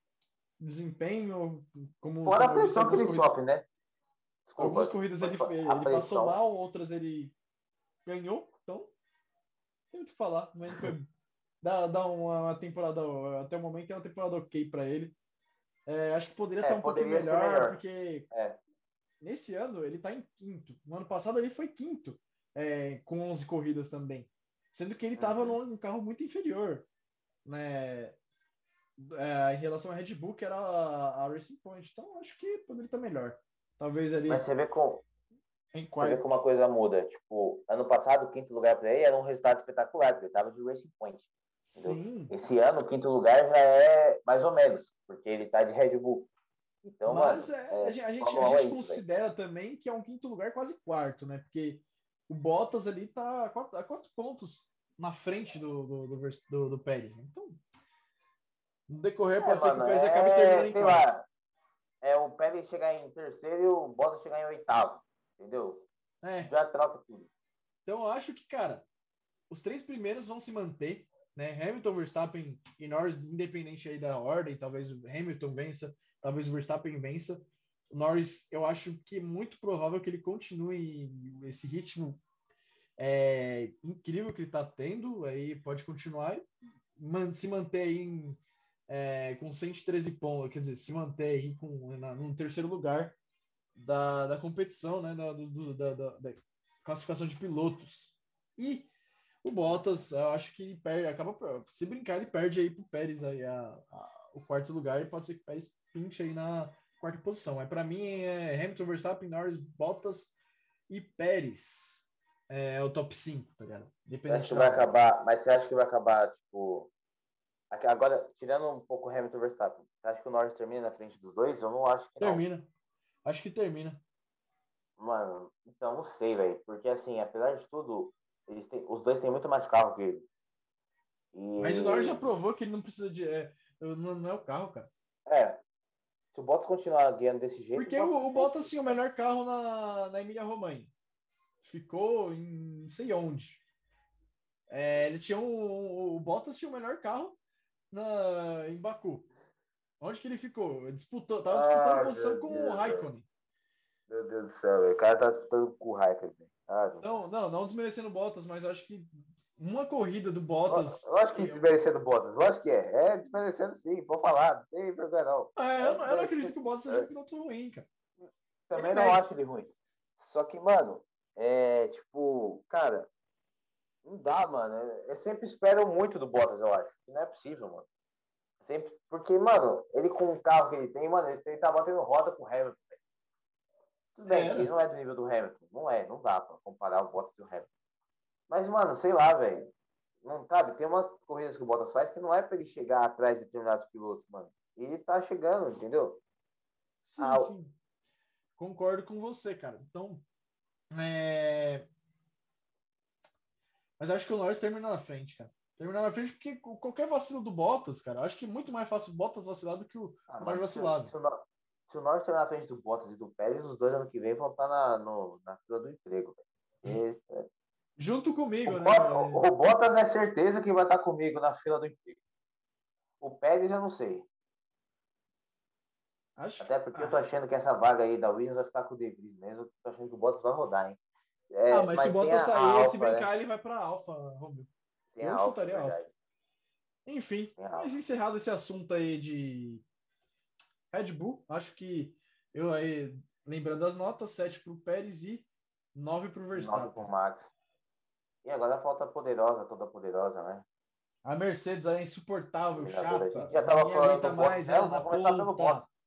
desempenho, como, Fora a eu disse, pressão que ele sofre, né? algumas Desculpa. corridas Pode falar. A ele passou pressão. mal, outras ele ganhou. Então, não tem muito o que falar. Mas ele foi dá uma temporada, até o momento é uma temporada ok para ele. Acho que poderia estar um pouquinho Poderia ser melhor, melhor. porque É. nesse ano ele está em quinto. No ano passado ele foi quinto, com 11 corridas também. Sendo que ele estava Uhum. num carro muito inferior, né? Em relação à Red Bull, que era a Racing Point. Então, acho que poderia estar melhor. Talvez Mas ali em você vê quarto. como a coisa muda. Tipo, ano passado, o quinto lugar para ele era um resultado espetacular, porque ele estava de Racing Point. Entendeu? Sim, Esse ano, o quinto lugar já é mais ou menos, porque ele tá de Red Bull. Então, mas mano, a Fórmula 1 é gente isso, velho. considera também que é um quinto lugar quase quarto, né? Porque o Bottas ali tá a 4 pontos na frente do Pérez, né? Então, no decorrer, pode ser que o Mano, Pérez acabe terminando em sei quarto. lá, o Pérez chegar em terceiro e o Bottas chegar em oitavo, entendeu? É, Já troca tudo. então eu acho que, cara, os 3 primeiros vão se manter, né? Hamilton, Verstappen e Norris, independente aí da ordem, talvez o Hamilton vença, talvez o Verstappen vença. O Norris, eu acho que é muito provável que ele continue esse ritmo incrível que ele está tendo, aí pode continuar e se manter aí com 113 pontos, quer dizer, se manter aí no terceiro lugar da competição, né, da classificação de pilotos. E o Bottas, eu acho que ele perde, se brincar, ele perde aí pro Pérez aí o quarto lugar, e pode ser que o Pérez pinte aí na quarta posição. Para mim é Hamilton, Verstappen, Norris, Bottas e Pérez. É o top 5, tá ligado? Você acha Independente que da vai ordem. acabar, mas você acha que vai acabar, tipo, agora, tirando um pouco o Hamilton e Verstappen, você acha que o Norris termina na frente dos dois? Eu não acho que não. Termina. Acho que termina. Mano, então não sei, velho. Porque assim, apesar de tudo, os dois têm muito mais carro que ele. Mas o Norris E já provou que ele não precisa de. Não é o carro, cara. é, se o Bottas continuar guiando desse jeito, o Porque Bottas o vai Bottas tinha o melhor carro na Emília-Romanha. Ficou em não sei onde. Ele tinha o Bottas tinha o melhor carro em Baku. Onde que ele ficou? Tava disputando Ah, posição meu com o Deus, velho. Raikkonen. Meu Deus do céu, velho. O cara tá disputando com o Raikkonen, velho. Ah, não dá. Então, não desmerecendo o Bottas, mas eu acho que uma corrida do Bottas. Lógico que desmerecendo o Bottas, lógico que é. É desmerecendo sim, vou falar, não tem vergonha não. É Eu não acredito desmerecendo. que o Bottas seja um piloto ruim, cara. Ele é Também não médio. acho ele ruim. Só que, mano, tipo, cara, não dá, mano. Eu sempre espero muito do Bottas, eu acho. Não é possível, mano. Sempre, porque, mano, ele com o carro que ele tem, mano, ele tá batendo roda com o Hamilton. Tudo bem que ele Era. não é do nível do Hamilton. Não dá pra comparar o Bottas e o Hamilton. Mas, mano, sei lá, velho. Não sabe, tem umas corridas que o Bottas faz que não é pra ele chegar atrás de determinados pilotos, mano. Ele tá chegando, entendeu? Sim, Ah, sim. Concordo com você, cara. Então, é... mas acho que o Norris termina na frente, cara. Terminar na frente porque qualquer vacilo do Bottas, cara, acho que é muito mais fácil o Bottas vacilar do que o Norris mano, vacilar, velho. se o Norris estiver na frente do Bottas e do Pérez, os dois ano que vem vão estar na fila do emprego, velho. Junto O, comigo, Bottas, né? o Bottas é certeza que vai estar comigo na fila do emprego. O Pérez eu não sei. Acho que. Até porque eu tô achando que essa vaga aí da Williams vai ficar com o De Vries mesmo. Eu tô achando que o Bottas vai rodar, hein? Mas se o Mas tem Bottas a sair, se Alfa, né? brincar, ele vai pra Alfa, Romeo. Tem a Eu Alfa, é chutaria Alfa. verdade. Enfim, Tem a mas Alfa. encerrado esse assunto aí de Red Bull, acho que eu aí, lembrando as notas, 7 para o Pérez e 9 para o 9 pro Verstappen. Max. E agora falta a poderosa, toda poderosa, né? A Mercedes é insuportável, Dominadora. A chata. gente já tava Ninguém falando aguenta do Bottas mais ela mesmo, na vamos começar pelo Bottas. ponta.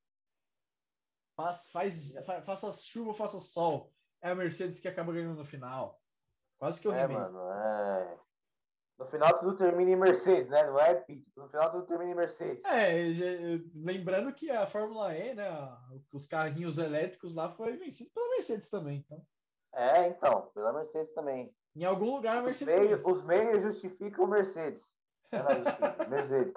Faça chuva, faça sol. É a Mercedes que acaba ganhando no final. Quase que eu rimei. Mano, No final tudo termina em Mercedes, né? Não é pit. No final tudo termina em Mercedes. Lembrando que a Fórmula E, né, os carrinhos elétricos lá foi vencido pela Mercedes também. Então, Então, pela Mercedes também. em algum lugar a Os Mercedes meios, vence. os meios justificam Mercedes. Tá na justiça. Mercedes.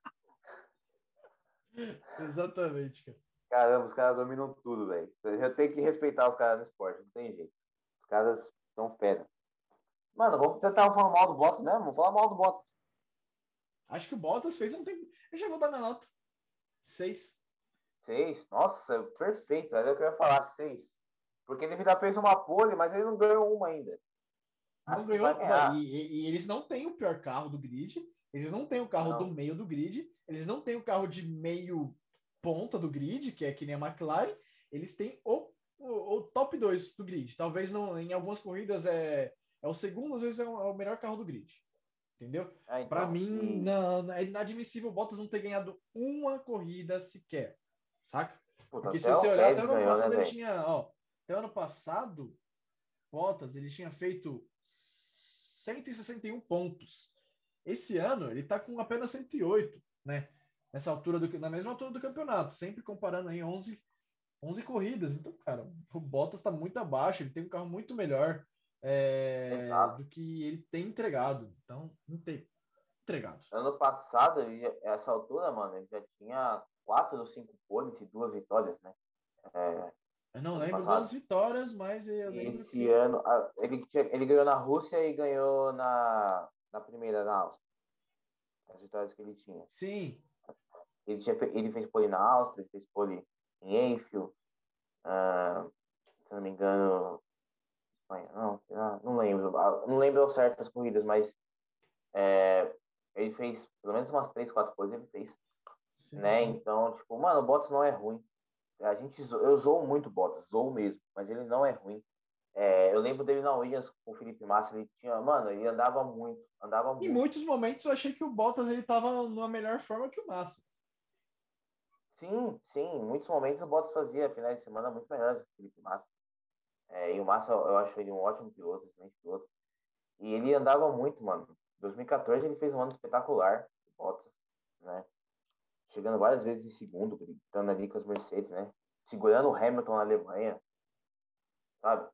Exatamente, cara. Caramba, os caras dominam tudo, velho. Eu tenho que respeitar os caras no esporte, não tem jeito. Os caras são fera. Mano, vamos tentar falar mal do Bottas mesmo? Vamos falar mal do Bottas. Acho que o Bottas fez um tempo. Eu já vou dar minha nota. 6. 6. Nossa, perfeito. Era o que eu ia falar, 6. Porque ele ainda fez uma pole, mas ele não ganhou uma ainda. Não Acho que vai ganhou. ganhar. E eles não têm o pior carro do grid. Eles não têm o carro do Não. meio do grid. Eles não têm o carro de meio ponta do grid, que é que nem a McLaren. Eles têm o top 2 do grid. Talvez não, em algumas corridas é o segundo, às vezes é o melhor carro do grid. Entendeu? Para Então. mim, E, não, é inadmissível o Bottas não ter ganhado uma corrida sequer. Saca? puta, Porque se até você o olhar, até o Pérez ano ganhou, né, passado ele velho? tinha. Ó, até o ano passado, Bottas, ele tinha feito 161 pontos. Esse ano, ele está com apenas 108, né? Na mesma altura do campeonato, sempre comparando aí 11 corridas. Então, cara, o Bottas está muito abaixo, ele tem um carro muito melhor Exato. do que ele tem entregado. Então, não tem entregado. Ano passado, essa altura, mano, ele já tinha 4 ou 5 poles e 2 vitórias, né? É, Eu não ano lembro das passado. vitórias, mas eu E lembro esse que. ano, ele ganhou na Rússia e ganhou na primeira, na Áustria. As vitórias que ele tinha. Sim, Ele fez pole na Áustria, ele fez pole em Enfield, ah, se não me engano, Espanha, não, não lembro. Não lembro ao certo as corridas, mas ele fez pelo menos umas 3, 4 coisas ele fez, sim, né? sim. Então, tipo, mano, o Bottas não é ruim. Eu zoo muito o Bottas, zoo mesmo, mas ele não é ruim. Eu lembro dele na Williams com o Felipe Massa, ele tinha, mano, ele andava muito, andava Em muito. muitos momentos eu achei que o Bottas ele estava numa melhor forma que o Massa. Sim, sim, em muitos momentos o Bottas fazia finais de semana muito melhores que o Felipe Massa. E o Massa, eu acho ele um ótimo piloto, excelente piloto. E ele andava muito, mano. Em 2014 ele fez um ano espetacular, o Bottas, né? Chegando várias vezes em segundo, gritando ali com as Mercedes, né? Segurando o Hamilton na Alemanha, sabe?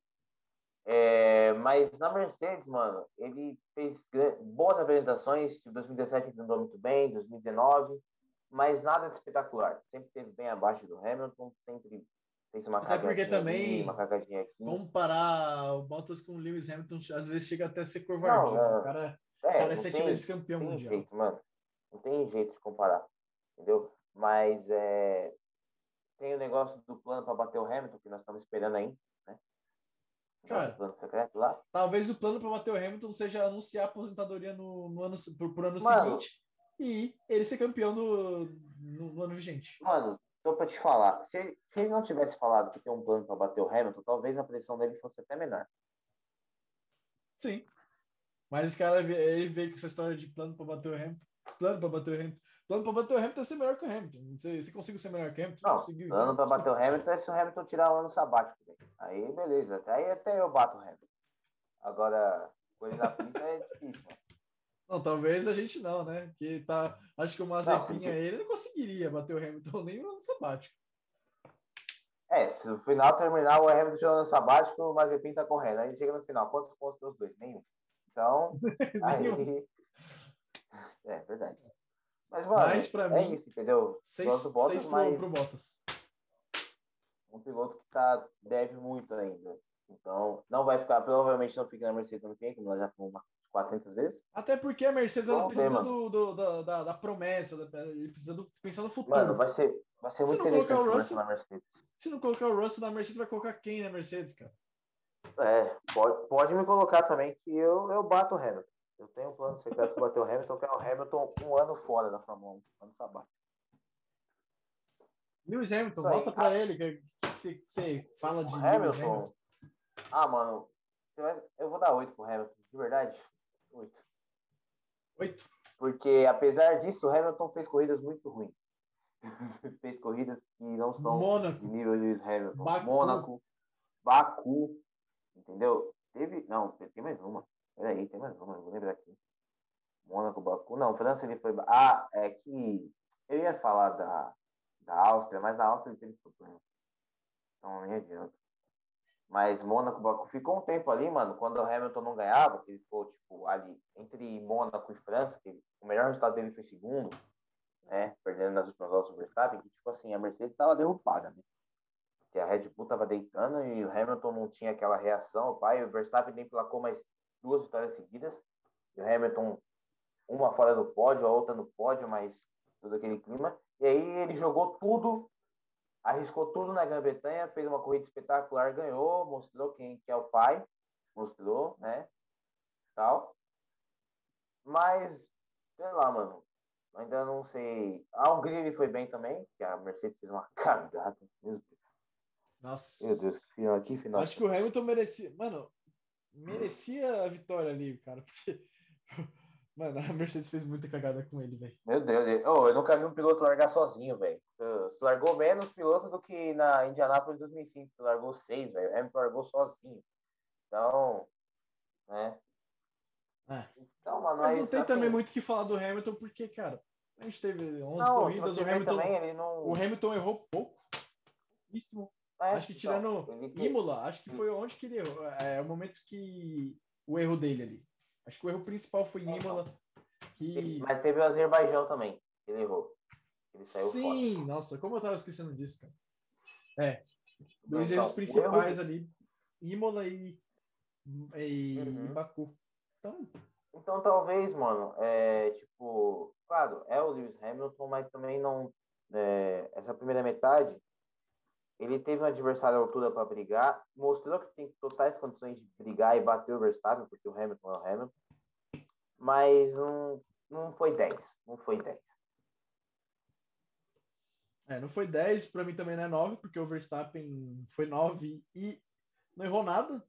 Mas na Mercedes, mano, ele fez boas apresentações. Em 2017 ele andou muito bem, 2019, mas nada de espetacular. Sempre teve bem abaixo do Hamilton, sempre fez uma Até porque cagadinha ali, uma também cagadinha aqui. comparar o Bottas com o Lewis Hamilton às vezes chega até a ser Não, covardia. O cara é não 7 vezes campeão tem mundial. jeito, mano. Não tem jeito de comparar, entendeu? Mas tem o negócio do plano para bater o Hamilton, que nós estamos esperando aí, né? Nosso Cara, plano secreto lá. talvez o plano para bater o Hamilton seja anunciar a aposentadoria no ano, pro ano Mano, seguinte e ele ser campeão no ano vigente. mano, tô pra te falar. Se ele não tivesse falado que tem um plano para bater o Hamilton, talvez a pressão dele fosse até menor. Sim. Mas esse cara ele veio com essa história de plano para bater o Hamilton. Plano para bater o Hamilton. Plano para bater o Hamilton é ser melhor que o Hamilton. Você conseguiu ser melhor que o Hamilton? Não, Conseguiu, plano então. para bater o Hamilton é se o Hamilton tirar o ano sabático, velho. Aí, beleza. Até eu bato o Hamilton. Agora, com ele na pista é difícil, mano. Não, talvez a gente não, né? Que tá, acho que o Não, se Mazepin ele, ele não conseguiria bater o Hamilton nem no ano sabático. se no final terminar o Hamilton tirando o sabático, o Mazepin tá correndo. Aí chega no final, quantos pontos tem os dois? Nenhum. Então, Nenhum. aí. É verdade. Mas, Mas mano, para é mim, isso, entendeu? Gosto do seis Bottas, pro mas Bottas. um piloto que deve muito ainda. Então, não vai ficar, provavelmente não fica na Mercedes ano que vem, como nós já falamos umas 400 vezes. Até porque a Mercedes ela Vamos ver, precisa mano. da promessa, ele precisa pensar no Mano, futuro. vai ser Se muito não colocar interessante o o Russell Russell, na Mercedes. se não colocar o Russell na Mercedes, vai colocar quem na Mercedes, cara? Pode me colocar também que eu bato o Hamilton. Eu tenho um plano secreto para bater o Hamilton, que é o Hamilton um ano fora da Fórmula 1, um ano sabático. Lewis Hamilton, Isso aí. nota para ele. Que você fala O de Lewis Hamilton? Hamilton. Mano, eu vou dar 8 pro Hamilton, de verdade. 8. 8. Porque, apesar disso, o Hamilton fez corridas muito ruins. Fez corridas que não são de Mônaco, nível de Hamilton. Baku. Mônaco, Baku, entendeu? Não, tem mais uma. Peraí, tem mais uma, eu vou lembrar aqui. Mônaco, Baku. Não, França ele foi. Ah, é que eu ia falar da Áustria, mas na Áustria ele teve problema. Então nem adianta. Mas Mônaco, Baku ficou um tempo ali, mano, quando o Hamilton não ganhava, que ele ficou, tipo, ali entre Mônaco e França, que o melhor resultado dele foi segundo, né? Perdendo nas últimas voltas do Verstappen, que, tipo assim, a Mercedes tava derrupada, né? Que a Red Bull tava deitando e o Hamilton não tinha aquela reação, o pai, o Verstappen nem placou mais duas vitórias seguidas, e o Hamilton uma fora do pódio, a outra no pódio, mas todo aquele clima. E aí ele jogou tudo, arriscou tudo na Grã-Bretanha, fez uma corrida espetacular, ganhou, mostrou quem que é o pai, mostrou, né? Tal. Mas, sei lá, mano, ainda não sei. A Hungria ele foi bem também, que a Mercedes fez uma cagada. Meu Nossa. Deus, que final Acho que o foi. Hamilton merecia. Mano, merecia a vitória ali, cara. Porque. Mano, a Mercedes fez muita cagada com ele, velho. Meu Deus, eu nunca vi um piloto largar sozinho, velho. Se largou menos piloto do que na Indianápolis 2005, que largou seis, velho. O Hamilton largou sozinho. Então, né? É. Então, mano, Mas não mas tem também assim, muito o que falar do Hamilton, porque, cara, a gente teve 11 não, se corridas, você ver também, ele O não. Hamilton errou pouquíssimo. Acho que Então, tirando Imola, acho que foi onde que ele errou. É o momento que o erro dele ali. Acho que o erro principal foi em então, Imola, que mas teve o Azerbaijão também, que ele errou. Ele saiu fora. sim, nossa, como eu tava esquecendo disso, cara. É, dois erros Então, o erro. principais ali, Imola e Uhum. Baku. Então, Então, talvez, mano, tipo, claro, é o Lewis Hamilton, mas também não. Essa primeira metade, ele teve um adversário à altura para brigar, mostrou que tem totais condições de brigar e bater o Verstappen, porque o Hamilton é o Hamilton, mas não foi 10, não foi 10. não foi 10, para mim também não é 9, porque o Verstappen foi 9 e não errou nada.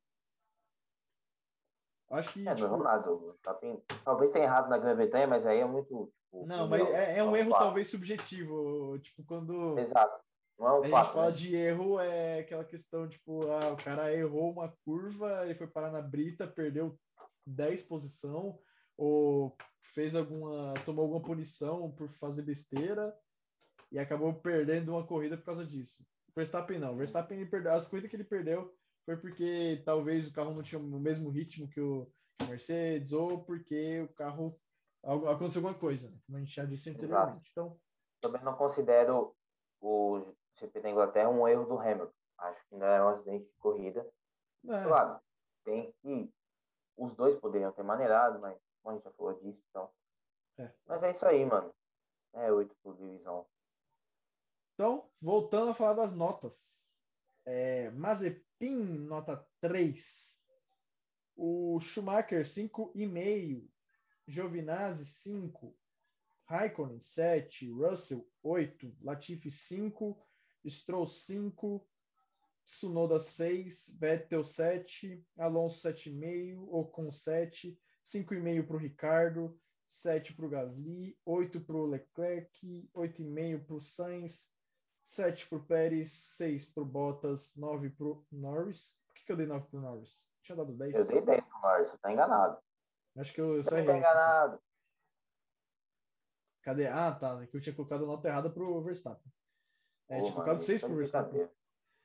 Acho que, Não errou tipo, nada. O Verstappen talvez tenha errado na Grã-Bretanha, mas aí é muito, tipo, não, mas opinião, né? é Não um é um erro fato. talvez subjetivo. Tipo, quando Exato. Não é um a gente fato, fala né? de erro, é aquela questão, tipo, o cara errou uma curva e foi parar na brita, perdeu 10 posição, ou tomou alguma punição por fazer besteira e acabou perdendo uma corrida por causa disso. O Verstappen não. O Verstappen ele perdeu, as corridas que ele perdeu foi porque talvez o carro não tinha o mesmo ritmo que o Mercedes, ou porque o carro aconteceu alguma coisa, né? Como a gente já disse Exato. anteriormente. Então, Também não considero o GP da Inglaterra um erro do Hamilton. Acho que ainda é um acidente de corrida. é, Claro, tem que. Os dois poderiam ter maneirado, mas como a gente já falou disso, então. é. Mas é isso aí, mano. É 8 por divisão. Então, voltando a falar das notas. Mazepin, nota 3. O Schumacher, 5,5. Giovinazzi, 5. Raikkonen, 7. Russell, 8. Latifi, 5. Stroll, 5. Tsunoda, 6. Vettel, 7. Alonso, 7,5. Ocon, 7. 5,5 para o Ricardo. 7 para o Gasly. 8 para o Leclerc. 8,5 para o Sainz. 7 para o Pérez. 6 para o Bottas. 9 para o Norris. Por que eu dei 9 para o Norris? Tinha dado Eu 10. dei 10 pro Norris, você tá enganado. Acho que eu só Também tá errei aqui. Só. enganado. Cadê? Ah, tá. É que eu tinha colocado a nota errada para o Verstappen. Ô, Tinha mano, colocado aí você 6 tá para de o Verstappen. brincadeira.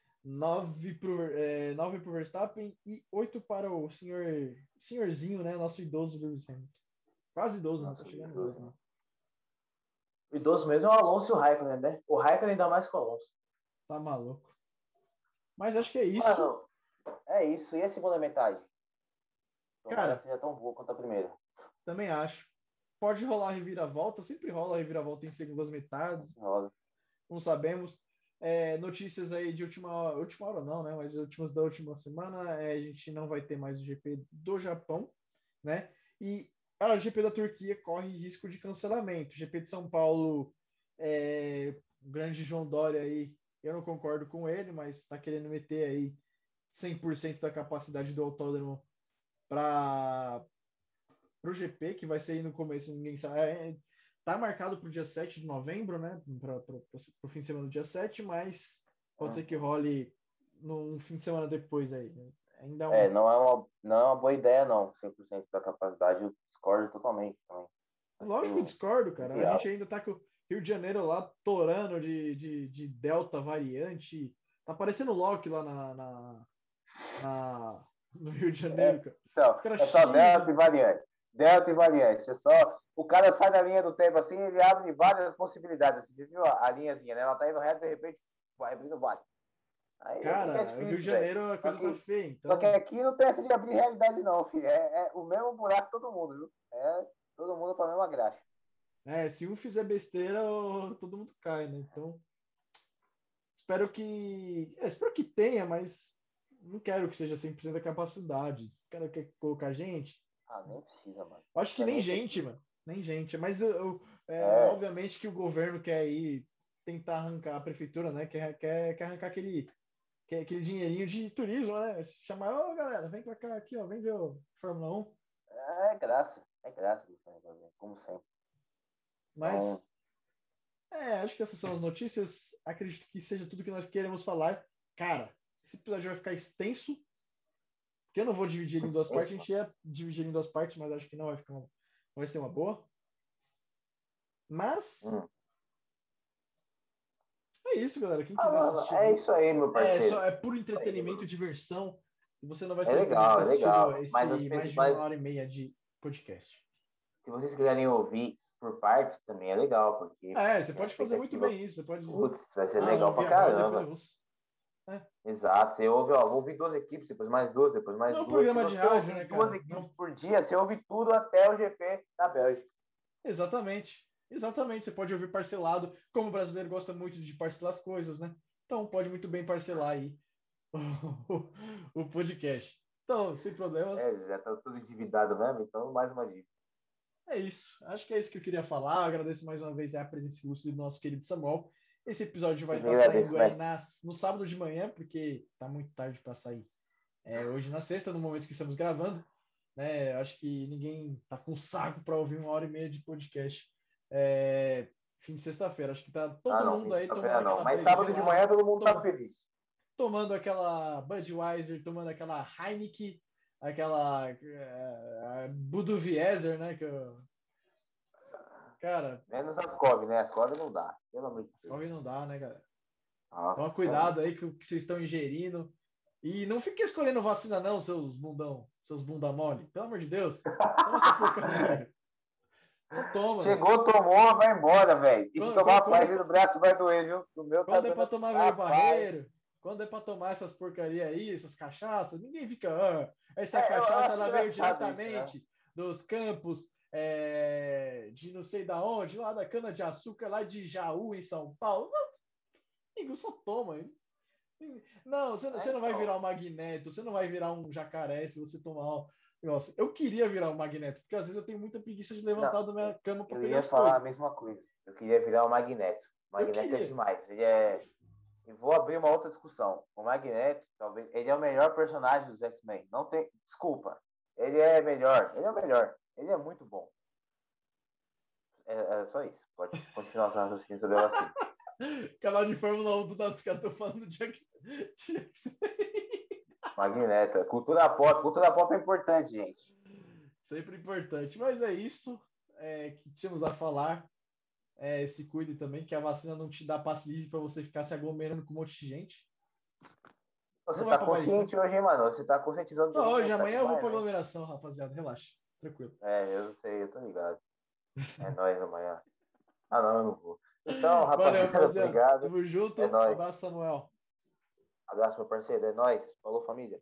9 para o Verstappen e 8 para o senhorzinho, né? Nosso idoso Lewis Hamilton. Quase idoso, não tá Nossa, chegando Jesus, idoso, né? mano. O idoso mesmo é o Alonso e o Raikkonen, né? O Raikkonen ainda mais que o Alonso. Tá maluco. Mas acho que é isso. Mano, é isso. E a segunda metade? Tomara que Cara, seja tão boa quanto a primeira. também acho. Pode rolar reviravolta, sempre rola reviravolta em segundas metades, Assim rola. como sabemos. Notícias aí de última hora não, né? Mas últimas da última semana, a gente não vai ter mais o GP do Japão, né? E o GP da Turquia corre risco de cancelamento. O GP de São Paulo, o grande João Dória aí, eu não concordo com ele, mas está querendo meter aí 100% da capacidade do autódromo para o GP, que vai ser aí no começo, ninguém sabe. Tá marcado para o dia 7 de novembro, né? Para o fim de semana do dia 7, mas pode ser que Uhum. role num fim de semana depois aí. Né? Ainda é um. Não é uma boa ideia, não. 100% da capacidade, eu discordo totalmente também. Lógico que eu discordo, cara. A gente ainda tá com o Rio de Janeiro lá torando de Delta variante. Tá parecendo Loki lá no Rio de Janeiro, cara. Então, Os caras é só Delta e variante. Delta e variante. É só... O cara sai da linha do tempo assim, ele abre várias possibilidades. Assim, você viu a linhazinha, né? Ela tá indo reto, de repente, vai abrindo várias. Aí cara, é difícil, o Rio de velho. Janeiro a coisa tá feia, então. Só que aqui não tem essa de abrir realidade, não, filho. É o mesmo buraco todo mundo, viu? É todo mundo pra mesma graxa. Se um fizer besteira, todo mundo cai, né? Então, espero que tenha, mas não quero que seja 100% da capacidade. O cara quer colocar gente? Nem precisa, mano. Acho que nem gente, mano. Nem gente. Mas obviamente que o governo quer aí tentar arrancar a prefeitura, né? Quer arrancar aquele dinheirinho de turismo, né? Chamar, ô galera, vem pra cá aqui, ó, vem ver o Fórmula 1. É graça. É graça, como sempre. Mas, acho que essas são as notícias. Acredito que seja tudo que nós queremos falar. Cara, esse episódio vai ficar extenso, porque eu não vou dividir ele em duas partes. A gente ia dividir ele em duas partes, mas acho que não vai ser uma boa. Mas é isso, galera. Quem quiser assistir. É isso aí, meu parceiro. É puro entretenimento, diversão. E você não vai ser legal. mais de uma hora e meia de podcast. Se vocês quiserem ouvir por partes, também é legal, porque... você pode fazer muito bem isso. Você pode... Putz, vai ser legal pra caramba. Exato. Você ouve, vou ouvir 2 equipes, depois mais 2, depois mais 2. É um programa de rádio, né, cara? 2 equipes por dia, você ouve tudo até o GP da Bélgica. Exatamente. Você pode ouvir parcelado, como o brasileiro gosta muito de parcelar as coisas, né? Então pode muito bem parcelar aí o podcast. Então, sem problemas. Já tá tudo endividado mesmo, então mais uma dica. É isso. Acho que é isso que eu queria falar. Agradeço mais uma vez a presença ilustre do nosso querido Samuel. Esse episódio vai estar saindo aí no sábado de manhã, porque tá muito tarde para sair. Hoje na sexta, no momento que estamos gravando, né? Acho que ninguém tá com saco para ouvir 1h30 de podcast. Fim de sexta-feira. Acho que tá todo mundo aí tomando aquela mas sábado de manhã todo mundo tá feliz. Tomando aquela Budweiser, tomando aquela Heineken, aquela Budweiser, né? Cara... Menos as Ascov, né? Ascov não dá. Pelo amor de Deus. Ascov não dá, né, galera? Nossa, toma cuidado aí com o que vocês estão ingerindo. E não fique escolhendo vacina não, seus bunda mole. Pelo amor de Deus. Toma essa porcaria. Só toma. Chegou, tomou, vai embora, velho. E se tomar Pfizer no braço vai doer, viu? O meu quando é pra tomar meio barreiro, quando é pra tomar essas porcarias aí, essas cachaças, ninguém fica... essa cachaça ela veio diretamente dos campos de não sei da onde, lá da cana-de-açúcar, lá de Jaú, em São Paulo. Amigo, só toma. Não, você não vai virar um magneto, você não vai virar um jacaré se você tomar... Nossa, eu queria virar um magneto, porque às vezes eu tenho muita preguiça de levantar da minha cama para pegar as coisas. Eu ia falar a mesma coisa. Eu queria virar um magneto. O Magneto é demais. Eu vou abrir uma outra discussão. O Magneto, talvez, ele é o melhor personagem dos X-Men. Não tem... Desculpa. Ele é melhor. Ele é o melhor. Ele é muito bom. É só isso. Pode continuar seu raciocínio sobre a vacina. Canal de Fórmula 1 do Dados que eu tô falando de X-Men. Magneto. Cultura pop é importante, gente. Sempre importante. Mas é isso que tínhamos a falar. Se cuide também, que a vacina não te dá passe livre para você ficar se aglomerando com um monte de gente. Você tá consciente hoje, hein, mano? Você tá conscientizando. Não, hoje, amanhã eu vou pra aglomeração, rapaziada. Relaxa. Tranquilo. Eu sei, eu tô ligado. É nóis amanhã. Não, eu não vou. Então, rapaziada, obrigado. Tamo junto. Abraço, Samuel. Abraço, meu parceiro. É nóis. Falou, família.